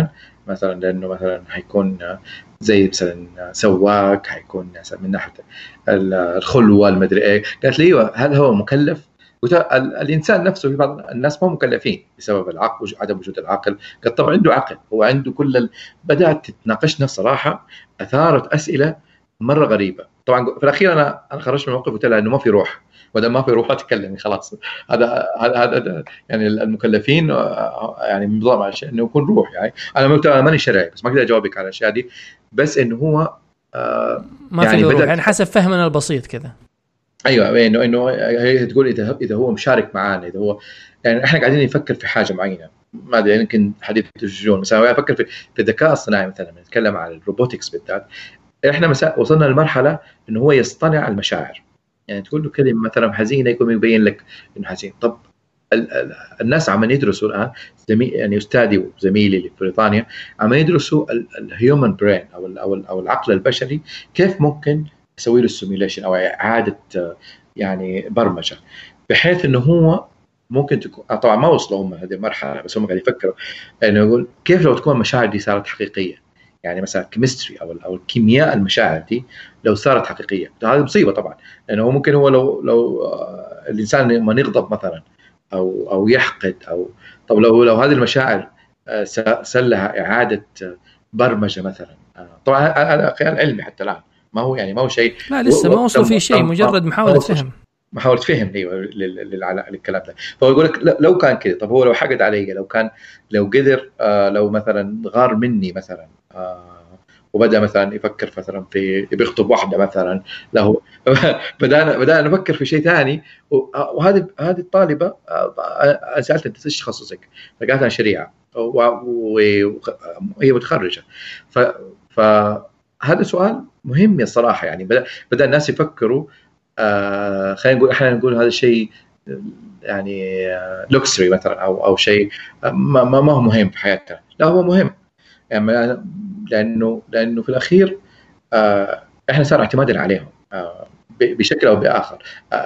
مثلا لانه مثلا حيكون زي مثلا سواق، حيكون مثلا من ناحيه الخلوه المدري ايه. قالت لي ايوه هل هو مكلف؟ الانسان نفسه في بعض الناس ما مكلفين بسبب العقل، عدم وجود العقل. قالت طبعا عنده عقل، هو عنده بدات تتناقشنا صراحه، اثارت اسئله مره غريبه. طبعا في الاخير انا خرجت من الموقف قلت لها انه ما في روح، وده ما في روح اتكلمي خلاص. هذا يعني المكلفين يعني بنظام على شيء انه يكون روح. يعني انا ماني شرعي بس ما اقدر اجاوبك على الاشياء دي، بس انه هو ما في روح يعني حسب فهمنا البسيط كذا. ايوه انه هي تقول اذا هو مشارك معانا، اذا هو يعني احنا قاعدين نفكر في حاجه معينه، ما ادري يمكن حديث الجنون مثلا افكر في الذكاء الصناعي مثلا، نتكلم عن الروبوتكس بالذات. احنا وصلنا لمرحله انه هو يصطنع المشاعر. يعني تقول له كلمه مثلا حزينه يقوم يبين لك انه حزين. طب الناس عم يدرسوا الان، يعني استاذي وزميلي اللي في بريطانيا عم يدرسوا الهيومن برين او العقل البشري، كيف ممكن يسوي له السيميوليشن او اعاده يعني برمجه، بحيث انه هو ممكن تكون طبعا ما وصلوا هم هذه المرحله، بس هم قاعدين يفكروا انه يقول كيف لو تكون المشاعر دي صارت حقيقيه. يعني مثلا كيمستري او الكيمياء المشاعر دي لو صارت حقيقيه، هذه مصيبه طبعا، لانه هو ممكن هو لو الانسان لما يغضب مثلا او يحقد طب لو هذه المشاعر سلها اعاده برمجه مثلا. طبعا هذا خيال علمي حتى الان، ما هو يعني ما هو شيء، لا لسه ما وصلوا في شيء، مجرد محاولة فهم. محاولة فهم ايوه للكلام ده. فهو يقول لك لو كان كذا، طب هو لو حقد علي، لو قدر لو مثلا غار مني مثلا وبدا مثلا يفكر مثلا في بيخطب واحده مثلا له بدأنا نفكر في شيء ثاني. وهذه الطالبه سالت انت ايش تخصصك؟ فقالت انا شريعه وهي متخرجه. فهذا سؤال مهم الصراحه. يعني بدا الناس يفكروا خلينا نقول احنا نقول هذا الشيء يعني لوكسري مثلا او شيء ما هو مهم في حياتنا. لا هو مهم يعني، لانه في الاخير احنا صار اعتمادنا عليهم بشكل او باخر.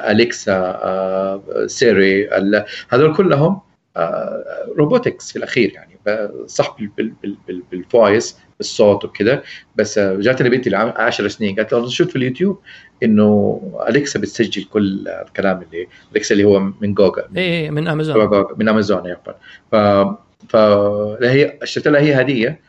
اليكسا، سيري، هذول كلهم روبوتكس في الاخير، يعني صح بالفويس بالصوت وكذا. بس جاتني بنتي 10 سنين قالت لي شفت في اليوتيوب انه اليكسا بتسجل كل الكلام اليكسا اللي هو من جوجل، من امازون، من امازون يعتبر. فهي اشتريت لها هي هديه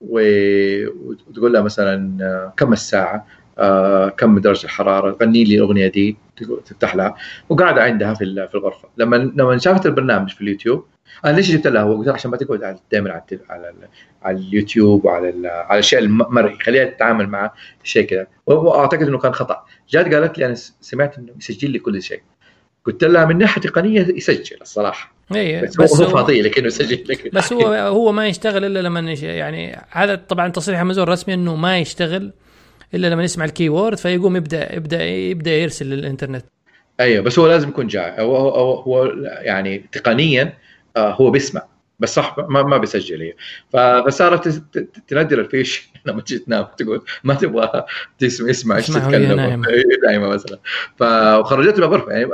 وتقول لها مثلا كم الساعه، كم درجه الحراره، غني لي الاغنيه دي، تفتح لها وقاعده عندها في الغرفه. لما شافت البرنامج في اليوتيوب، انا ليش جبت لها؟ هو عشان ما تقعد دائما على اليوتيوب وعلى الاشياء المرئي، خليها تتعامل مع شيء كذا. واعتقد انه كان خطا. جات قالت لي انا سمعت انه يسجل لي كل شيء. قلت لها من ناحيه تقنيه يسجل الصراحه، بس هو فاضي لكنه يسجل لك. بس هو ما يشتغل الا لما يعني هذا طبعا تصريح امازون رسمي انه ما يشتغل الا لما يسمع الكيورد فيقوم يبدا يرسل للانترنت. ايوه بس هو لازم يكون جاي. هو يعني تقنيا هو بيسمع بس صح ما بيسجل هي. فصارت تنادر الفيش لما تجي تنام تقول ما تبغى تسمع ايش تتكلم دائما مثلا. فخرجت من الغرفه يعني.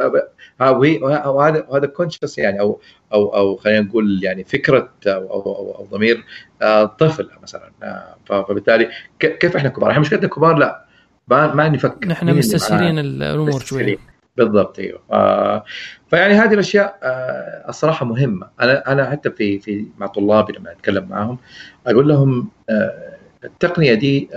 وهذا كونشس يعني او خلينا نقول يعني فكره او ضمير طفل مثلا. فبالتالي كيف احنا كبار؟ احنا مش قد كبار، لا ما نفكر، نحن مستسهلين الامور شويه. بالضبط ايوه. فيعني هذه الاشياء الصراحه مهمه. انا حتى في مع طلابي لما اتكلم معهم اقول لهم التقنيه دي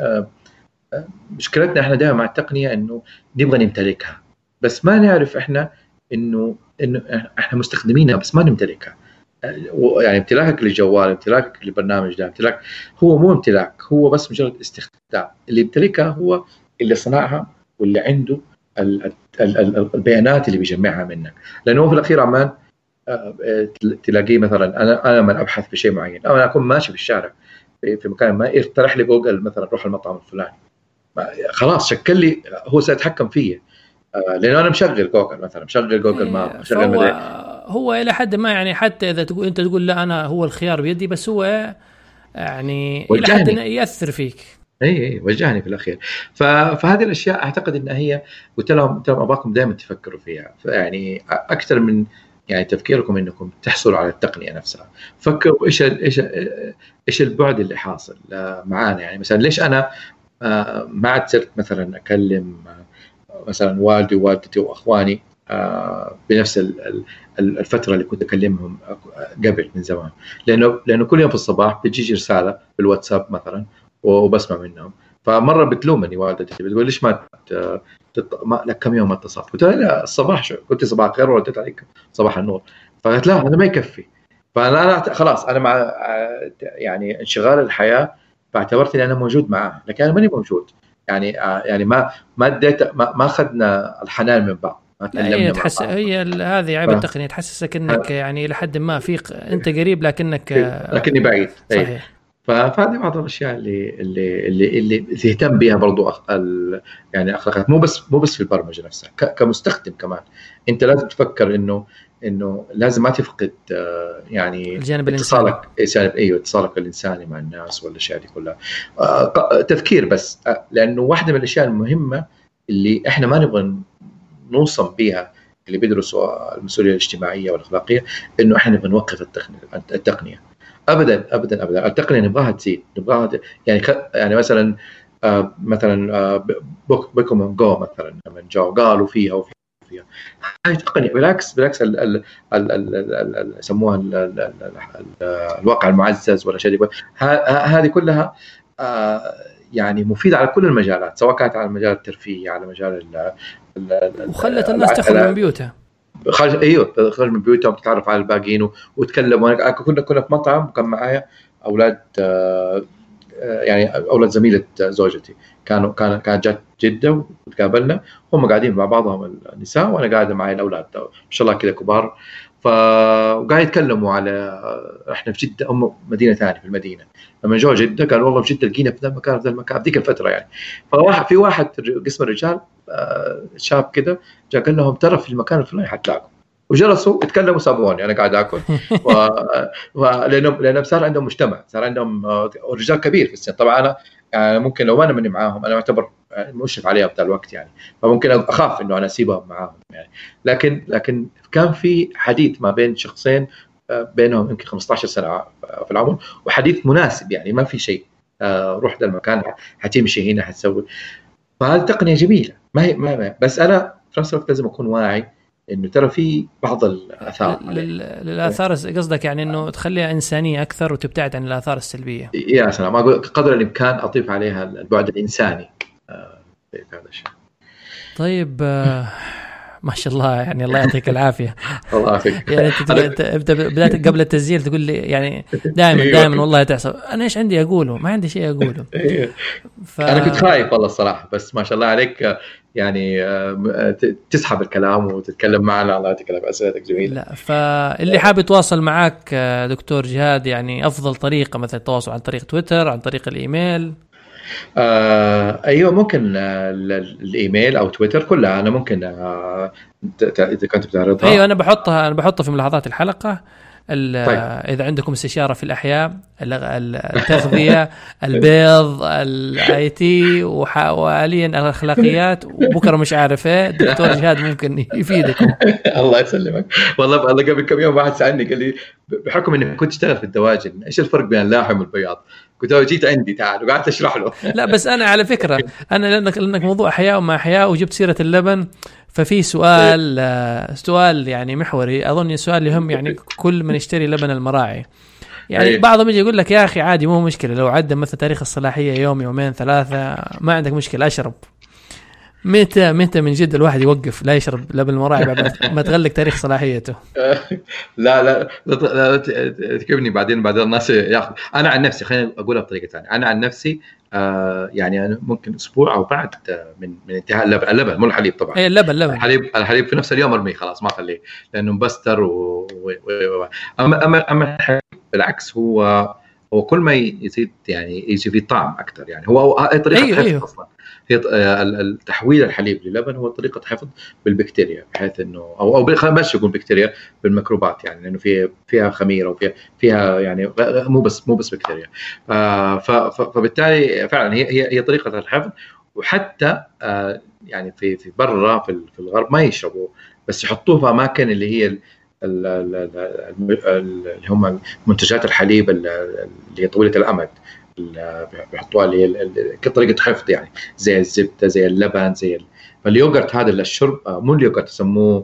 مشكلتنا احنا دائما مع التقنيه انه نبغى نمتلكها بس ما نعرف احنا انه احنا مستخدمينها بس ما نمتلكها. يعني امتلاكك للجوال، امتلاكك للبرنامج ده، امتلاك هو مو امتلاك، هو بس مجرد استخدام. اللي يمتلكها هو اللي صنعها واللي عنده البيانات اللي بيجمعها منك. لانه في الاخير عمان تلاقيه مثلا انا من ابحث في شيء معين، او انا اكون ماشي في الشارع في مكان ما، يقترح لي جوجل مثلا روح المطعم الفلاني، خلاص شكل لي، هو سيتحكم فيه لانه انا مشغل جوجل مثلا، مشغل جوجل ماب، مشغل هو الى حد ما يعني حتى اذا انت تقول لا انا هو الخيار بيدي، بس هو يعني الى حد ياثر فيك. اي وجهني في الاخير. فهذه الاشياء اعتقد انها هي، قلت لهم اباكم دائما تفكروا فيها يعني اكثر من يعني تفكيركم انكم تحصلوا على التقنيه نفسها. فكروا ايش البعد اللي حاصل معانا. يعني مثلا ليش انا ما عاد صرت مثلا اكلم مثلا والدي ووالدتي واخواني بنفس الفتره اللي كنت اكلمهم قبل من زمان، لانه كل يوم في الصباح بتجي رساله بالواتساب مثلا وبسمع منهم. فمره بتلومني والدتي بتقول ليش ما لك كم يوم ما اتصلت؟ قلت لها لا الصباح قلت صباح الخير وردت عليك صباح النور. فقالت لا هذا ما يكفي. فانا خلاص انا مع يعني انشغال الحياه، فاعتبرت اني انا موجود معاه لكن انا ماني موجود. يعني ما اديت ما اخذنا الحنان من بعض، ما هي تعلمنا مع تحس بعض. هي هذه عيب التقنية، تحسسك انك يعني لحد ما انت قريب لكنك لكني بعيد. صحيح. فهذه بعض الاشياء اللي تهتم بها برضو يعني اخلاقيات، مو بس في البرمجه نفسها، كمستخدم كمان. انت لازم تفكر انه لازم ما تفقد يعني الجانب الانساني. اتصالك الانساني مع الناس والاشياء دي كلها. تفكير بس، لانه واحده من الاشياء المهمه اللي احنا ما نبغى نوصل بها اللي بيدرسوا المسؤوليه الاجتماعيه والاخلاقيه، انه احنا نبغى نوقف التقنيه. ابدا ابدا ابدا. التقنيه نبغاها تزيد، نبغاها يعني مثلا بوكيمون جو مثلا لما جاءوا قالوا فيها هاي تقنيه. بالعكس يسموها الواقع المعزز ولا شيء. هذه كلها يعني مفيدة على كل المجالات، سواء كانت على مجال الترفيه، على مجال وخلت الناس تخرج من بيوتها. خرج من بيوتهم، تتعرف على الباقيين وتكلم. كنا في مطعم وكان معايا اولاد يعني اولاد زميله زوجتي، كانت جت جده وتقابلنا، هم قاعدين مع بعضهم النساء وانا قاعده معي الاولاد ما شاء الله كذا كبار. وقاعد يتكلموا على احنا في جده، هم مدينه ثانيه في المدينه. لما جو جده قالوا والله في جده لقينا في ذا المكان في ذا المكان في ذيك الفتره يعني. في واحد قسم الرجال شاب كده جاء قال لهم ترى في المكان الفلاني حتلاقوا، وجلسوا يتكلموا سابوني انا قاعد اكل. لانهم صار عندهم مجتمع، صار عندهم رجال كبير في السن. طبعا انا يعني ممكن لو انا مني معاهم انا اعتبر مشرف عليهم بتاع الوقت يعني، فممكن اخاف انه انا اسيبهم معاهم يعني. لكن كان في حديث ما بين شخصين بينهم يمكن 15 سنه في العمر، وحديث مناسب يعني ما في شيء روح ذا المكان حتمشي هنا حتسوي. فهذه تقنيه جميله ما هي بس انا في نفس الوقت لازم اكون واعي انه ترى في بعض الاثار للاثار. قصدك يعني انه تخليها انسانيه اكثر وتبتعد عن الاثار السلبيه. يا سلام، اقول قدر الامكان اضيف عليها البعد الانساني في هذا الشيء. طيب ما شاء الله يعني الله يعطيك العافيه. الله يعافيك. يعني انت بدات قبل التسجيل تقول لي يعني دائما والله تحسب انا ايش عندي اقوله، ما عندي شيء اقوله. انا كنت خايف والله الصراحه، بس ما شاء الله عليك يعني تسحب الكلام وتتكلم معنا. الله يعطيك العافيه، اسئلتك جميله. لا فاللي حاب يتواصل معك دكتور جهاد يعني افضل طريقه مثلا التواصل عن طريق تويتر، عن طريق الايميل؟ ايوه ممكن الايميل او تويتر كلها انا ممكن اذا كنت بتعرضها. ايوه انا بحطها في ملاحظات الحلقه. طيب. اذا عندكم استشاره في الاحياء، التغذيه، البيض، الاي تي وحاليا الاخلاقيات وبكره مش عارف ايه، دكتور جهاد ممكن يفيدكم. الله يسلمك. والله قبل كم يوم واحد سالني قال لي بحكم اني كنت اشتغل في الدواجن ايش الفرق بين اللاحم والبياض؟ قلت له جيت عندي تعال وقعدت اشرح له. لا بس انا على فكره انا لانك موضوع احياء وما احياء وجبت سيره اللبن، ففي سؤال يعني محوري اظن سؤال يهم يعني كل من يشتري لبن المراعي. يعني بعضهم يجي يقول لك يا اخي عادي مو مشكله لو عدى مثلا تاريخ الصلاحيه يوم يومين ثلاثه ما عندك مشكله اشرب. متى من جد الواحد يوقف لا يشرب لبن المراعي بعد ما تغلق تاريخ صلاحيته؟ لا تكبني بعد الناس ياخذ. انا عن نفسي خليني اقولها بطريقه ثانيه. انا عن نفسي يعني أنا ممكن اسبوع او بعد من انتهاء اللبن مو الحليب طبعا. اي اللبن الحليب في نفس اليوم ارميه خلاص ما اخليه لانه مبستر اما الحليب بالعكس هو كل ما يزيد يعني يجي فيه طعم اكثر. يعني هو اي طريقه حفظ اصلا هي التحويل الحليب للبن هو طريقه حفظ بالبكتيريا، بحيث انه او بلاش يقول بكتيريا، بالميكروبات يعني لانه فيها خميره وفيها يعني مو بس بكتيريا. فبالتالي فعلا هي طريقه الحفظ. وحتى يعني في برا في الغرب ما يشربوا، بس يحطوه في اماكن اللي هي اللي هم منتجات الحليب اللي طويله الامد، اللي بيحطوها اللي هي كطريقه حفظ يعني، زي الزبده زي اللبن فاليوغرت هذا الشرب، مو اليوغرت يسموه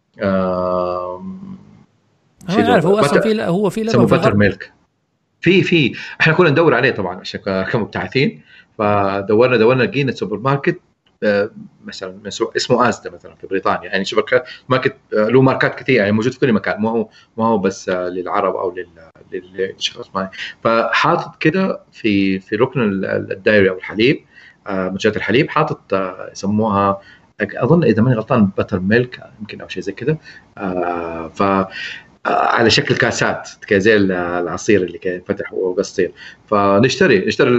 ما عارف هو اصلا هو في لبن في باتر ميلك. في احنا كنا ندور عليه طبعا عشان كمبتعثين، فدورنا لقينا سوبر ماركت مثلا اسمه آزدا مثلا في بريطانيا، يعني سوبر ماركت له ماركات كثير يعني موجود في كل مكان، ما هو بس للعرب او للشخص ما. فحاطط كده في ركن الدايري او الحليب، منتجات الحليب، حاطط يسموها اظن اذا ماني غلطان باتر ميلك يمكن او شيء زي كده، ف على شكل كاسات زي العصير اللي كان فتح وقصير. فنشتري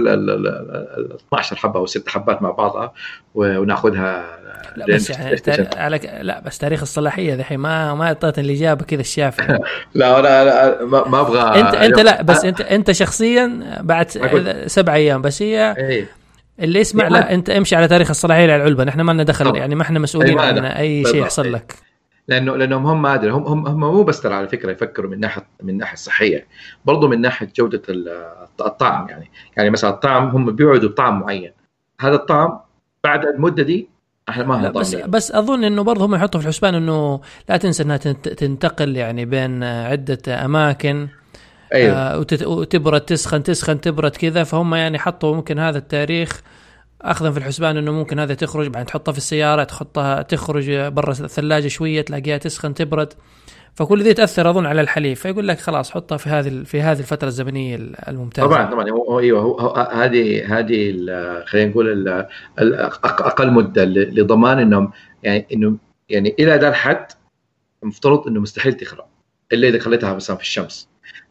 ال 12 حبه او 6 حبات مع بعضها وناخذها. لا بس يعني لا بس تاريخ الصلاحيه الحين ما اعطيتني الاجابه كذا الشافيه. لا انا ما ابغى. انت لا بس انت شخصيا بعد 7 ايام بس هي اللي يسمع. لا انت امشي على تاريخ الصلاحيه على العلبه، نحن ما لنا دخل يعني، ما احنا مسؤولين عن اي شيء يحصل لك. لانهم هم ما ادري، هم مو بس ترى على فكره يفكروا من ناحيه الصحيه، برضو من ناحيه جوده الطعم يعني مثلا الطعم هم بيوعدوا بطعم معين، هذا الطعم بعد المده دي احنا ما بس اظن انه برضه هم يحطوا في الحسبان انه لا تنسى انها تنتقل يعني بين عده اماكن. أيوة. وتبرد تسخن تبرد كذا، فهم يعني حطوا ممكن هذا التاريخ اخذا في الحسبان انه ممكن هذا تخرج بعدين تحطها في السياره، تخرج برا الثلاجه شويه تلاقيها تسخن تبرد، فكل ذي تاثر اظن على الحليب، فيقول لك خلاص حطها في هذه الفتره الزمنيه الممتازه. طبعا هو هذه خلينا نقول اقل مده لضمان انهم يعني الى ذا الحد المفترض انه مستحيل تخرب الا اذا خليتها مثلا في الشمس.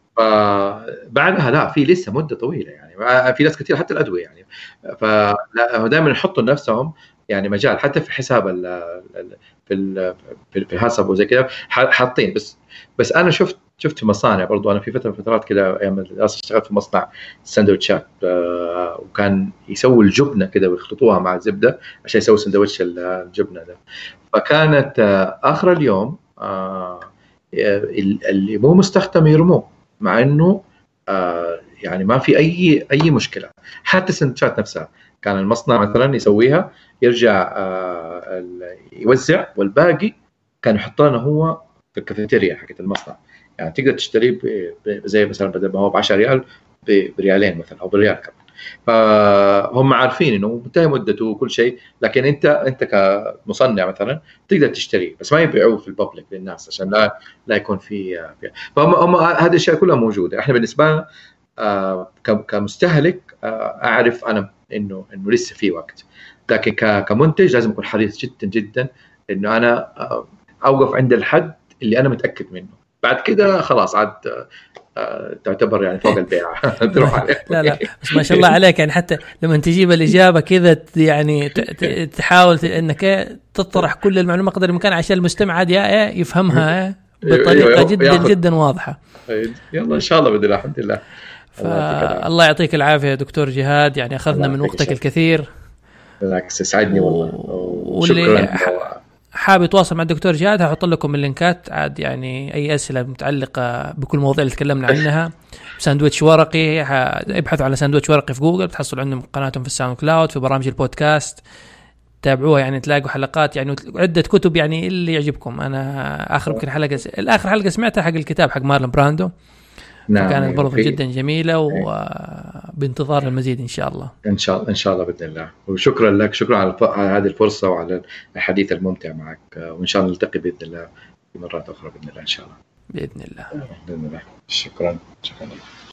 فبعدها لا، في لسه مده طويله يعني، في ناس كثير حتى الادويه يعني، فلا دائما يحطوا لنفسهم يعني مجال، حتى في حساب في الحساب وزي كذا حاطين. بس انا شفت في مصانع برضو، انا في فتره من فترات كذا ايام الدراسه اشتغلت في مصنع ساندويتشات، وكان يسووا الجبنه كذا ويخلطوها مع الزبده عشان يسووا سندويتش الجبنه ده. فكانت اخر اليوم اللي مو مستخدم يرموه، مع انه يعني ما في اي مشكله. حتى السندوتشات نفسها كان المصنع مثلا يسويها يرجع يوزع، والباقي كان يحط لنا هو في الكافيتيريا حقت المصنع، يعني تقدر تشتريه زي مثلا بدل ما هو ب10 ريال بريالين مثلا او بريال كمان. فهم عارفين انه منتهي مدته وكل شيء، لكن انت كمصنع مثلا تقدر تشتريه، بس ما يبيعوه في الببليك للناس عشان لا يكون في. فهم هذه الاشياء كلها موجوده. احنا بالنسبه لنا كمستهلك اعرف انا انه لسه في وقت، لكن كمنتج لازم اكون حريص جدا جدا انه انا اوقف عند الحد اللي انا متاكد منه، بعد كده خلاص عاد تعتبر يعني فوق البيعة. تروح عليه. لا بس ما شاء الله عليك، يعني حتى لما تجيب الإجابة كذا يعني تحاول انك تطرح كل المعلومات قدر الامكان عشان المستمع عاد يفهمها بطريقة جدا جدا واضحة. يلا ان شاء الله باذن الله. الحمد لله. الله يعطيك العافية يا دكتور جهاد، يعني اخذنا من وقتك الكثير. بالعكس يسعدني والله. واللي حابب يتواصل مع الدكتور جهاد هحط لكم اللينكات عاد، يعني اي اسئله متعلقه بكل المواضيع اللي تكلمنا عنها. ساندويتش ورقي، ابحثوا على ساندويتش ورقي في جوجل بتحصلوا عندهم قناتهم في الساوند كلاود، في برامج البودكاست تابعوها، يعني تلاقوا حلقات يعني عده كتب يعني اللي يعجبكم. انا اخر حلقه سمعتها حق الكتاب حق مارلون براندو، نعم، كانت برضه جدا جميله، وبانتظار المزيد ان شاء الله. ان شاء الله باذن الله. وشكرا لك، شكرا على هذه الفرصه وعلى الحديث الممتع معك، وان شاء الله نلتقي باذن الله في مرات اخرى باذن الله ان شاء الله. باذن الله. شكرا.